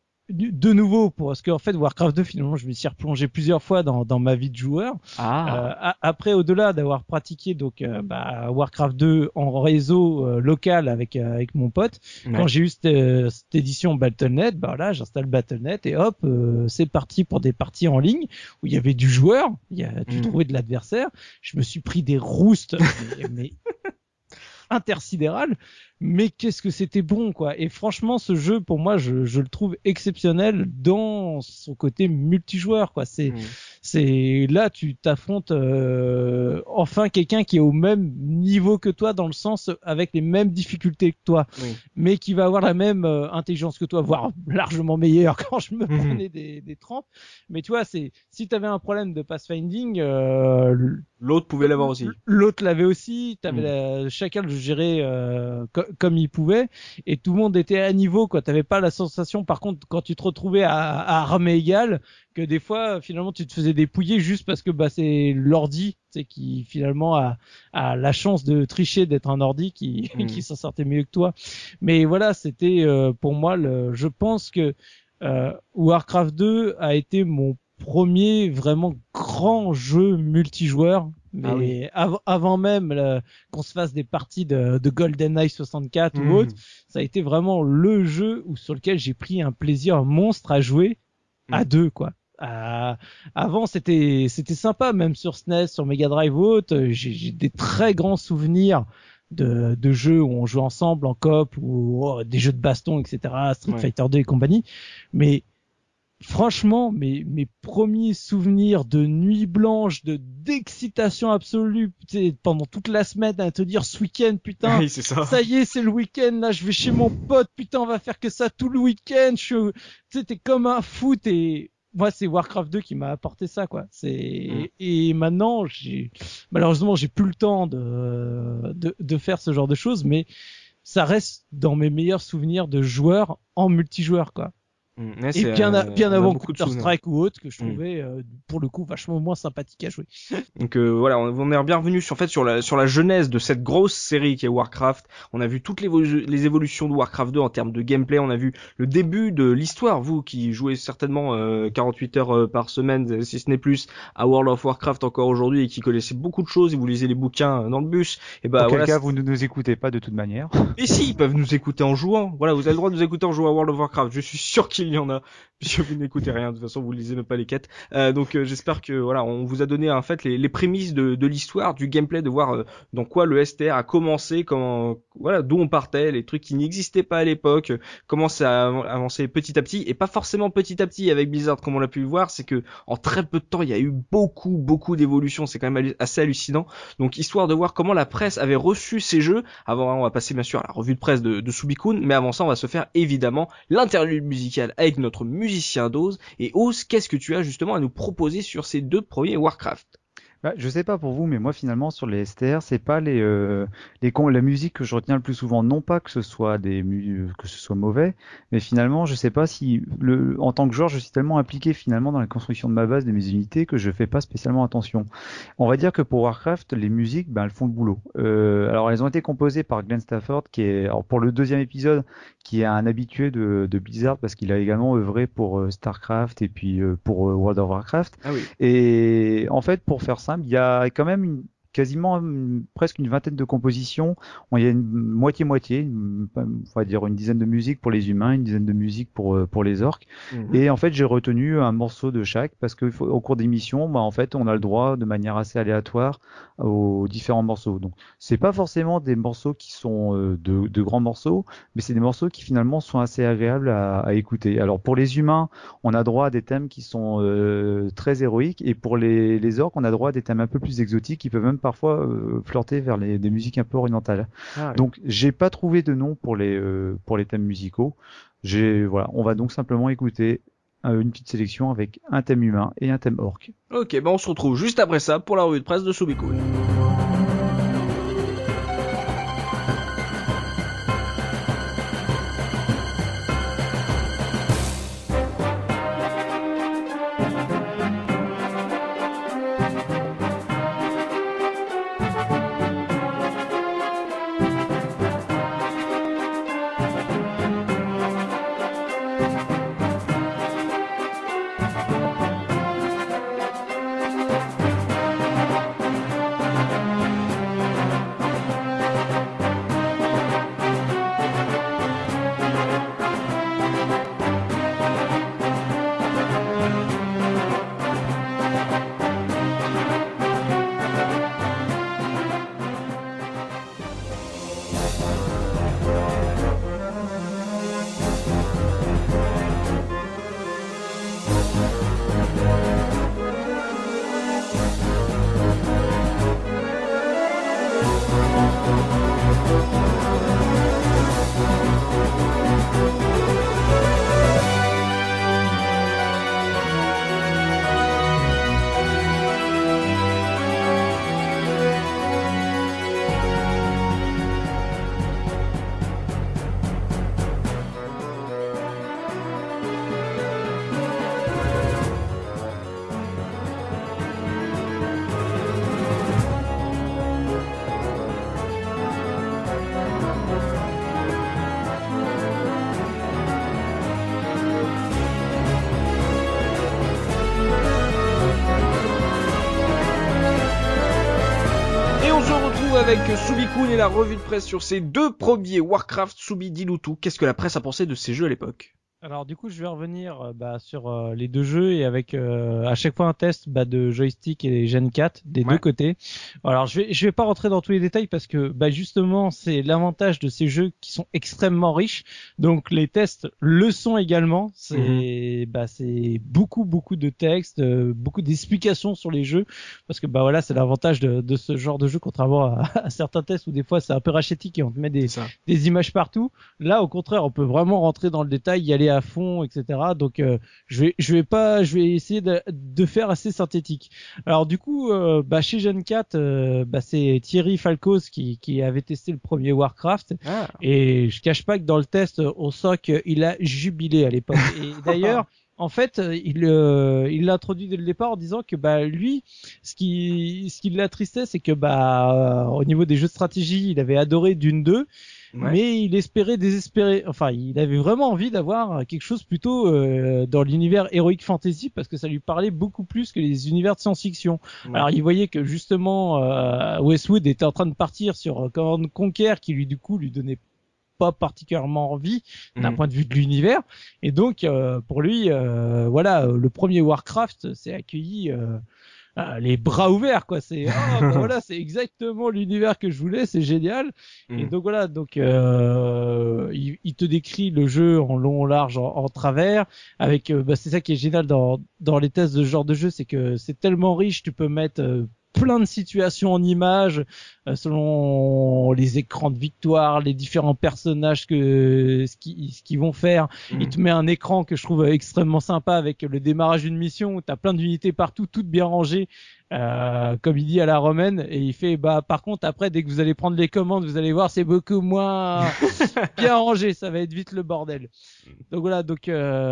de nouveau pour parce qu'en fait Warcraft deux finalement je me suis replongé plusieurs fois dans dans ma vie de joueur. Ah. Euh, a- après, au-delà d'avoir pratiqué donc euh, bah, Warcraft deux en réseau euh, local avec euh, avec mon pote, Ouais. quand j'ai eu cette, euh, cette édition Battle point net, bah là, j'installe Battle point net et hop, euh, c'est parti pour des parties en ligne où il y avait du joueur, il y a, tu Mm. trouvais de l'adversaire. Je me suis pris des roustes, mais, mais intersidérales. mais qu'est-ce que c'était bon, quoi. Et franchement, ce jeu, pour moi, je, je le trouve exceptionnel dans son côté multijoueur, quoi. C'est, mmh. c'est là, tu t'affrontes euh, enfin quelqu'un qui est au même niveau que toi, dans le sens avec les mêmes difficultés que toi, oui. mais qui va avoir la même euh, intelligence que toi, voire largement meilleure quand je me mmh. prenais des, des trempes. Mais tu vois, c'est si t'avais un problème de pathfinding, euh, l'autre pouvait l'avoir aussi. L'autre l'avait aussi. T'avais mmh. la, chacun le gérait euh, co- comme il pouvait, et tout le monde était à niveau, quoi. T'avais pas la sensation, par contre, quand tu te retrouvais à, à armée égale, que des fois, finalement, tu te faisais dépouiller juste parce que bah c'est l'ordi, tu sais, qui finalement a, a la chance de tricher d'être un ordi qui mmh. qui s'en sortait mieux que toi. Mais voilà, c'était euh, pour moi, le, je pense que euh, Warcraft deux a été mon premier vraiment grand jeu multijoueur, mais ah oui. av- avant même là, qu'on se fasse des parties de, de GoldenEye soixante-quatre mmh. ou autre, ça a été vraiment le jeu où, sur lequel j'ai pris un plaisir monstre à jouer mmh. à deux, quoi. Euh, avant c'était c'était sympa, même sur S N E S, sur Mega Drive ou autre, j'ai, j'ai des très grands souvenirs de, de jeux où on joue ensemble en coop, ou oh, des jeux de baston, et cetera, Street ouais. Fighter deux et compagnie, mais franchement, mes, mes premiers souvenirs de nuit blanche, de d'excitation absolue, tu sais, pendant toute la semaine à te dire ce week-end, putain, oui, c'est ça. ça y est, c'est le week-end, là, je vais chez mon pote, putain, on va faire que ça tout le week-end, je, tu sais, t'es comme un fou, et moi, c'est Warcraft deux qui m'a apporté ça, quoi. C'est, mmh. et maintenant, j'ai, malheureusement, j'ai plus le temps de, de, de faire ce genre de choses, mais ça reste dans mes meilleurs souvenirs de joueurs en multijoueur, quoi. Ouais, et bien, euh, bien avant Counter-Strike ou autre, que je trouvais, mmh. euh, pour le coup, vachement moins sympathique à jouer. Donc euh, voilà, on, on est bien revenu sur, en fait, sur la, sur la genèse de cette grosse série qui est Warcraft. On a vu toutes les, les évolutions de Warcraft deux en termes de gameplay. On a vu le début de l'histoire, vous qui jouez certainement euh, quarante-huit heures euh, par semaine, si ce n'est plus, à World of Warcraft encore aujourd'hui, et qui connaissez beaucoup de choses, et vous lisez les bouquins dans le bus. Et bah, en voilà, quel cas, vous ne nous écoutez pas de toute manière. Et si, ils peuvent nous écouter en jouant. Voilà, vous avez le droit de nous écouter en jouant à World of Warcraft. Je suis sûr qu'il y en a, puisque vous n'écoutez rien. De toute façon, vous lisez même pas les quêtes. Euh, donc, euh, j'espère que voilà, on vous a donné en fait les, les prémices de, de l'histoire, du gameplay, de voir euh, dans quoi le S T R a commencé, comment, voilà, d'où on partait, les trucs qui n'existaient pas à l'époque, euh, comment ça a avancé petit à petit, et pas forcément petit à petit avec Blizzard comme on l'a pu le voir. C'est que en très peu de temps, il y a eu beaucoup, beaucoup d'évolutions. C'est quand même assez hallucinant. Donc, histoire de voir comment la presse avait reçu ces jeux. Avant, on va passer bien sûr à la revue de presse de, de Subikun, mais avant ça, on va se faire évidemment l'interlude musical avec notre musicien Oz. Et Oz, qu'est-ce que tu as justement à nous proposer sur ces deux premiers Warcraft? Bah, je sais pas pour vous, mais moi finalement sur les S T R, c'est pas les euh, les la musique que je retiens le plus souvent. Non pas que ce soit des que ce soit mauvais, mais finalement je sais pas si le en tant que joueur je suis tellement impliqué finalement dans la construction de ma base, de mes unités, que je fais pas spécialement attention. On va dire que pour Warcraft, les musiques, ben elles font le boulot. Euh, alors elles ont été composées par Glenn Stafford, qui est alors pour le deuxième épisode, qui est un habitué de, de Blizzard parce qu'il a également œuvré pour euh, Starcraft et puis euh, pour euh, World of Warcraft. Ah oui. Et en fait pour faire ça, il y a quand même une, quasiment une, presque une vingtaine de compositions. Il y a une moitié-moitié, on va dire une dizaine de musiques pour les humains, une dizaine de musiques pour pour les orques. Mmh. Et en fait, j'ai retenu un morceau de chaque parce que au cours des missions, bah en fait, on a le droit de manière assez aléatoire aux différents morceaux. Donc, c'est pas forcément des morceaux qui sont de, de grands morceaux, mais c'est des morceaux qui finalement sont assez agréables à, à écouter. Alors pour les humains, on a droit à des thèmes qui sont euh, très héroïques, et pour les, les orques, on a droit à des thèmes un peu plus exotiques qui peuvent même parfois euh, flirter vers les, des musiques un peu orientales. Ah, ouais. Donc j'ai pas trouvé de nom pour les euh, pour les thèmes musicaux. J'ai voilà, on va donc simplement écouter euh, une petite sélection avec un thème humain et un thème orc. Ok, ben on se retrouve juste après ça pour la revue de presse de Subikun. avec Soubikoun et la revue de presse sur ces deux premiers Warcraft. Soubi, dis-nous tout. Qu'est-ce que la presse a pensé de ces jeux à l'époque? Alors du coup, je vais revenir euh, bah, sur euh, les deux jeux et avec euh, à chaque fois un test bah, de joystick et Gen quatre des Ouais. deux côtés. Alors je vais je vais pas rentrer dans tous les détails parce que bah justement c'est l'avantage de ces jeux qui sont extrêmement riches. Donc les tests le sont également. C'est bah c'est beaucoup beaucoup de textes, euh, beaucoup d'explications sur les jeux parce que bah voilà c'est l'avantage de de ce genre de jeu contrairement à, à certains tests où des fois c'est un peu rachétique et on te met des C'est ça. des images partout. Là, au contraire, on peut vraiment rentrer dans le détail, y aller à fond, et cetera. Donc, euh, je vais, je vais pas, je vais essayer de, de faire assez synthétique. Alors, du coup, euh, bah, chez Gen quatre, euh, bah, c'est Thierry Falcoz qui, qui avait testé le premier Warcraft. Ah. Et je cache pas que dans le test, on sent qu'il a jubilé à l'époque. Et d'ailleurs, en fait, il euh, il l'a introduit dès le départ en disant que bah lui, ce qui ce qui l'attristait, c'est que bah euh, au niveau des jeux de stratégie, il avait adoré Dune deux. Ouais. Mais il espérait désespérer, enfin il avait vraiment envie d'avoir quelque chose plutôt euh, dans l'univers heroic fantasy parce que ça lui parlait beaucoup plus que les univers de science-fiction. Ouais. Alors il voyait que justement euh, Westwood était en train de partir sur Command and Conquer qui lui du coup lui donnait pas particulièrement envie d'un Mhm. point de vue de l'univers et donc euh, pour lui euh, voilà le premier Warcraft s'est accueilli euh, ah, les bras ouverts quoi, c'est ah bah voilà, c'est exactement l'univers que je voulais, c'est génial. Mhm. Et donc voilà, donc euh, il, il te décrit le jeu en long, en large, en, en travers avec euh, bah c'est ça qui est génial dans dans les tests de ce genre de jeu, c'est que c'est tellement riche, tu peux mettre euh, plein de situations en images euh, selon les écrans de victoire, les différents personnages que ce qu'ils ce qu'ils vont faire. Mhm. Il te met un écran que je trouve extrêmement sympa avec le démarrage d'une mission où t'as plein d'unités partout, toutes bien rangées, euh, comme il dit à la romaine, et il fait bah par contre après dès que vous allez prendre les commandes, vous allez voir c'est beaucoup moins bien rangé, ça va être vite le bordel. Donc voilà, donc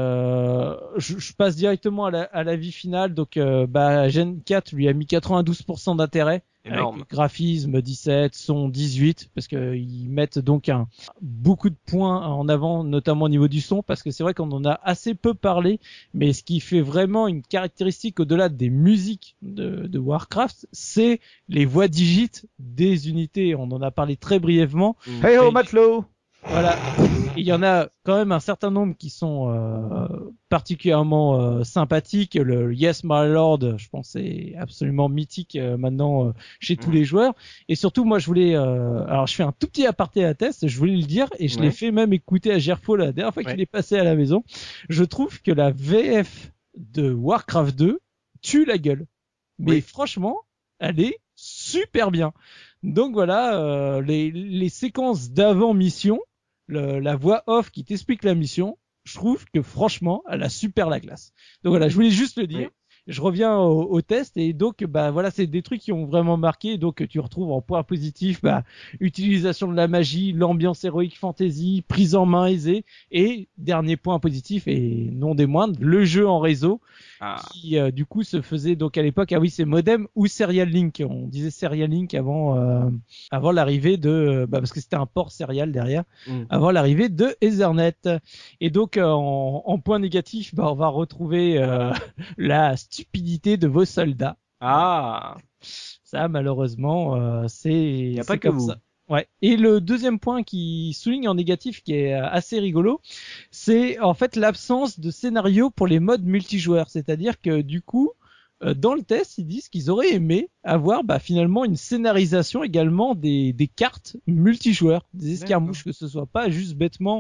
euh, je, je passe directement à la, à la vie finale. Donc euh, bah Gen quatre lui a mis quatre-vingt-douze pour cent d'intérêt. Énorme. Avec graphisme dix-sept, son dix-huit, parce que ils mettent donc un beaucoup de points en avant, notamment au niveau du son, parce que c'est vrai qu'on en a assez peu parlé, mais ce qui fait vraiment une caractéristique au-delà des musiques de, de Warcraft, c'est les voix digites des unités. On en a parlé très brièvement. Mhm. Hey ho, Mais- matelot! Voilà. Il y en a quand même un certain nombre qui sont euh, particulièrement euh, sympathiques. Le Yes My Lord, je pense, c'est absolument mythique euh, maintenant euh, chez tous Mm. les joueurs. Et surtout, moi, je voulais... Euh, alors, je fais un tout petit aparté à test, je voulais le dire, et je Ouais. l'ai fait même écouter à Gerfo la dernière fois Ouais. qu'il est passé à la maison. Je trouve que la V F de Warcraft deux tue la gueule. Mais Oui. franchement, elle est super bien. Donc voilà, euh, les, les séquences d'avant-mission, le- la voix off qui t'explique la mission, je trouve que franchement, elle a super la classe. Donc voilà, je voulais juste le dire. Oui. Je reviens au, au test et donc bah voilà, c'est des trucs qui ont vraiment marqué. Donc tu retrouves en point positif bah utilisation de la magie, l'ambiance héroïque fantasy, prise en main aisée et dernier point positif et non des moindres, le jeu en réseau Ah. qui euh, du coup se faisait donc à l'époque ah oui c'est modem ou serial link, on disait serial link avant euh, avant l'arrivée de bah parce que c'était un port serial derrière Mhm. avant l'arrivée de Ethernet. Et donc euh, en, en point négatif bah on va retrouver euh, la stupidité de vos soldats. Ah. Ça malheureusement euh, c'est Y a c'est pas que comme vous. ça. Ouais. Et le deuxième point qui souligne en négatif, qui est euh, assez rigolo, c'est en fait l'absence de scénario pour les modes multijoueurs. C'est-à-dire que du coup, euh, dans le test, ils disent qu'ils auraient aimé avoir bah, finalement une scénarisation également des, des cartes multijoueurs, des escarmouches, que ce soit pas juste bêtement,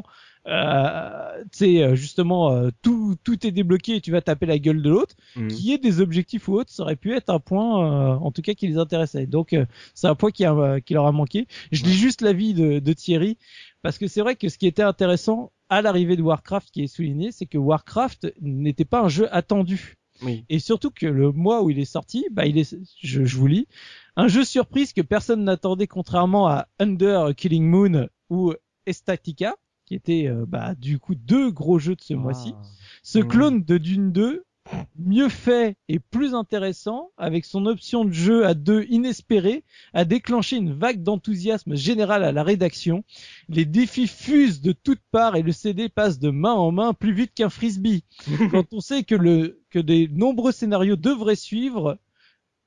euh, tu sais, euh, justement, euh, tout, tout est débloqué et tu vas taper la gueule de l'autre. Mhm. Qui ait des objectifs ou autres, ça aurait pu être un point, euh, en tout cas, qui les intéressait. Donc, euh, c'est un point qui, a, qui leur a manqué. Je lis juste l'avis de, de Thierry, parce que c'est vrai que ce qui était intéressant à l'arrivée de Warcraft, qui est souligné, c'est que Warcraft n'était pas un jeu attendu. Oui. Et surtout que le mois où il est sorti, bah, il est, je, je vous lis, un jeu surprise que personne n'attendait, contrairement à Under Killing Moon ou Estatica, qui étaient, euh, bah, du coup, deux gros jeux de ce mois-ci. Ce Mhm. clone de Dune deux, mieux fait et plus intéressant, avec son option de jeu à deux inespérée, a déclenché une vague d'enthousiasme général à la rédaction. Les défis fusent de toutes parts et le C D passe de main en main plus vite qu'un frisbee. Quand on sait que le que des nombreux scénarios devraient suivre,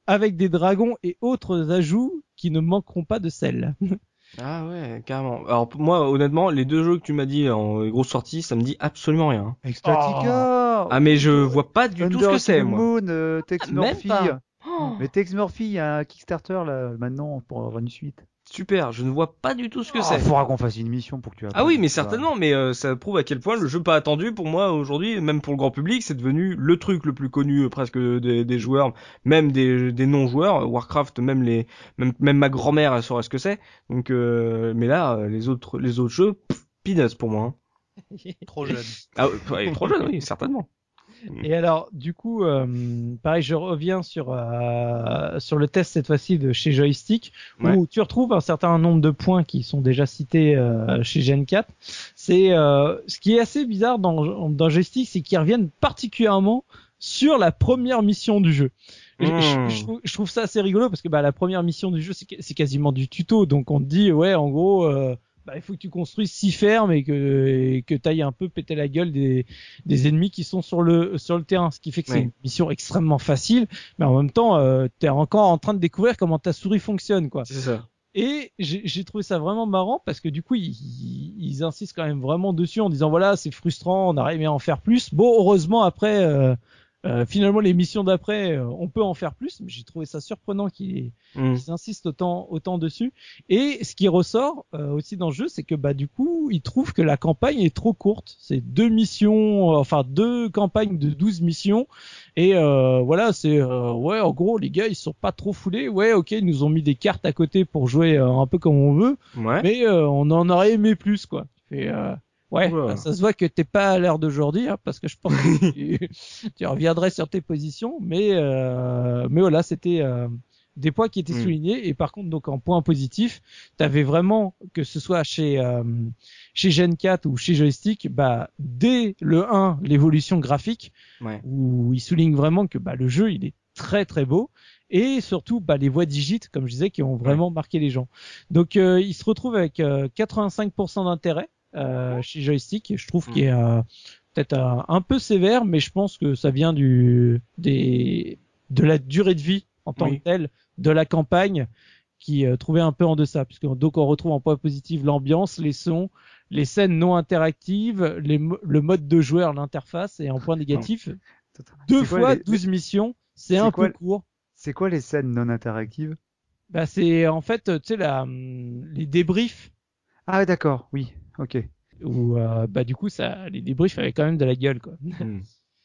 avec des dragons et autres ajouts qui ne manqueront pas de sel. Ah ouais, carrément. Alors pour moi, honnêtement, les deux jeux que tu m'as dit en grosse sortie, ça me dit absolument rien. Extatica. Ah mais je vois pas du tout ce que c'est, moi. Moon, euh, Tex Ah, même Murphy. pas. Oh. Mais Tex Murphy, il y a un Kickstarter là maintenant pour avoir une suite. Super, je ne vois pas du tout ce que Oh, c'est. faudra qu'on fasse une mission pour que tu Ah oui, mais certainement, mais euh, ça prouve à quel point le jeu pas attendu pour moi aujourd'hui, même pour le grand public, c'est devenu le truc le plus connu euh, presque des, des joueurs, même des, des non-joueurs. Warcraft, même les, même, même ma grand-mère elle saurait ce que c'est. Donc, euh, mais là, euh, les autres, les autres jeux, pff, peanuts pour moi. Hein. Trop jeune. Ah ouais, trop jeune, oui, certainement. Et alors, du coup, euh, pareil, je reviens sur euh, sur le test cette fois-ci de chez Joystick, Ouais. où tu retrouves un certain nombre de points qui sont déjà cités euh, chez Gen quatre. C'est euh, ce qui est assez bizarre dans dans Joystick, c'est qu'ils reviennent particulièrement sur la première mission du jeu. Je, Mmh. je, je, trouve, je trouve ça assez rigolo parce que bah la première mission du jeu c'est, c'est quasiment du tuto, donc on te dit ouais en gros. Euh, Bah, il faut que tu construises six fermes et que et que t'ailles un peu péter la gueule des des ennemis qui sont sur le sur le terrain, ce qui fait que Oui. c'est une mission extrêmement facile, mais en même temps euh, t'es encore en train de découvrir comment ta souris fonctionne quoi. C'est ça. Et j'ai, j'ai trouvé ça vraiment marrant parce que du coup ils, ils, ils insistent quand même vraiment dessus en disant voilà c'est frustrant, on aurait aimé en faire plus. Bon heureusement après euh, euh, finalement les missions d'après euh, on peut en faire plus, mais j'ai trouvé ça surprenant qu'ils Mmh. ils insistent autant autant dessus. Et ce qui ressort euh, aussi dans le jeu, c'est que bah du coup, ils trouvent que la campagne est trop courte. C'est deux missions, euh, enfin deux campagnes de douze missions. Et euh, voilà, c'est euh, ouais, en gros, les gars, ils sont pas trop foulés. Ouais, ok, ils nous ont mis des cartes à côté pour jouer euh, un peu comme on veut, Ouais. mais euh, on en aurait aimé plus, quoi. Et, euh, ouais, Oula. bah, ça se voit que t'es pas à l'heure d'aujourd'hui, hein, parce que je pense que tu, tu reviendrais sur tes positions. Mais euh, mais voilà, c'était euh, des points qui étaient Mm. soulignés. Et par contre, donc en point positif, t'avais vraiment, que ce soit chez euh, chez Gen quatre ou chez Joystick, bah dès le un, l'évolution graphique, Ouais. où il souligne vraiment que bah le jeu il est très très beau, et surtout bah les voix digites, comme je disais, qui ont vraiment marqué les gens. Donc euh, il se retrouve avec euh, quatre-vingt-cinq pour cent d'intérêt euh, chez Joystick, et je trouve Mm. qu'il est euh, peut-être un, un peu sévère, mais je pense que ça vient du des de la durée de vie en tant Oui. que telle de la campagne, qui euh, trouvait un peu en deçà, puisque donc on retrouve en point positif l'ambiance, les sons, les scènes non interactives, les mo- le mode de joueur, l'interface, et en point négatif, deux C'est quoi fois les- douze missions, c'est c'est un quoi peu court. C'est quoi les scènes non interactives? Bah c'est en fait, tu sais, la hum, les débriefs, Ah d'accord, oui, ok. où euh, bah du coup ça, les débriefs avaient quand même de la gueule quoi. Mm.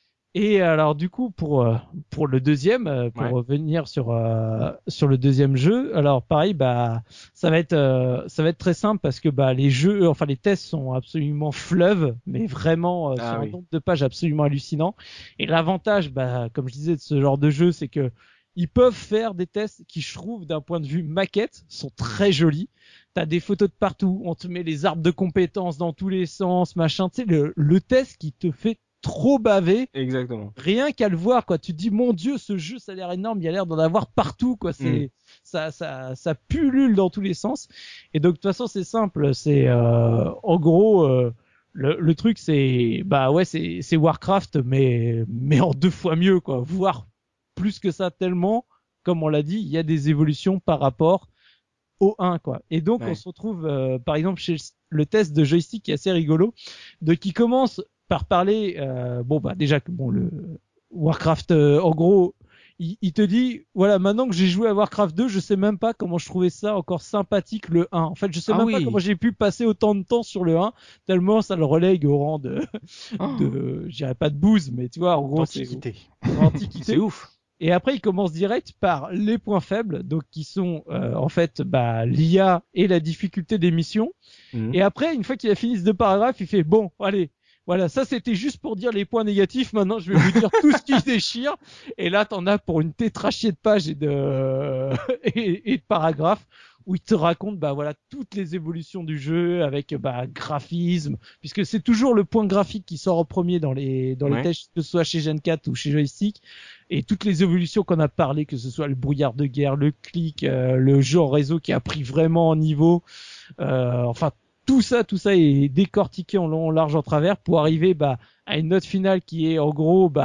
Et alors du coup pour euh, pour le deuxième, euh, pour Ouais. revenir sur euh, sur le deuxième jeu, alors pareil bah ça va être euh, ça va être très simple parce que bah les jeux, enfin les tests sont absolument fleuves, mais vraiment euh, Ah sur un oui. nombre de pages absolument hallucinant. Et l'avantage, bah comme je disais de ce genre de jeu, c'est que ils peuvent faire des tests qui, je trouve, d'un point de vue maquette, sont très jolis. T'as des photos de partout, on te met les arbres de compétences dans tous les sens, machin. Tu sais, le, le test qui te fait trop baver, Exactement. rien qu'à le voir, quoi. Tu te dis, mon Dieu, ce jeu, ça a l'air énorme, il y a l'air d'en avoir partout, quoi. C'est, ça, ça, ça pullule dans tous les sens. Et donc, de toute façon, c'est simple. C'est, euh, en gros, euh, le, le truc, c'est, bah ouais, c'est, c'est Warcraft, mais, mais en deux fois mieux, quoi. Voire plus que ça, tellement, comme on l'a dit, il y a des évolutions par rapport au un, quoi. Et donc, Ouais. on se retrouve, euh, par exemple, chez le test de Joystick qui est assez rigolo, de qui commence par parler, euh, bon, bah, déjà que, bon, le Warcraft, euh, en gros, il, il te dit, voilà, maintenant que j'ai joué à Warcraft deux, je sais même pas comment je trouvais ça encore sympathique, le un. En fait, je sais Ah même oui. pas comment j'ai pu passer autant de temps sur le un, tellement ça le relègue au rang de, Oh. de, je dirais pas de bouse, mais tu vois, en gros, c'est Antiquité. antiquité. C'est ouf. Et après, il commence direct par les points faibles, donc qui sont euh, en fait bah, l'I A et la difficulté des missions. Mm. Et après, une fois qu'il a fini ce deux paragraphes, il fait bon, allez, voilà, ça c'était juste pour dire les points négatifs. Maintenant, je vais vous dire tout ce qui déchire. Et là, t'en as pour une tétrachée de pages et de et, et de paragraphes où il te raconte bah voilà toutes les évolutions du jeu avec bah graphisme, puisque c'est toujours le point graphique qui sort en premier dans les dans les Ouais. tests, que ce soit chez Gen quatre ou chez Joystick, et toutes les évolutions qu'on a parlé, que ce soit le brouillard de guerre, le clic, euh, le jeu en réseau qui a pris vraiment en niveau, euh, enfin tout ça, tout ça est décortiqué en long, en large, en travers pour arriver bah à une note finale qui est en gros bah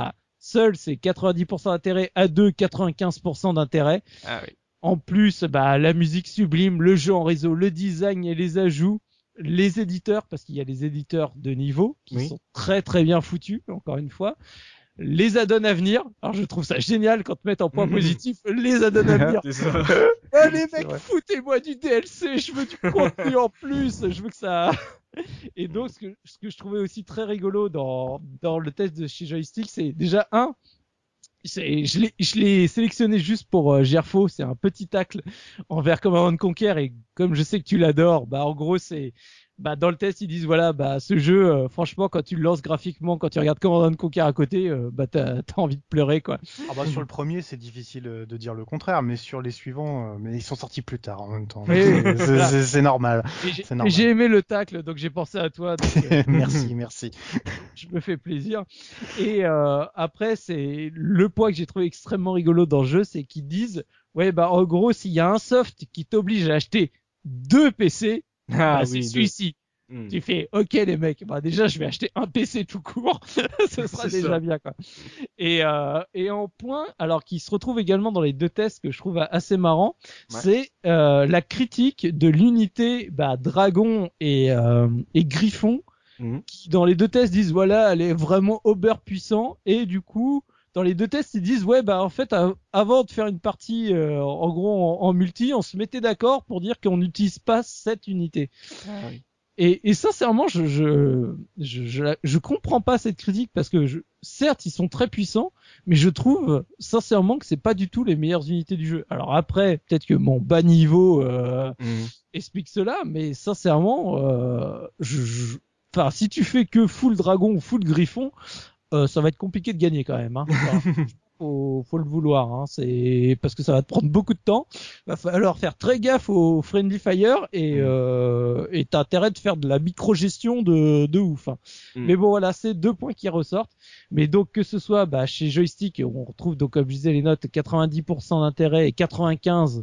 seul c'est quatre-vingt-dix pour cent d'intérêt, à deux quatre-vingt-quinze pour cent d'intérêt. Ah oui. En plus, bah la musique sublime, le jeu en réseau, le design et les ajouts, les éditeurs, parce qu'il y a les éditeurs de niveau qui Oui. sont très très bien foutus, encore une fois. Les add-ons à venir. Alors je trouve ça génial quand tu mets en point positif les add-ons à venir. C'est ça. Oh, les C'est mecs, vrai. foutez-moi du D L C, je veux du contenu en plus, je veux que ça... Et donc, ce que, ce que je trouvais aussi très rigolo dans, dans le test de chez Joystick, c'est déjà un, c'est, je l'ai, je l'ai sélectionné juste pour euh, Gerfo, c'est un petit tacle envers Command and Conquer, et comme je sais que tu l'adores, bah en gros c'est, bah dans le test ils disent voilà, bah ce jeu, euh, franchement quand tu le lances graphiquement, quand tu regardes Command and Conquer à côté, euh, bah t'as, t'as envie de pleurer quoi. Ah bah sur le premier c'est difficile euh, de dire le contraire, mais sur les suivants, euh, mais ils sont sortis plus tard en même temps. Oui, C'est- oui, c'est, voilà. c'est- c'est normal. Et j'ai, C'est normal. et j'ai aimé le tacle, donc j'ai pensé à toi. Donc, euh, merci, merci. je me fais plaisir. Et euh, après, c'est le point que j'ai trouvé extrêmement rigolo dans le jeu, c'est qu'ils disent, ouais, bah en gros, s'il y a un soft qui t'oblige à acheter deux P C, Ah bah, oui. c'est deux. celui-ci. Hmm. Tu fais, ok les mecs, bah déjà je vais acheter un P C tout court, ce sera C'est déjà ça. bien quoi. Et euh, et en point, alors qui se retrouve également dans les deux tests que je trouve assez marrant, Ouais. c'est euh, la critique de l'unité bah, Dragon et euh, et Griffon, Mhm. qui dans les deux tests disent voilà, elle est vraiment over puissant, et du coup dans les deux tests ils disent ouais bah en fait av- avant de faire une partie euh, en gros en, en multi, on se mettait d'accord pour dire qu'on n'utilise pas cette unité. Ah oui. Et, et sincèrement, je, je, je, je, je comprends pas cette critique parce que je, certes, ils sont très puissants, mais je trouve sincèrement que c'est pas du tout les meilleures unités du jeu. Alors après, peut-être que mon bas niveau euh, Mhm. explique cela, mais sincèrement, euh, je, je, enfin, si tu fais que full dragon ou full griffon, euh, ça va être compliqué de gagner quand même. Hein. Enfin, faut, faut le vouloir, hein. C'est parce que ça va te prendre beaucoup de temps. Va falloir faire très gaffe au friendly fire et Mm. euh, et t'as intérêt de faire de la micro-gestion de de ouf. Hein. Mm. Mais bon voilà, c'est deux points qui ressortent. Mais donc que ce soit bah chez Joystick, on retrouve donc comme je disais les notes quatre-vingt-dix pour cent d'intérêt et quatre-vingt-quinze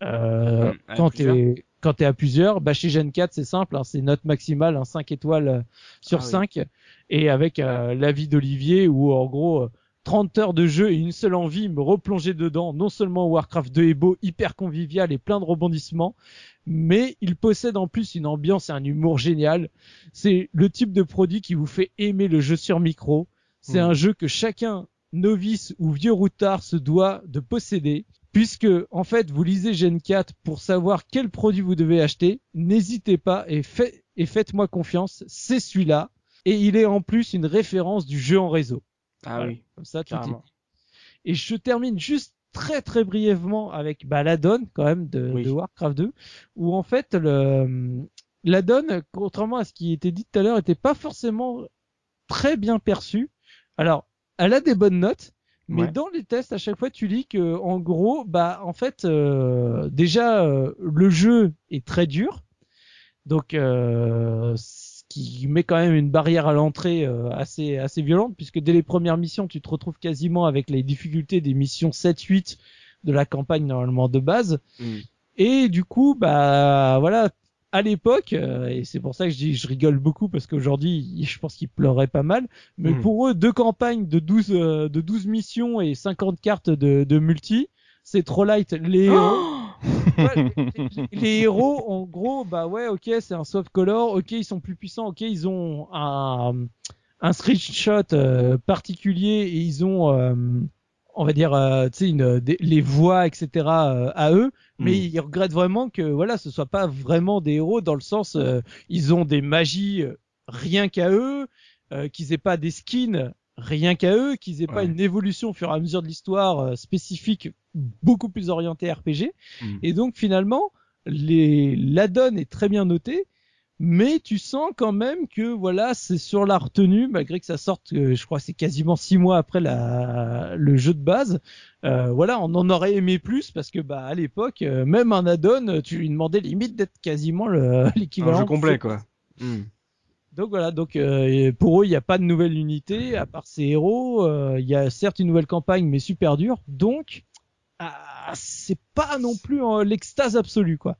euh, Mm. À quand plusieurs. t'es quand t'es à plusieurs. Bah chez Gen quatre c'est simple, hein, c'est note maximale, hein, cinq étoiles euh, sur Ah oui. cinq, et avec euh, l'avis d'Olivier où en gros euh, trente heures de jeu et une seule envie, me replonger dedans. Non seulement Warcraft deux est beau, hyper convivial et plein de rebondissements, mais il possède en plus une ambiance et un humour génial. C'est le type de produit qui vous fait aimer le jeu sur micro. C'est Mmh. un jeu que chacun, novice ou vieux routard, se doit de posséder. Puisque, en fait, vous lisez Gen quatre pour savoir quel produit vous devez acheter. N'hésitez pas et, fait, et faites-moi confiance. C'est celui-là. Et il est en plus une référence du jeu en réseau. Ah Voilà. oui, Comme ça, tout est carrément. dit. Et je termine juste très très brièvement avec bah, l'add-on quand même de, Oui. de Warcraft deux, où en fait le l'add-on, contrairement à ce qui était dit tout à l'heure, était pas forcément très bien perçu. Alors, elle a des bonnes notes, mais Ouais. dans les tests à chaque fois tu lis que en gros, bah en fait euh, déjà euh, le jeu est très dur, donc euh, ce qui met quand même une barrière à l'entrée euh, assez assez violente, puisque dès les premières missions tu te retrouves quasiment avec les difficultés des missions sept huit de la campagne normalement de base. Mm. Et du coup, bah voilà, à l'époque, euh, et c'est pour ça que je dis, je rigole beaucoup parce qu'aujourd'hui, je pense qu'ils pleuraient pas mal. Mais Mm. pour eux, deux campagnes de douze euh, de douze missions et cinquante cartes de, de multi, c'est trop light. Les héros, ouais, les, les héros, en gros, bah ouais, ok, c'est un soft color, ok, ils sont plus puissants, ok, ils ont un un screenshot euh, particulier et ils ont euh, on va dire euh, tu sais une des- les voix etc euh, à eux, mais Mm. ils regrettent vraiment que voilà ce soit pas vraiment des héros dans le sens euh, ils ont des magies euh, rien qu'à eux, euh, qu'ils aient pas des skins rien qu'à eux, qu'ils aient pas Ouais. une évolution au fur et à mesure de l'histoire euh, spécifique beaucoup plus orientée R P G. Mm. Et donc finalement les l'add-on est très bien noté, mais tu sens quand même que voilà c'est sur la retenue malgré que ça sorte euh, je crois que c'est quasiment six mois après la le jeu de base. Euh, voilà, on en aurait aimé plus parce que bah à l'époque euh, même un add-on tu lui demandais limite d'être quasiment le l'équivalent Un jeu de complet, ce- quoi. Mm. Donc voilà, donc euh, pour eux il n'y a pas de nouvelle unité à part ces héros. Euh, il y a certes une nouvelle campagne mais super dure, donc ah, c'est pas non plus euh, l'extase absolue quoi. Il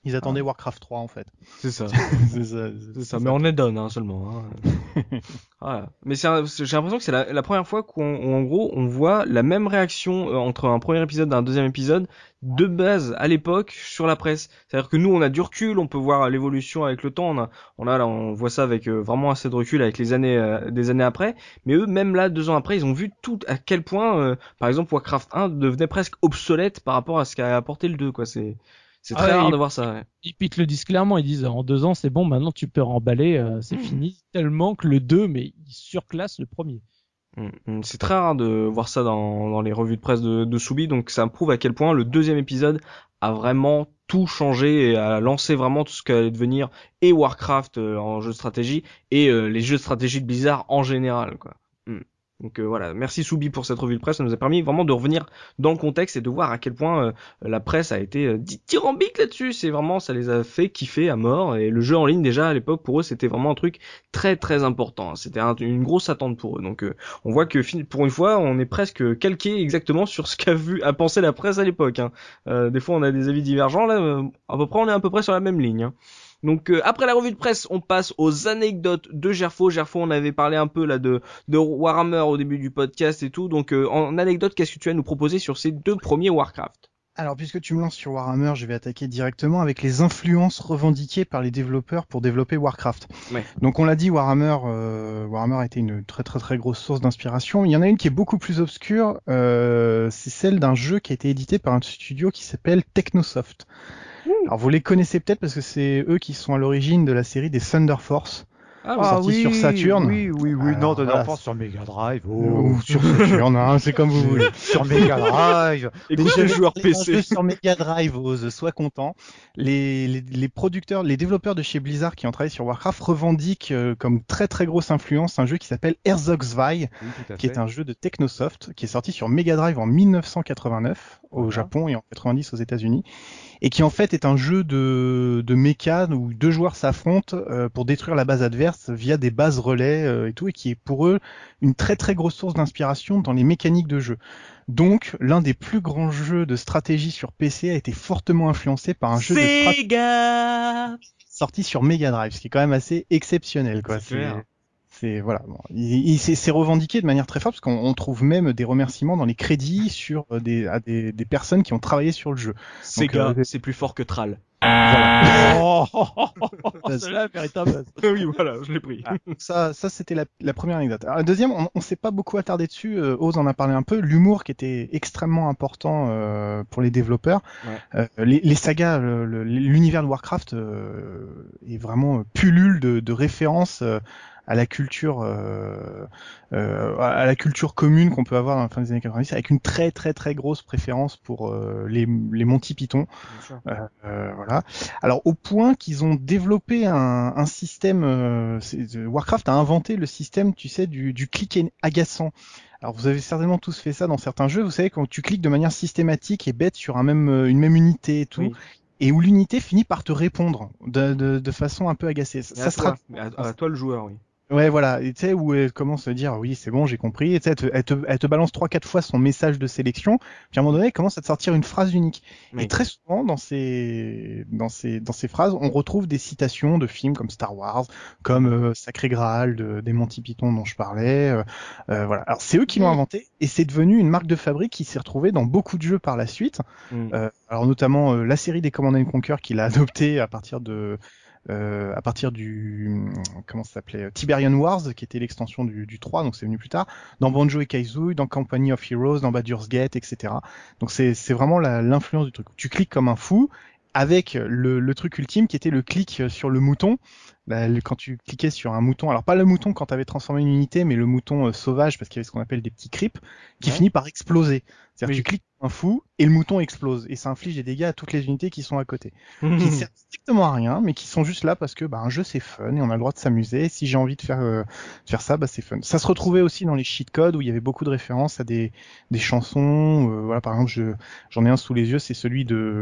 Ils attendaient ah. Warcraft trois en fait. C'est ça. c'est ça. C'est, c'est ça. Mais on est donne hein, seulement. Hein. Voilà. Mais c'est un, c'est, j'ai l'impression que c'est la, la première fois qu'on, en gros, on voit la même réaction euh, entre un premier épisode et un deuxième épisode de base à l'époque sur la presse. C'est-à-dire que nous, on a du recul, on peut voir l'évolution avec le temps. On a, on a là, on voit ça avec euh, vraiment assez de recul avec les années, euh, des années après. Mais eux, même là, deux ans après, ils ont vu tout à quel point, euh, par exemple, Warcraft un devenait presque obsolète par rapport à ce qu'a apporté le deux, quoi. C'est C'est très ah, rare ils, de voir ça. Ouais. Ils, ils te le disent clairement, ils disent en deux ans c'est bon, maintenant tu peux remballer, euh, c'est mmh. fini. Tellement que le deux, mais il surclasse le premier. Mmh. C'est très rare de voir ça dans, dans les revues de presse de, de Soubi, donc ça prouve à quel point le deuxième épisode a vraiment tout changé et a lancé vraiment tout ce qu'allait devenir et Warcraft euh, en jeu de stratégie et euh, les jeux de stratégie de Blizzard en général, quoi. Mmh. Donc euh, voilà, merci Soubi pour cette revue de presse, ça nous a permis vraiment de revenir dans le contexte et de voir à quel point euh, la presse a été euh, dithyrambique là-dessus. C'est vraiment, ça les a fait kiffer à mort, et le jeu en ligne déjà à l'époque pour eux c'était vraiment un truc très très important. C'était un, une grosse attente pour eux. Donc euh, on voit que pour une fois on est presque calqué exactement sur ce qu'a vu, a pensé la presse à l'époque. Hein. Euh, des fois on a des avis divergents, là euh, à peu près on est à peu près sur la même ligne. Hein. Donc euh, après la revue de presse, on passe aux anecdotes de Gerfo. Gerfo, on avait parlé un peu là de, de Warhammer au début du podcast et tout. Donc euh, en anecdote, qu'est-ce que tu as à nous proposer sur ces deux premiers Warcraft ? Alors puisque tu me lances sur Warhammer, je vais attaquer directement avec les influences revendiquées par les développeurs pour développer Warcraft. Ouais. Donc on l'a dit, Warhammer, euh, Warhammer a été une très très très grosse source d'inspiration. Il y en a une qui est beaucoup plus obscure, euh, c'est celle d'un jeu qui a été édité par un studio qui s'appelle Technosoft. Alors vous les connaissez peut-être parce que c'est eux qui sont à l'origine de la série des Thunder Force. Ah, ah oui, sur Saturn. Oui, oui, oui, alors, non, Thunder voilà. Force sur Mega Drive. Oh. Ou sur Saturn, hein, c'est comme vous voulez. Sur Mega Drive. Écoute les joueurs P C. Sur Mega Drive, ose, sois content. Les, les, les producteurs, les développeurs de chez Blizzard qui ont travaillé sur Warcraft revendiquent euh, comme très très grosse influence un jeu qui s'appelle Herzog Zwei, oui, qui est un jeu de Technosoft, qui est sorti sur Mega Drive en mille neuf cent quatre-vingt-neuf au voilà. Japon et en quatre-vingt-dix aux États-Unis. Et qui en fait est un jeu de, de méca où deux joueurs s'affrontent euh, pour détruire la base adverse via des bases relais euh, et tout, et qui est pour eux une très très grosse source d'inspiration dans les mécaniques de jeu. Donc l'un des plus grands jeux de stratégie sur P C a été fortement influencé par un jeu Sega de stratégie sorti sur Mega Drive, ce qui est quand même assez exceptionnel, quoi. C'est clair. C'est voilà, bon, il, il c'est, c'est revendiqué de manière très forte parce qu'on on trouve même des remerciements dans les crédits sur des à des, des personnes qui ont travaillé sur le jeu. Sega, euh, c'est plus fort que Thrall. Voilà. Oh, oh, oh, oh, c'est la véritable. Oui, voilà, je l'ai pris. Ah, ça, ça c'était la, la première anecdote. Alors, la deuxième, on, on s'est pas beaucoup attardé dessus. Euh, Oz en a parlé un peu. L'humour qui était extrêmement important euh, pour les développeurs. Ouais. Euh, les, les sagas, le, le, l'univers de Warcraft euh, est vraiment pullule de, de références. Euh, à la culture euh, euh, à la culture commune qu'on peut avoir dans la fin des années quatre-vingt-dix, avec une très très très grosse préférence pour euh, les les Monty Python. Euh, euh, voilà. Alors au point qu'ils ont développé un, un système. Euh, Warcraft a inventé le système, tu sais, du, du clic agaçant. Alors vous avez certainement tous fait ça dans certains jeux. Vous savez, quand tu cliques de manière systématique et bête sur un même une même unité et tout. Oui. Et où l'unité finit par te répondre de, de, de façon un peu agacée. Ça, à, ça toi, sera... à, à toi le joueur, oui. Ouais, voilà. Et tu sais, où elle commence à dire, oui, c'est bon, j'ai compris. Et tu sais, elle te, elle te, elle te balance trois, quatre fois son message de sélection. Puis à un moment donné, elle commence à te sortir une phrase unique. Oui. Et très souvent, dans ces, dans ces, dans ces phrases, on retrouve des citations de films comme Star Wars, comme euh, Sacré Graal de, des Monty Python dont je parlais. Euh, euh, voilà. Alors c'est eux qui l'ont inventé, et c'est devenu une marque de fabrique qui s'est retrouvée dans beaucoup de jeux par la suite. Mm. Euh, alors notamment euh, la série des Command and Conquer qu'il a adopté à partir de Euh, à partir du comment ça s'appelait Tiberian Wars, qui était l'extension du, du trois, donc c'est venu plus tard, dans Banjo et Kazooie, dans Company of Heroes, dans Baldur's Gate, et cetera. Donc c'est c'est vraiment la, l'influence du truc. Tu cliques comme un fou, avec le, le truc ultime qui était le clic sur le mouton. Bah, le, quand tu cliquais sur un mouton, alors pas le mouton quand tu avais transformé une unité, mais le mouton euh, sauvage, parce qu'il y avait ce qu'on appelle des petits creeps, qui ouais. finit par exploser. C'est-à-dire oui. que tu cliques un fou et le mouton explose, et ça inflige des dégâts à toutes les unités qui sont à côté. Qui ne servent strictement à rien, mais qui sont juste là parce que bah, un jeu c'est fun et on a le droit de s'amuser. Et si j'ai envie de faire euh, de faire ça, bah c'est fun. Ça se retrouvait aussi dans les cheat codes où il y avait beaucoup de références à des des chansons. Euh, voilà, par exemple, je j'en ai un sous les yeux, c'est celui de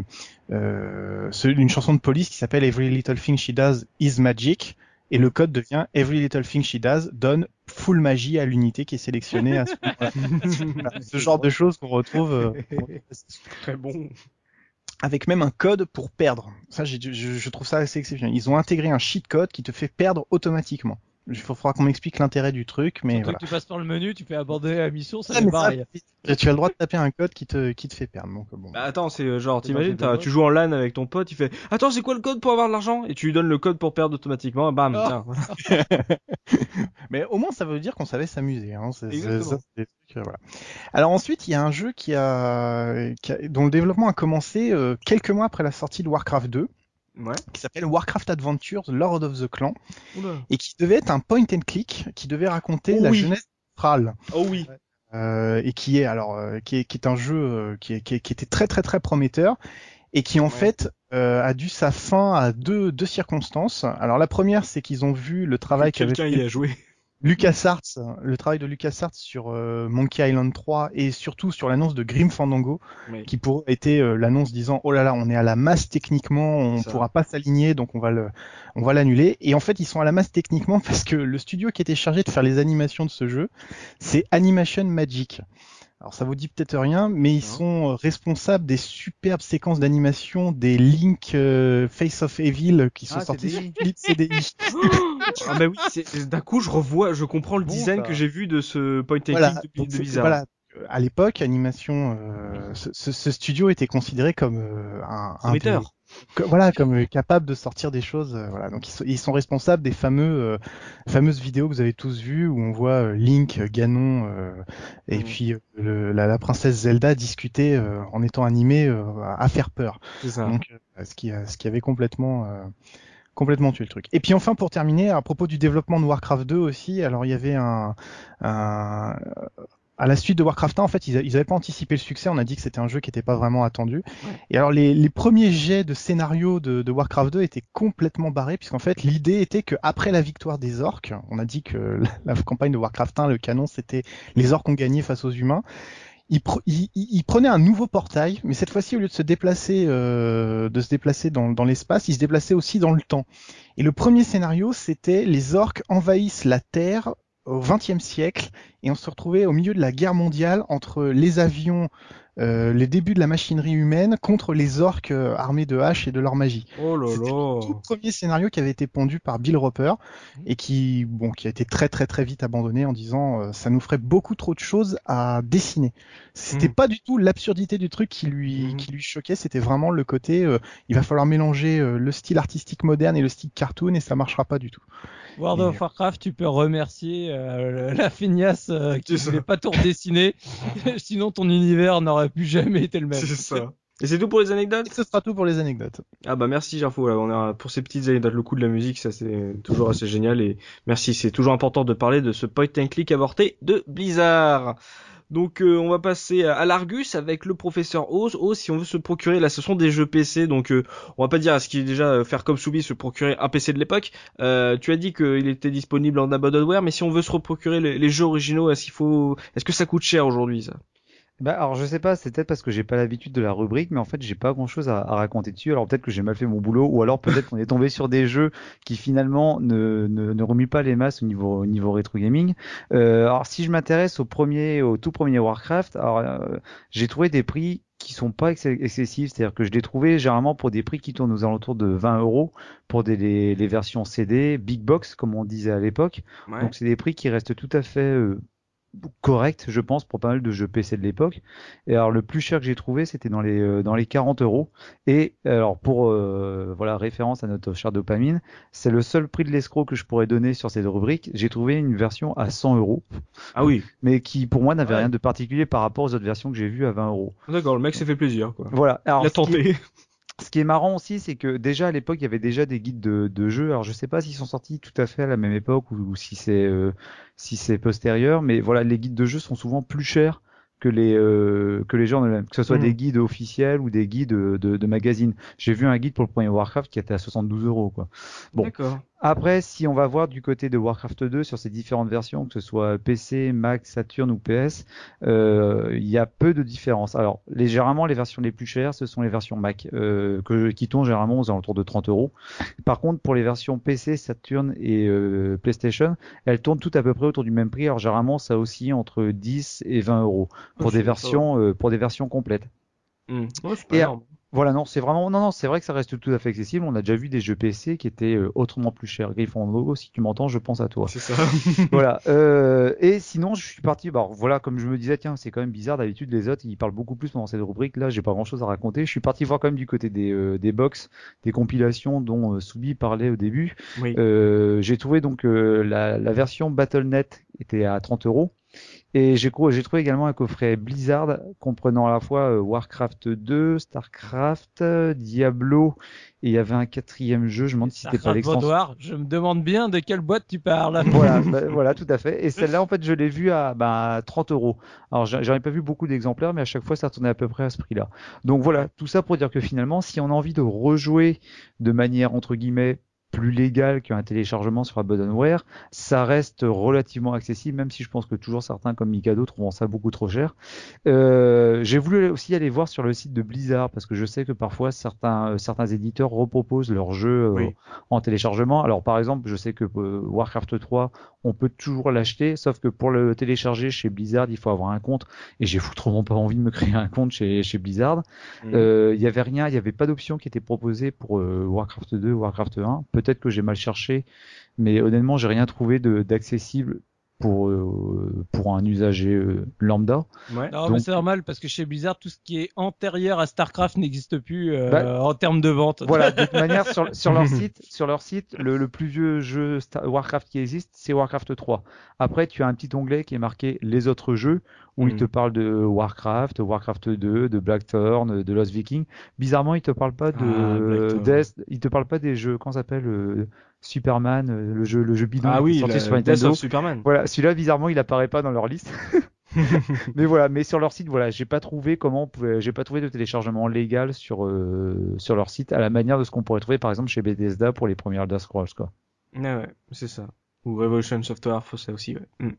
euh, celui d'une chanson de Police qui s'appelle Every Little Thing She Does Is Magic. Et le code devient Every Little Thing She Does donne full magie à l'unité qui est sélectionnée à ce moment-là. Ce genre de choses qu'on retrouve. Euh, Très bon. avec même un code pour perdre. Ça, j'ai, je, je trouve ça assez exceptionnel. Ils ont intégré un cheat code qui te fait perdre automatiquement. Il faudra qu'on m'explique l'intérêt du truc, mais Surtout voilà. que tu passes par le menu, tu fais abandonner la mission, ça Ah, fait mais ça, pareil. tu as le droit de taper un code qui te qui te fait perdre. Donc bon. Bah attends, c'est euh, genre, C'est dans t'imagines, tes t'as- doigts. tu joues en LAN avec ton pote, il fait « Attends, c'est quoi le code pour avoir de l'argent ?» Et tu lui donnes le code pour perdre automatiquement, bam, Ah. tiens. Mais au moins, ça veut dire qu'on savait s'amuser. Hein. C'est, c'est, Exactement. ça, c'est des trucs, euh, voilà. Alors ensuite, il y a un jeu qui a, qui a dont le développement a commencé euh, quelques mois après la sortie de Warcraft deux, Ouais. qui s'appelle Warcraft Adventures Lord of the Clan, Oula. et qui devait être un point and click, qui devait raconter Oh la oui. jeunesse australe. Oh oui. Euh, et qui est alors euh, qui est qui est un jeu euh, qui, est, qui, est, qui était très très très prometteur et qui en Ouais. fait euh, a dû sa fin à deux deux circonstances. Alors la première, c'est qu'ils ont vu le travail qu'avait Quelqu'un fait y a joué. LucasArts, le travail de LucasArts sur euh, Monkey Island trois et surtout sur l'annonce de Grim Fandango, Oui. qui pour était euh, l'annonce disant oh là là, on est à la masse techniquement, on Ça. pourra pas s'aligner, donc on va le on va l'annuler. Et en fait, ils sont à la masse techniquement parce que le studio qui était chargé de faire les animations de ce jeu, c'est Animation Magic. Alors ça vous dit peut-être rien, mais ils Non. sont euh, responsables des superbes séquences d'animation des Link euh, Face of Evil qui sont Ah, sortis sur C D I. Philips C D I. Ah bah oui, c'est- d'un coup je revois, je comprends le Bon, design ça. que j'ai vu de ce point and click Voilà, de, donc de c'est- Blizzard. voilà. Euh, À l'époque, animation, euh, ce, ce- ce studio était considéré comme euh, un, un Prometteur. des- que- voilà, comme euh, capable de sortir des choses. euh, voilà, donc ils sont, ils sont responsables des fameux euh, fameuses vidéos que vous avez tous vues où on voit euh, Link, Ganon euh, et Mhm. puis euh, le- la, la princesse Zelda discuter euh, en étant animée euh, à, à faire peur. C'est ça. Donc, euh, ce qui, a- ce qui avait complètement, euh, complètement tué le truc. Et puis enfin, pour terminer, à propos du développement de Warcraft deux aussi, alors il y avait un, un à la suite de Warcraft un, en fait, ils, a- ils avaient pas anticipé le succès. On a dit que c'était un jeu qui était pas vraiment attendu. Ouais. Et alors, les, les premiers jets de scénario de, de Warcraft deux étaient complètement barrés, puisqu'en fait, l'idée était que après la victoire des orques, on a dit que la, la campagne de Warcraft un, le canon, c'était les orques ont gagné face aux humains. Ils, pre- ils, ils- ils prenaient un nouveau portail, mais cette fois-ci, au lieu de se déplacer, euh, de se déplacer dans, dans l'espace, ils se déplaçaient aussi dans le temps. Et le premier scénario, c'était les orques envahissent la Terre au vingtième siècle et on se retrouvait au milieu de la guerre mondiale entre les avions, euh, les débuts de la machinerie humaine contre les orques euh, armés de haches et de leur magie. Oh là C'était le tout là. premier scénario qui avait été pondu par Bill Roper et qui, bon, qui a été très très très vite abandonné en disant euh, ça nous ferait beaucoup trop de choses à dessiner. C'était Mhm. pas du tout l'absurdité du truc qui lui Mhm. qui lui choquait, c'était vraiment le côté euh, il va falloir mélanger euh, le style artistique moderne et le style cartoon et ça marchera pas du tout. World Et- of Warcraft, tu peux remercier euh, la feignasse euh, qui C'est ça. voulait pas tout redessiner. Sinon, ton univers n'aurait plus jamais été le même. C'est ça. Et c'est tout pour les anecdotes? Et ce sera tout pour les anecdotes. Ah bah merci Gerfo, là, on a pour ces petites anecdotes, le coup de la musique, ça c'est toujours assez génial et merci, c'est toujours important de parler de ce point and click avorté de Blizzard. Donc euh, on va passer à l'Argus avec le professeur Oz. Oz, si on veut se procurer, là ce sont des jeux P C, donc euh, on va pas dire à ce qu'il est déjà euh, faire comme Soubi, se procurer un P C de l'époque. Euh, tu as dit qu'il était disponible en abandonware, mais si on veut se procurer les, les jeux originaux, est-ce qu'il faut, est-ce que ça coûte cher aujourd'hui ça? Bah alors je sais pas, c'est peut-être parce que j'ai pas l'habitude de la rubrique, mais en fait j'ai pas grand-chose à, à raconter dessus. Alors peut-être que j'ai mal fait mon boulot, ou alors peut-être qu'on est tombé sur des jeux qui finalement ne ne, ne remuent pas les masses au niveau au niveau rétro gaming. Euh, alors si je m'intéresse au premier, au tout premier Warcraft, alors euh, j'ai trouvé des prix qui sont pas ex- excessifs, c'est-à-dire que je l'ai trouvé généralement pour des prix qui tournent aux alentours de vingt euros pour des les, les versions C D, big box comme on disait à l'époque. Ouais. Donc c'est des prix qui restent tout à fait euh, corrects, je pense, pour pas mal de jeux P C de l'époque. Et alors le plus cher que j'ai trouvé, c'était dans les euh, dans les quarante euros. Et alors pour euh, voilà référence à notre cher dopamine, c'est le seul prix de l'escroc que je pourrais donner sur cette rubrique. J'ai trouvé une version à cent euros, Ah oui, mais qui pour moi n'avait Ouais. rien de particulier par rapport aux autres versions que j'ai vues à vingt euros. d'accord, le mec s'est fait plaisir quoi. Voilà. Alors, Il a ce qui est- tenté. Ce qui est marrant aussi, c'est que déjà à l'époque, il y avait déjà des guides de, de jeux. Alors je sais pas s'ils sont sortis tout à fait à la même époque ou, ou si c'est euh, si c'est postérieur, mais voilà, les guides de jeux sont souvent plus chers que les euh, que les jeux en eux-mêmes, que ce soit Mhm. des guides officiels ou des guides de, de, de magazines. J'ai vu un guide pour le premier Warcraft qui était à soixante-douze euros quoi. Bon. D'accord. Après, si on va voir du côté de Warcraft deux sur ces différentes versions, que ce soit P C, Mac, Saturn ou P S, euh, il y a peu de différence. Alors, les, généralement, les versions les plus chères, ce sont les versions Mac, euh, que, qui tournent généralement aux alentours de trente euros. Par contre, pour les versions P C, Saturn et euh, PlayStation, elles tournent toutes à peu près autour du même prix. Alors, généralement, ça oscille entre dix et vingt euros pour Oh, des c'est- versions, euh, pour des versions complètes. Hmm. Ouais, c'est pas Et, énorme. Voilà, non, c'est vraiment, non, non, c'est vrai que ça reste tout à fait accessible. On a déjà vu des jeux P C qui étaient euh, autrement plus chers. Gryffondor, si tu m'entends, je pense à toi. C'est ça. Voilà. Euh, et sinon, je suis parti. Bah, voilà, comme je me disais, tiens, c'est quand même bizarre. D'habitude, les autres, ils parlent beaucoup plus pendant cette rubrique. Là, j'ai pas grand-chose à raconter. Je suis parti voir quand même du côté des euh, des box, des compilations dont euh, Soubi parlait au début. Oui. Euh, j'ai trouvé donc euh, la, la version Battle point net était à trente euros. Et j'ai j'ai trouvé également un coffret Blizzard comprenant à la fois euh, Warcraft deux, Starcraft, euh, Diablo, et il y avait un quatrième jeu, je me demande si c'était pas l'extension. Vaudoir, je me demande bien de quelle boîte tu parles. Voilà, bah, voilà, tout à fait. Et celle-là, en fait, je l'ai vue à bah, trente euros. Alors, j'en ai pas vu beaucoup d'exemplaires, mais à chaque fois, ça tournait à peu près à ce prix-là. Donc voilà, tout ça pour dire que finalement, si on a envie de rejouer de manière, entre guillemets, plus légal qu'un téléchargement sur Abandonware, ça reste relativement accessible, même si je pense que toujours certains comme Mikado trouvent ça beaucoup trop cher. Euh, j'ai voulu aussi aller voir sur le site de Blizzard, parce que je sais que parfois certains, euh, certains éditeurs reproposent leurs jeux euh, Oui. en téléchargement. Alors par exemple, je sais que euh, Warcraft trois, on peut toujours l'acheter, sauf que pour le télécharger chez Blizzard, il faut avoir un compte, et j'ai foutrement pas envie de me créer un compte chez, chez Blizzard. Il mmh. euh, y avait rien, il y avait pas d'option qui était proposée pour euh, Warcraft deux, Warcraft un. Peut-être que j'ai mal cherché, mais honnêtement, j'ai rien trouvé de, d'accessible pour euh, pour un usager euh, lambda. Ouais. Non, Donc, mais c'est normal parce que chez Blizzard, tout ce qui est antérieur à Starcraft n'existe plus euh, bah, en termes de vente. Voilà, de toute manière, sur, sur leur site, sur leur site, le, le plus vieux jeu Star- Warcraft qui existe, c'est Warcraft trois. Après, tu as un petit onglet qui est marqué les autres jeux, où mmh. il te parle de Warcraft, Warcraft deux, de Blackthorn, de Lost Viking. Bizarrement, il te parle pas de ah, Death, il te parle pas des jeux, comment ça s'appelle, euh, Superman, euh, le jeu, le jeu bidon ah, qui oui, est sorti la, sur Nintendo. Superman. Voilà, celui-là, bizarrement, il apparaît pas dans leur liste. mais voilà, mais sur leur site, voilà, j'ai pas trouvé comment on pouvait, j'ai pas trouvé de téléchargement légal sur euh, sur leur site à la manière de ce qu'on pourrait trouver par exemple chez Bethesda pour les premiers Elder Scrolls quoi. Ah ouais, c'est ça. Ou Revolution Software, faut ça aussi. Ouais. Mm.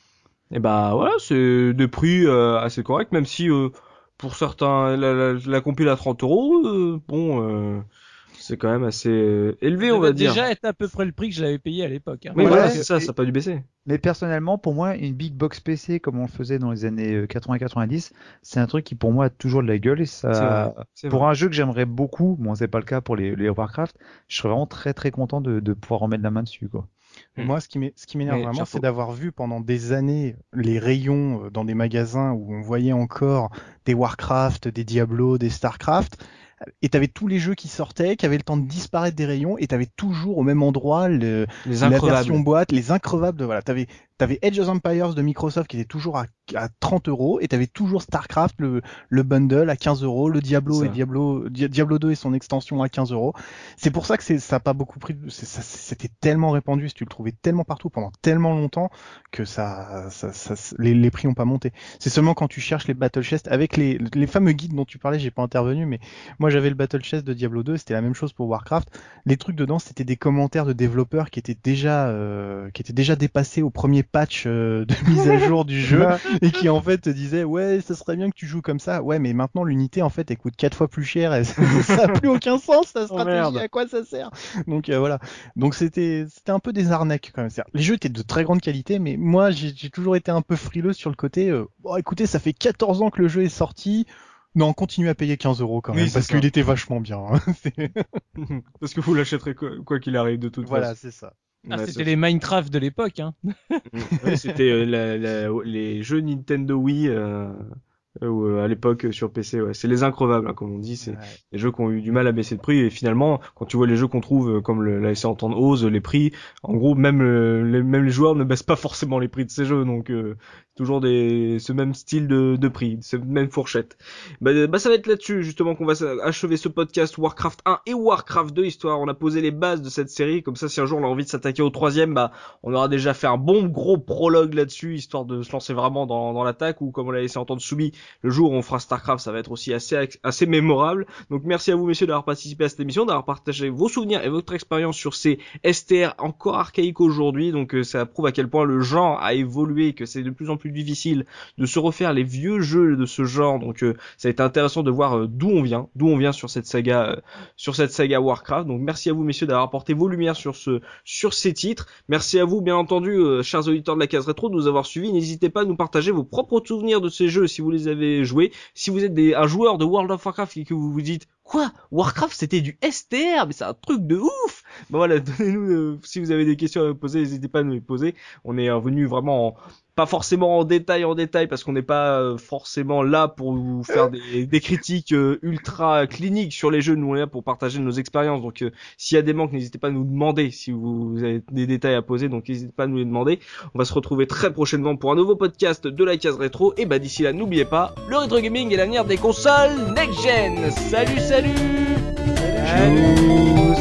Et bah voilà, c'est des prix euh, assez corrects, même si euh, pour certains la, la, la compile à trente euros, euh, bon. Euh, c'est quand même assez euh, élevé, ça on va, va dire. déjà être à peu près le prix que j'avais payé à l'époque. Hein. Oui, voilà, voilà, c'est ça, ça n'a pas dû baisser. Mais personnellement, pour moi, une big box P C comme on le faisait dans les années quatre-vingts quatre-vingt-dix, c'est un truc qui pour moi a toujours de la gueule et ça, c'est vrai, c'est pour vrai. un jeu que j'aimerais beaucoup, bon c'est pas le cas pour les, les Warcraft, je serais vraiment très très content de, de pouvoir remettre la main dessus quoi. Mmh. Moi, ce qui m'énerve vraiment, chapeau. c'est d'avoir vu pendant des années les rayons dans des magasins où on voyait encore des Warcraft, des Diablo, des Starcraft. Et t'avais tous les jeux qui sortaient, qui avaient le temps de disparaître des rayons, et t'avais toujours au même endroit le, les la version boîte, les increvables. De, voilà, t'avais t'avais Age of Empires de Microsoft qui était toujours à, à trente euros, et t'avais toujours Starcraft le le bundle à quinze euros, le Diablo ça. et Diablo Di, Diablo deux et son extension à quinze euros. C'est pour ça que c'est ça a pas beaucoup pris. C'est, ça, c'était tellement répandu, tu le trouvais tellement partout pendant tellement longtemps que ça, ça, ça, ça les, les prix ont pas monté. C'est seulement quand tu cherches les Battle Chest avec les les fameux guides dont tu parlais, j'ai pas intervenu, mais moi j'avais le Battle Chest de Diablo deux, c'était la même chose pour Warcraft. Les trucs dedans, c'était des commentaires de développeurs qui étaient déjà euh, qui étaient déjà dépassés au premier patch euh, de mise à jour du jeu et qui en fait te disaient ouais, ça serait bien que tu joues comme ça. Ouais, mais maintenant l'unité en fait elle coûte quatre fois plus cher et ça n'a plus aucun sens ta stratégie, oh, à quoi ça sert. Donc euh, voilà. Donc c'était c'était un peu des arnaques quand même. C'est-à-dire, les jeux étaient de très grande qualité, mais moi j'ai, j'ai toujours été un peu frileux sur le côté euh, bon écoutez, ça fait quatorze ans que le jeu est sorti. Non, continuez à payer quinze euros quand même, oui, parce ça. qu'il était vachement bien. Hein. Parce que vous l'achèterez quoi, quoi qu'il arrive de toute voilà, façon. Voilà, c'est ça. Ah, ouais, c'était c'est... les Minecraft de l'époque. Hein. ouais, c'était euh, la, la, les jeux Nintendo Wii euh, euh, à l'époque sur P C. Ouais. C'est les increvables, hein, comme on dit. C'est ouais. les jeux qui ont eu du mal à baisser de prix. Et finalement, quand tu vois les jeux qu'on trouve, comme le, l'a laissé entendre Oz, les prix, en gros, même, le, les, même les joueurs ne baissent pas forcément les prix de ces jeux. Donc... Euh, toujours des ce même style de, de prix, cette même fourchette. Bah, bah ça va être là-dessus justement qu'on va achever ce podcast Warcraft un et Warcraft deux, histoire on a posé les bases de cette série, comme ça si un jour on a envie de s'attaquer au troisième, bah on aura déjà fait un bon gros prologue là-dessus, histoire de se lancer vraiment dans, dans l'attaque, ou comme on l'a laissé entendre Soubi, le jour où on fera Starcraft, ça va être aussi assez assez mémorable. Donc merci à vous messieurs d'avoir participé à cette émission, d'avoir partagé vos souvenirs et votre expérience sur ces S T R encore archaïques aujourd'hui. Donc euh, ça prouve à quel point le genre a évolué, que c'est de plus en plus plus difficile de se refaire les vieux jeux de ce genre, donc euh, ça a été intéressant de voir euh, d'où on vient, d'où on vient sur cette saga, euh, sur cette saga Warcraft. Donc merci à vous messieurs d'avoir apporté vos lumières sur ce, sur ces titres. Merci à vous bien entendu, euh, chers auditeurs de la case rétro, de nous avoir suivis. N'hésitez pas à nous partager vos propres souvenirs de ces jeux si vous les avez joués. Si vous êtes des, un joueur de World of Warcraft et que vous vous dites quoi, Warcraft c'était du S T R, mais c'est un truc de ouf. Bon voilà, donnez-nous euh, si vous avez des questions à me poser, n'hésitez pas à nous les poser. On est revenu vraiment en, pas forcément en détail en détail parce qu'on n'est pas euh, forcément là pour vous faire des, des critiques euh, ultra cliniques sur les jeux. Nous on est là pour partager nos expériences. Donc euh, s'il y a des manques, n'hésitez pas à nous demander si vous avez des détails à poser. Donc n'hésitez pas à nous les demander. On va se retrouver très prochainement pour un nouveau podcast de la case rétro. Et bah d'ici là, n'oubliez pas, le rétro gaming est l'avenir des consoles next gen. Salut salut. Salut.